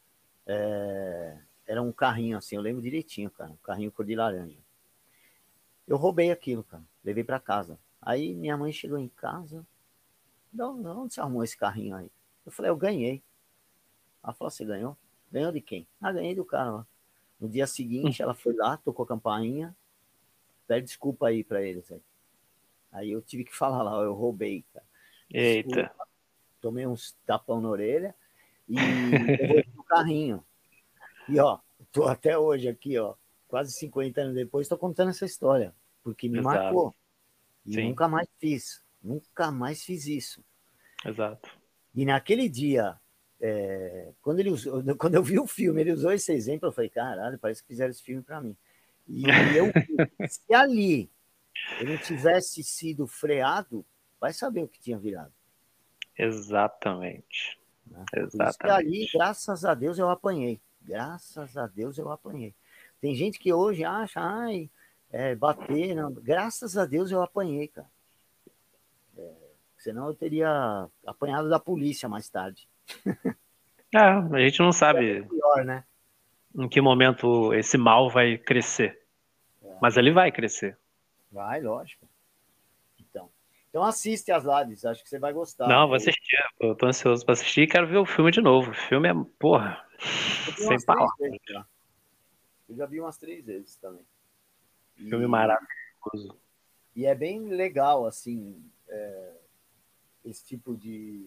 Era um carrinho assim, eu lembro direitinho, cara, um carrinho cor de laranja. Eu roubei aquilo, cara, levei para casa. Aí minha mãe chegou em casa, de onde você arrumou esse carrinho aí? Eu falei, eu ganhei. Ela falou, você ganhou? Ganhou de quem? Ah, ganhei do cara lá. No dia seguinte, ela foi lá, tocou a campainha, pede desculpa aí para eles. Aí eu tive que falar lá, eu roubei, cara. Eita, Desculpa, tomei uns tapão na orelha e devolvi o carrinho. E ó, tô até hoje aqui, ó, quase 50 anos depois, tô contando essa história, porque me exato. marcou. E Sim, nunca mais fiz isso. exato. E naquele dia, quando eu vi o filme, ele usou esse exemplo, eu falei, caralho, parece que fizeram esse filme para mim. E eu, se ali eu não tivesse sido freado, vai saber o que tinha virado. Exatamente. Né? Por isso que ali, Exatamente. graças a Deus, eu apanhei. Graças a Deus eu apanhei. Tem gente que hoje acha, ai, bater, não. Graças a Deus eu apanhei, cara. Senão eu teria apanhado da polícia mais tarde. A gente não É sabe pior, né? em que momento esse mal vai crescer, mas ele vai crescer. Vai, lógico. Então assiste as lives, acho que você vai gostar. Não, vou assistir. Eu tô ansioso pra assistir e quero ver o filme de novo. O filme é, porra, Eu vi sem umas 3 palavras. vezes já. Eu já vi umas 3 vezes também. Filme E, maravilhoso. e é bem legal, assim, esse tipo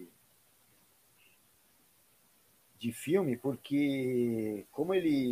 de filme, porque como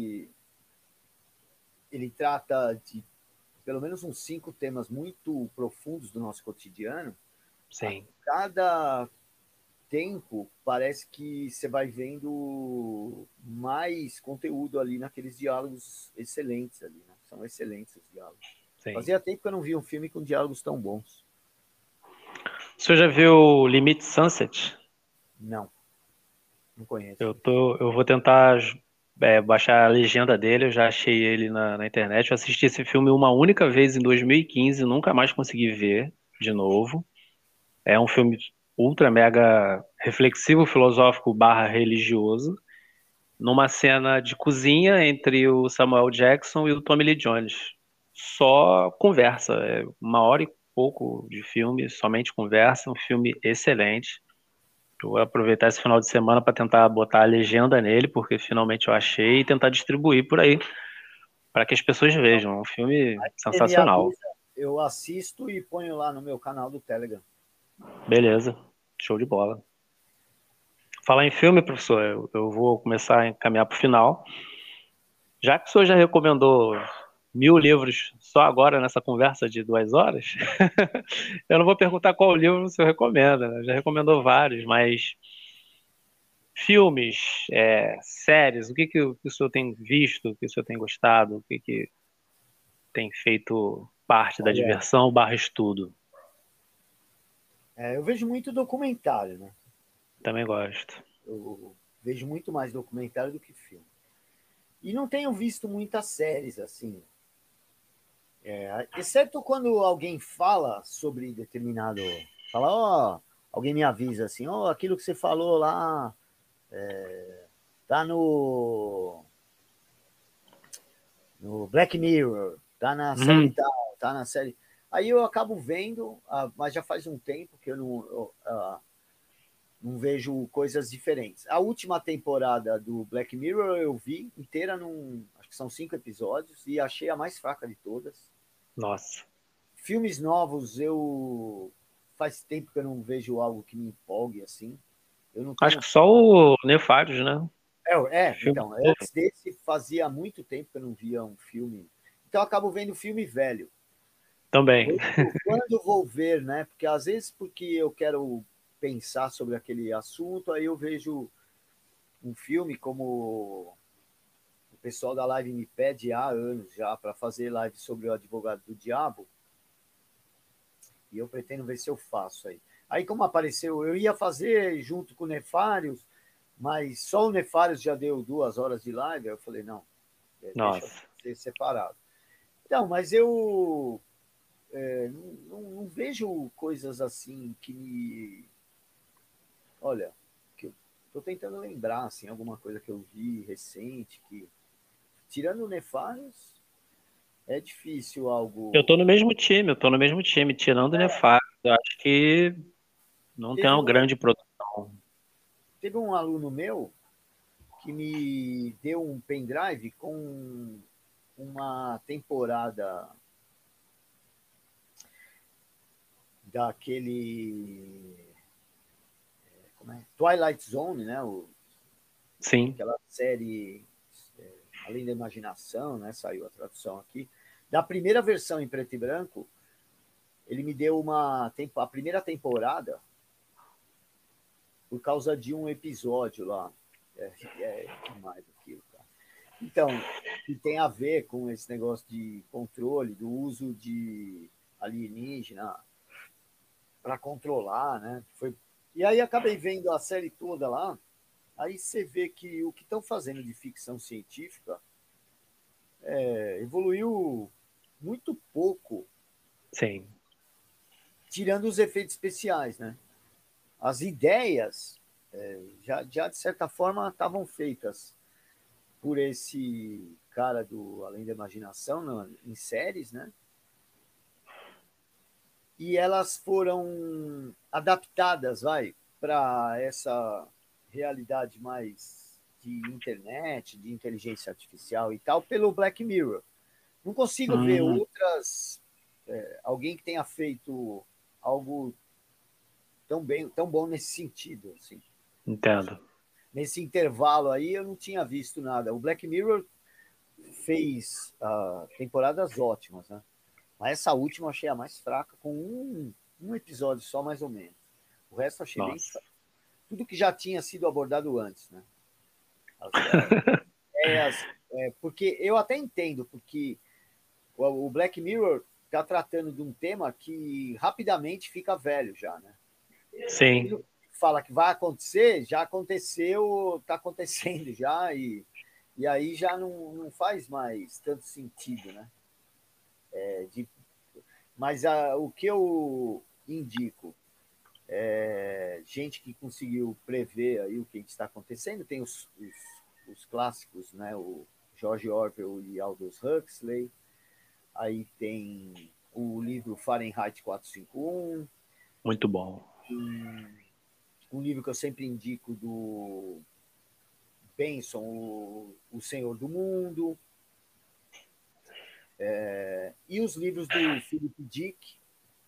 ele trata de pelo menos uns 5 temas muito profundos do nosso cotidiano, a Sim. cada tempo parece que você vai vendo mais conteúdo ali naqueles diálogos excelentes ali, né? São excelentes os diálogos. Sim. Fazia tempo que eu não vi um filme com diálogos tão bons. O senhor já viu Limite Sunset? Não, não conheço. Eu vou tentar baixar a legenda dele. Eu já achei ele na internet. Eu assisti esse filme uma única vez em 2015, nunca mais consegui ver de novo. É um filme ultra mega reflexivo, filosófico barra religioso, numa cena de cozinha entre o Samuel Jackson e o Tommy Lee Jones. Só conversa, 1 hora e pouco de filme, somente conversa, um filme excelente. Eu vou aproveitar esse final de semana para tentar botar a legenda nele, porque finalmente eu achei, e tentar distribuir por aí, para que as pessoas vejam. É um filme Você me sensacional. avisa, eu assisto e ponho lá no meu canal do Telegram. Beleza, show de bola. Falar em filme, professor, eu vou começar a encaminhar para o final. Já que o senhor já recomendou 1000 livros só agora nessa conversa de 2 horas, eu não vou perguntar qual livro o senhor recomenda, né? Já recomendou vários, mas filmes, séries, o que o senhor tem visto, o que o senhor tem gostado, o que tem feito parte da Olha, diversão barra estudo? eu vejo muito documentário, né? Também gosto. Eu vejo muito mais documentário do que filme. E não tenho visto muitas séries assim. Exceto quando alguém fala sobre determinado. Fala, ó, alguém me avisa assim, ó, aquilo que você falou lá tá no Black Mirror, tá na série Uhum. tal, tá na série. Aí eu acabo vendo, mas já faz um tempo que eu não vejo coisas diferentes. A última temporada do Black Mirror eu vi inteira, acho que são 5 episódios, e achei a mais fraca de todas. Nossa. Filmes novos, eu faz tempo que eu não vejo algo que me empolgue assim. Eu não Acho tenho. que só o Nefários, né? Filme Então, novo. antes desse, fazia muito tempo que eu não via um filme. Então, eu acabo vendo filme velho. Também. Quando vou ver, né? Porque às vezes, porque eu quero pensar sobre aquele assunto, aí eu vejo um filme como o pessoal da live me pede há anos já para fazer live sobre o Advogado do Diabo, e eu pretendo ver se eu faço aí. Aí, como apareceu, eu ia fazer junto com o Nefários, mas só o Nefários já deu 2 horas de live, aí eu falei, não, deixa Nossa. ser separado. Então, mas eu não vejo coisas assim que me. Olha, que eu estou tentando lembrar, assim, alguma coisa que eu vi recente, que, tirando o Nefários, é difícil Eu algo. tô no mesmo time, eu tô no mesmo time, tirando o Nefários. Eu acho que não tem Teve uma um, grande produção. teve um aluno meu que me deu um pendrive com uma temporada daquele. Como é? Twilight Zone, né? Sim. Aquela série Além da Imaginação, né? Saiu a tradução aqui. Da primeira versão em preto e branco, ele me deu a primeira temporada por causa de um episódio lá. É demais aquilo, cara. Então, que tem a ver com esse negócio de controle, do uso de alienígena para controlar, né? E aí acabei vendo a série toda lá. Aí você vê que o que estão fazendo de ficção científica evoluiu muito pouco, Sim. tirando os efeitos especiais, né? As ideias já de certa forma estavam feitas por esse cara do Além da Imaginação em séries, né? E elas foram adaptadas, vai, para essa realidade mais de internet, de inteligência artificial e tal, pelo Black Mirror. Não consigo ver Hum, outras, alguém que tenha feito algo tão bem, tão bom nesse sentido, assim. entendo. Nesse intervalo aí eu não tinha visto nada. O Black Mirror fez temporadas ótimas, né? Mas essa última eu achei a mais fraca, com um episódio só, mais ou menos. O resto eu achei bem Nossa. fraco. Tudo que já tinha sido abordado antes, né? As ideias, porque eu até entendo, porque o Black Mirror está tratando de um tema que rapidamente fica velho já, né? Sim, Aquilo que fala que vai acontecer, já aconteceu, está acontecendo já, e aí já não faz mais tanto sentido, né? Mas o que eu indico gente que conseguiu prever aí o que está acontecendo, tem os clássicos, né? O George Orwell e Aldous Huxley, aí tem o livro Fahrenheit 451. Muito bom. Um livro que eu sempre indico do Benson, o Senhor do Mundo. E os livros do Philip Dick,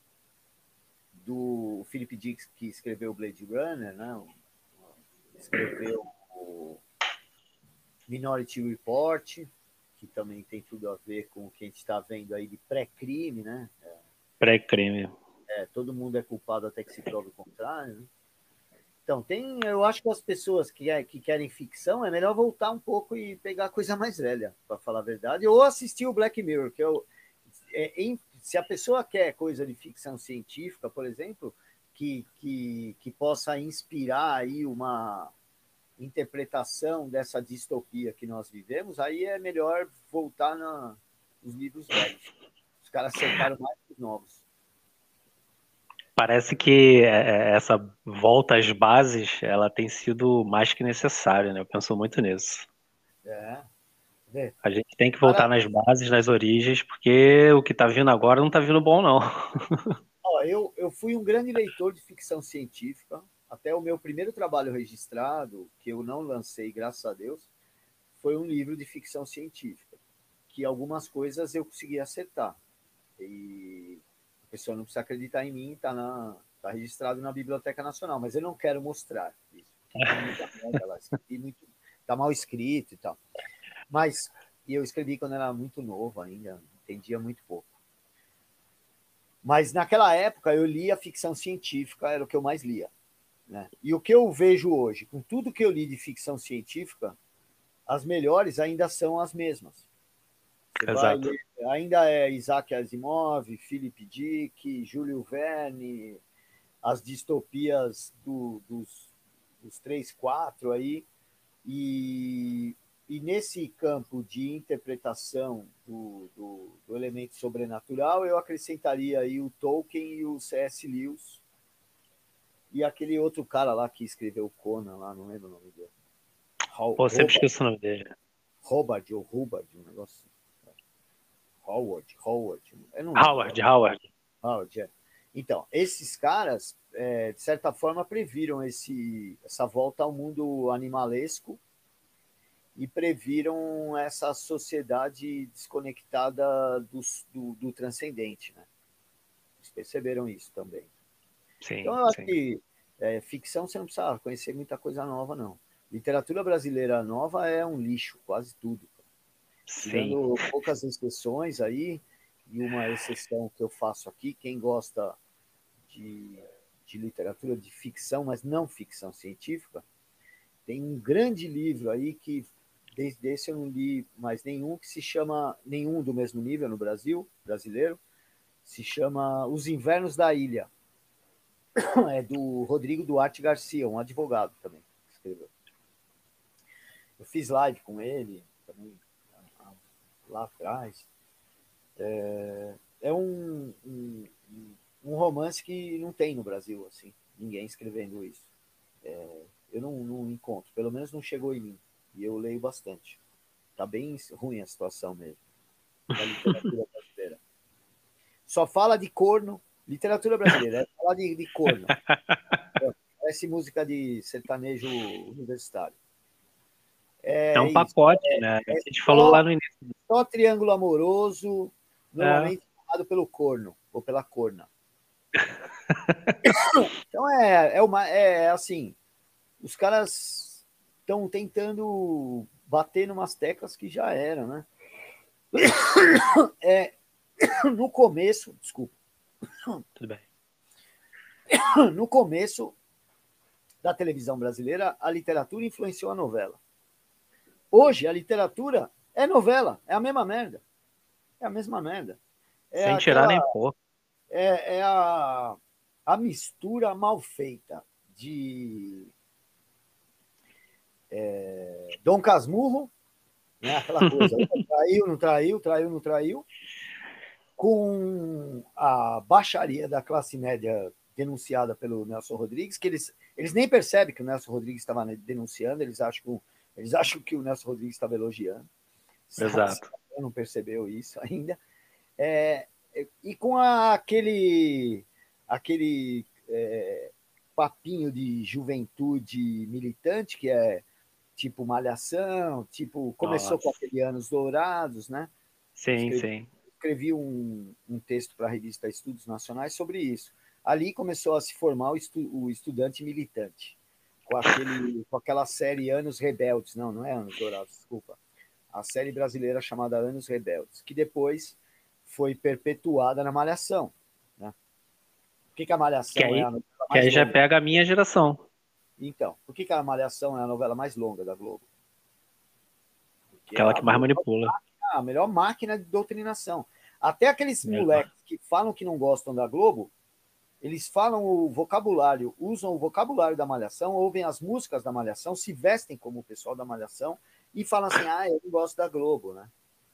que escreveu Blade Runner, né? Escreveu o Minority Report, que também tem tudo a ver com o que a gente está vendo aí de pré-crime, né? Pré-crime. Todo mundo é culpado até que se prove o contrário, né? Então, eu acho que as pessoas que querem ficção, é melhor voltar um pouco e pegar coisa mais velha, para falar a verdade, ou assistir o Black Mirror, se a pessoa quer coisa de ficção científica, por exemplo, que possa inspirar aí uma interpretação dessa distopia que nós vivemos, aí é melhor voltar nos livros velhos. Os caras acertaram mais que os novos. Parece que essa volta às bases, ela tem sido mais que necessária, né? Eu penso muito nisso. Vê. A gente tem que voltar Cara, nas bases, nas origens, porque o que tá vindo agora não tá vindo bom, não. ó, eu fui um grande leitor de ficção científica, até o meu primeiro trabalho registrado, que eu não lancei, graças a Deus, foi um livro de ficção científica, que algumas coisas eu consegui acertar. E a pessoa não precisa acreditar em mim, tá registrado na Biblioteca Nacional, mas eu não quero mostrar isso, porque tem muita merda lá, tá mal escrito e tal. Mas e eu escrevi quando era muito novo ainda, entendia muito pouco. Mas naquela época eu lia ficção científica, era o que eu mais lia. Né? E o que eu vejo hoje, com tudo que eu li de ficção científica, as melhores ainda são as mesmas. Você vai Exato. ler, ainda é Isaac Asimov, Philip Dick, Júlio Verne, as distopias dos 3, 4 aí, e nesse campo de interpretação do elemento sobrenatural, eu acrescentaria aí o Tolkien e o C.S. Lewis, e aquele outro cara lá que escreveu o Conan, lá, não lembro o nome dele. Pô, sempre esqueço o nome dele. Hubbard, um negócio. Howard, eu não lembro agora. Howard. Howard, é. Então, esses caras, de certa forma, previram essa volta ao mundo animalesco e previram essa sociedade desconectada do transcendente, né? Eles perceberam isso também. Então, Sim, eu acho sim. que ficção você não precisa conhecer muita coisa nova, não. Literatura brasileira nova é um lixo, quase tudo. Sim. Tirando poucas exceções aí, e uma exceção que eu faço aqui, quem gosta de literatura de ficção, mas não ficção científica, tem um grande livro aí que, desde esse eu não li mais nenhum, que se chama, nenhum do mesmo nível no Brasil, brasileiro, se chama Os Invernos da Ilha. É do Rodrigo Duarte Garcia, um advogado também, que escreveu. Eu fiz live com ele também lá atrás. É um romance que não tem no Brasil, assim, ninguém escrevendo isso. Eu não encontro, pelo menos não chegou em mim. E eu leio bastante. Tá bem ruim a situação mesmo da literatura brasileira. Só fala de corno, literatura brasileira, é falar de corno. Parece música de sertanejo universitário. É É um isso. pacote, né? É A gente falou lá só, no início. só triângulo amoroso, É, normalmente formado pelo corno ou pela corna. Então é assim, os caras estão tentando bater em umas teclas que já eram, né? No começo, desculpa, tudo bem. no começo da televisão brasileira, a literatura influenciou a novela. Hoje, a literatura é novela, é a mesma merda. É a mesma merda. É Sem tirar aquela. nem pôr. É a mistura mal feita de Dom Casmurro, né? Aquela coisa. Traiu, não traiu, traiu, não traiu, com a baixaria da classe média denunciada pelo Nelson Rodrigues, que eles nem percebem que o Nelson Rodrigues estava denunciando, eles acham que o Nelson Rodrigues estava elogiando. Exato. Não percebeu isso ainda. E com aquele papinho de juventude militante, que é tipo Malhação, tipo, começou com Nossa. aquele Anos Dourados, né? Sim, sim. Escrevi um texto para a revista Estudos Nacionais sobre isso. Ali começou a se formar o estudante militante, com aquela série Anos Rebeldes. Não, não é Anos Dourados, desculpa. A série brasileira chamada Anos Rebeldes, que depois foi perpetuada na Malhação. Né? Por que a Que Malhação é aí, a novela que mais aí já longa? pega a minha geração. Então, por que a Malhação é a novela mais longa da Globo? Porque Aquela a que mais Globo manipula. é a melhor máquina de doutrinação. Até aqueles Exato. moleques que falam que não gostam da Globo, eles falam o vocabulário, usam o vocabulário da Malhação, ouvem as músicas da Malhação, se vestem como o pessoal da Malhação e falam assim: ah, eu não gosto da Globo, né?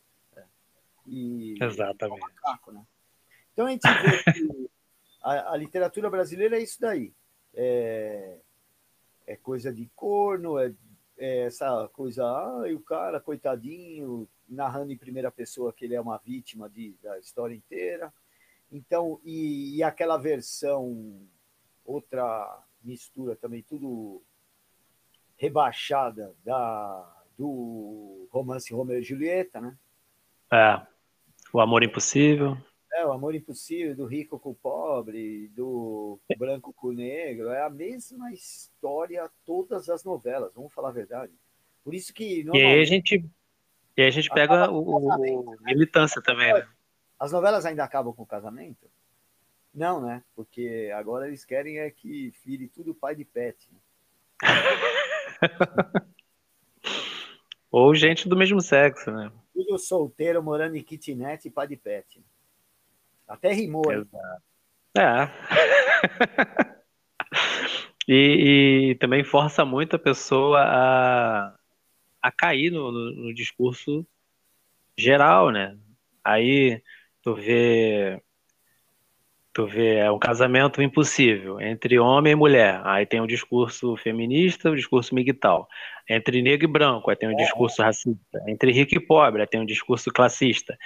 E é um Exatamente. macaco, né? Então a gente vê que a literatura brasileira é isso daí. É, é coisa de corno, essa coisa, o cara, coitadinho, narrando em primeira pessoa que ele é uma vítima da história inteira. Então, e aquela versão, outra mistura também, tudo rebaixada do romance Romeu e Julieta, né? É, o Amor Impossível. O Amor Impossível, do rico com o pobre, do branco com o negro, é a mesma história todas as novelas, vamos falar a verdade. Por isso que E aí a normalmente gente, e aí a gente acaba pega com o casamento, o né? militância também, né? As novelas ainda acabam com o casamento? Não, né? Porque agora eles querem é que vire tudo pai de pet. Né? Ou gente do mesmo sexo, né? Tudo solteiro, morando em kitnet e pai de pet. Até rimou, hein? Exato. É. E também força muito a pessoa a cair no discurso geral, né? Aí tu vê é um casamento impossível entre homem e mulher. Aí tem o discurso feminista, o discurso migtal. Entre negro e branco, aí tem o discurso racista. Entre rico e pobre, aí tem o discurso classista.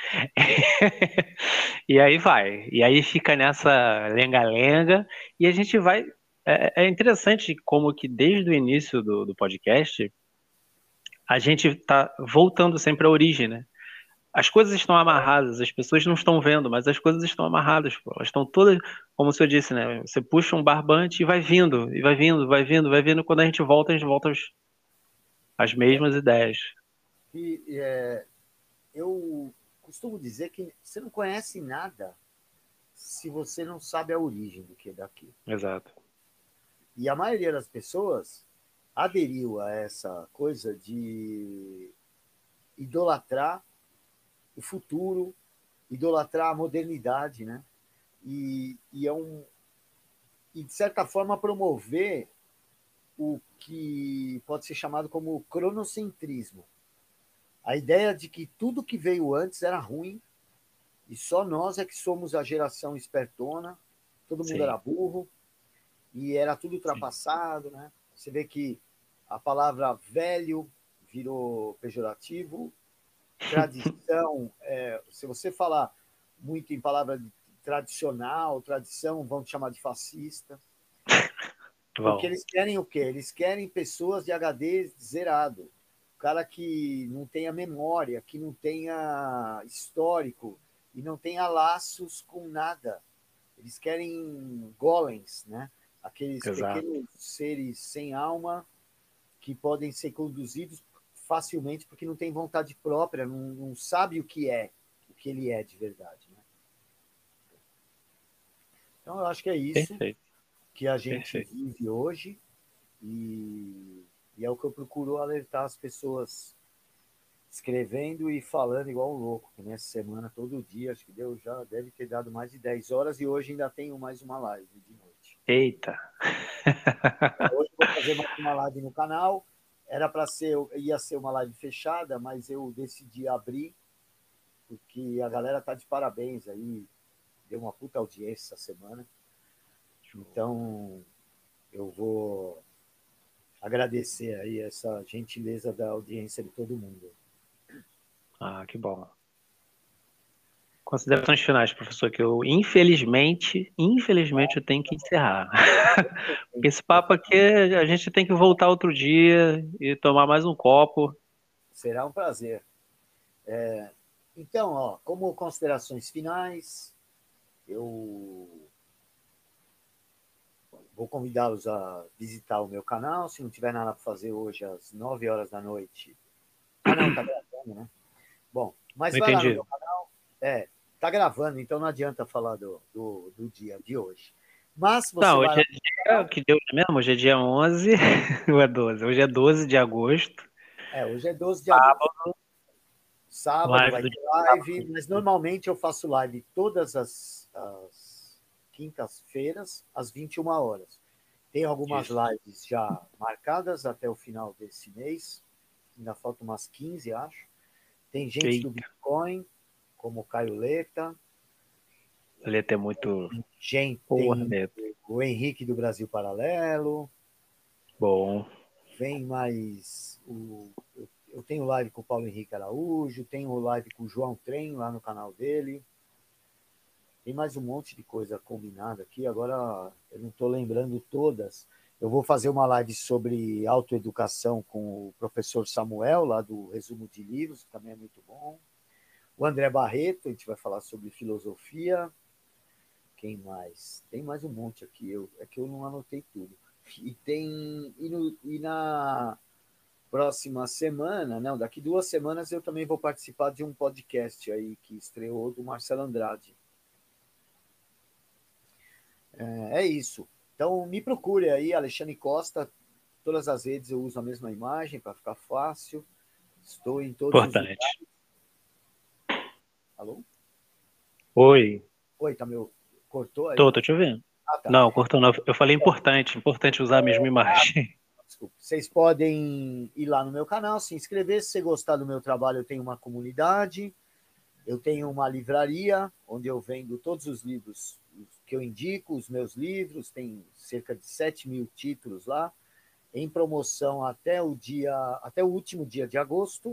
E aí vai. E aí fica nessa lenga-lenga e a gente vai. É interessante como que desde o início do podcast a gente está voltando sempre à origem, né? As coisas estão amarradas, as pessoas não estão vendo, mas as coisas estão amarradas, pô. Elas estão todas, como o senhor disse, né? Você puxa um barbante e vai vindo, e vai vindo, vai vindo, vai vindo. Quando a gente volta às mesmas ideias. E eu costumo dizer que você não conhece nada se você não sabe a origem do que é daqui. Exato. E a maioria das pessoas aderiu a essa coisa de idolatrar o futuro, idolatrar a modernidade, né? E de certa forma promover o que pode ser chamado como cronocentrismo. A ideia de que tudo que veio antes era ruim e só nós é que somos a geração espertona, todo mundo Sim, era burro e era tudo sim. ultrapassado, né? Você vê que a palavra velho virou pejorativo, tradição, se você falar muito em palavra tradicional, tradição, vão te chamar de fascista, porque Bom, eles querem o quê? Eles querem pessoas de HD zerado, o cara que não tenha memória, que não tenha histórico e não tenha laços com nada. Eles querem golems, né? Aqueles exato. pequenos seres sem alma que podem ser conduzidos facilmente porque não tem vontade própria, não sabe o que ele é de verdade. Né? Então, eu acho que é isso Perfeito, que a gente perfeito. vive hoje e é o que eu procuro alertar as pessoas escrevendo e falando igual um louco, que nessa semana, todo dia, acho que já deve ter dado mais de 10 horas e hoje ainda tenho mais uma live de noite. Eita. Hoje eu vou fazer mais uma live no canal. Era para ser, ia ser uma live fechada, mas eu decidi abrir, porque a galera tá de parabéns aí, deu uma puta audiência essa semana. Então, eu vou agradecer aí essa gentileza da audiência de todo mundo. Ah, que bom. Considerações finais, professor, que eu, infelizmente, eu tenho que encerrar. Porque esse papo aqui, a gente tem que voltar outro dia e tomar mais um copo. Será um prazer. Então, ó, como considerações finais, eu vou convidá-los a visitar o meu canal. Se não tiver nada para fazer hoje, às 9 horas da noite. Ah, não, tá gravando, né? Bom, mas Não vai lá no entendi. meu canal. Tá gravando, então não adianta falar do dia de hoje. Mas você Não, vai hoje lá é no meu dia, canal. que deu mesmo? Hoje é dia 11, ou é 12? Hoje é 12 de agosto, Hoje é 12 de agosto. Sábado live vai do ter dia. live, mas normalmente eu faço live todas as quintas-feiras, às 21 horas. Tem algumas Isso. lives já marcadas até o final desse mês, ainda faltam umas 15, acho. Tem gente do Eita, Bitcoin, como o Caio Leta, ele é muito. Porra, tem Neto. o Henrique do Brasil Paralelo, Bom. vem mais eu tenho live com o Paulo Henrique Araújo, tenho live com o João Trem lá no canal dele. Tem mais um monte de coisa combinada aqui, agora eu não estou lembrando todas. Eu vou fazer uma live sobre autoeducação com o professor Samuel, lá do Resumo de Livros, que também é muito bom. O André Barreto, a gente vai falar sobre filosofia. Quem mais? Tem mais um monte aqui, é que eu não anotei tudo. E tem. E na próxima semana, não, daqui 2 semanas eu também vou participar de um podcast aí que estreou do Marcelo Andrade. É isso. Então me procure aí, Alexandre Costa. Todas as redes eu uso a mesma imagem para ficar fácil. Estou em todos os Importante. lugares. Alô? Oi. Oi, tá meu. Cortou aí? Tô te ouvindo. Ah, tá. Não, cortou não. Eu falei importante usar a mesma imagem. Desculpa. Vocês podem ir lá no meu canal, se inscrever. Se você gostar do meu trabalho, eu tenho uma comunidade. Eu tenho uma livraria onde eu vendo todos os livros que eu indico, os meus livros, tem cerca de 7.000 títulos lá, em promoção até o último dia de agosto.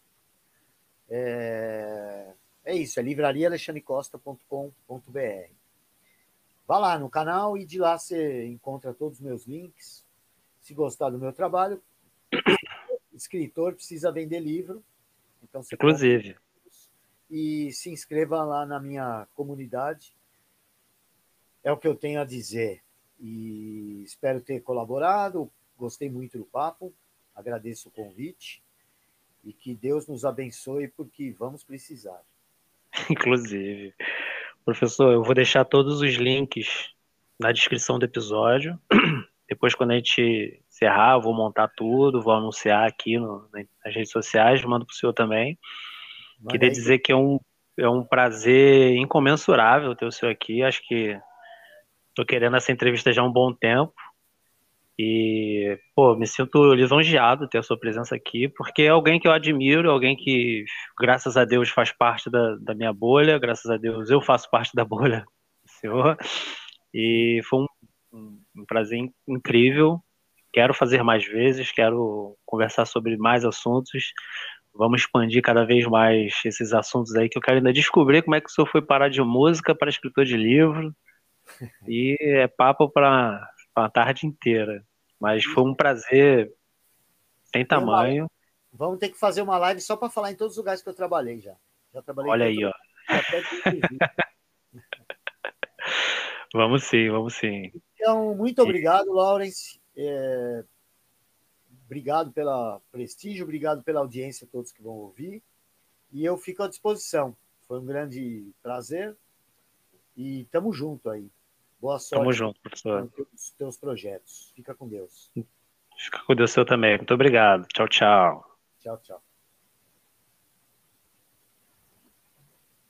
É isso, é livrariaalexandrecosta.com.br. Vá lá no canal e de lá você encontra todos os meus links. Se gostar do meu trabalho, escritor precisa vender livro, então você compra Inclusive. e se inscreva lá na minha comunidade. É o que eu tenho a dizer. E espero ter colaborado. Gostei muito do papo. Agradeço o convite. E que Deus nos abençoe, porque vamos precisar. Inclusive. Professor, eu vou deixar todos os links na descrição do episódio. Depois, quando a gente encerrar, eu vou montar tudo, vou anunciar aqui nas redes sociais, mando para o senhor também. Manda Queria aí. dizer que é um prazer incomensurável ter o senhor aqui. Acho que estou querendo essa entrevista já há um bom tempo. E, pô, me sinto lisonjeado ter a sua presença aqui, porque é alguém que eu admiro, é alguém que, graças a Deus, faz parte da minha bolha, graças a Deus eu faço parte da bolha do senhor. E foi um prazer incrível. Quero fazer mais vezes, quero conversar sobre mais assuntos. Vamos expandir cada vez mais esses assuntos aí, que eu quero ainda descobrir como é que o senhor foi parar de música para escritor de livro. E é papo para a tarde inteira. Mas foi um prazer sem Tem uma... tamanho. Vamos ter que fazer uma live só para falar em todos os lugares que eu trabalhei já. Já trabalhei em Olha tanto aí, ó. lugar, até inclusive. Vamos sim, vamos sim. Então, muito E obrigado, Lawrence. Obrigado pelo prestígio, obrigado pela audiência, todos que vão ouvir. E eu fico à disposição. Foi um grande prazer e estamos junto aí. Boa tamo sorte junto, professor. com os teus projetos. Fica com Deus. Fica com Deus seu também. Muito obrigado. Tchau, tchau. Tchau, tchau.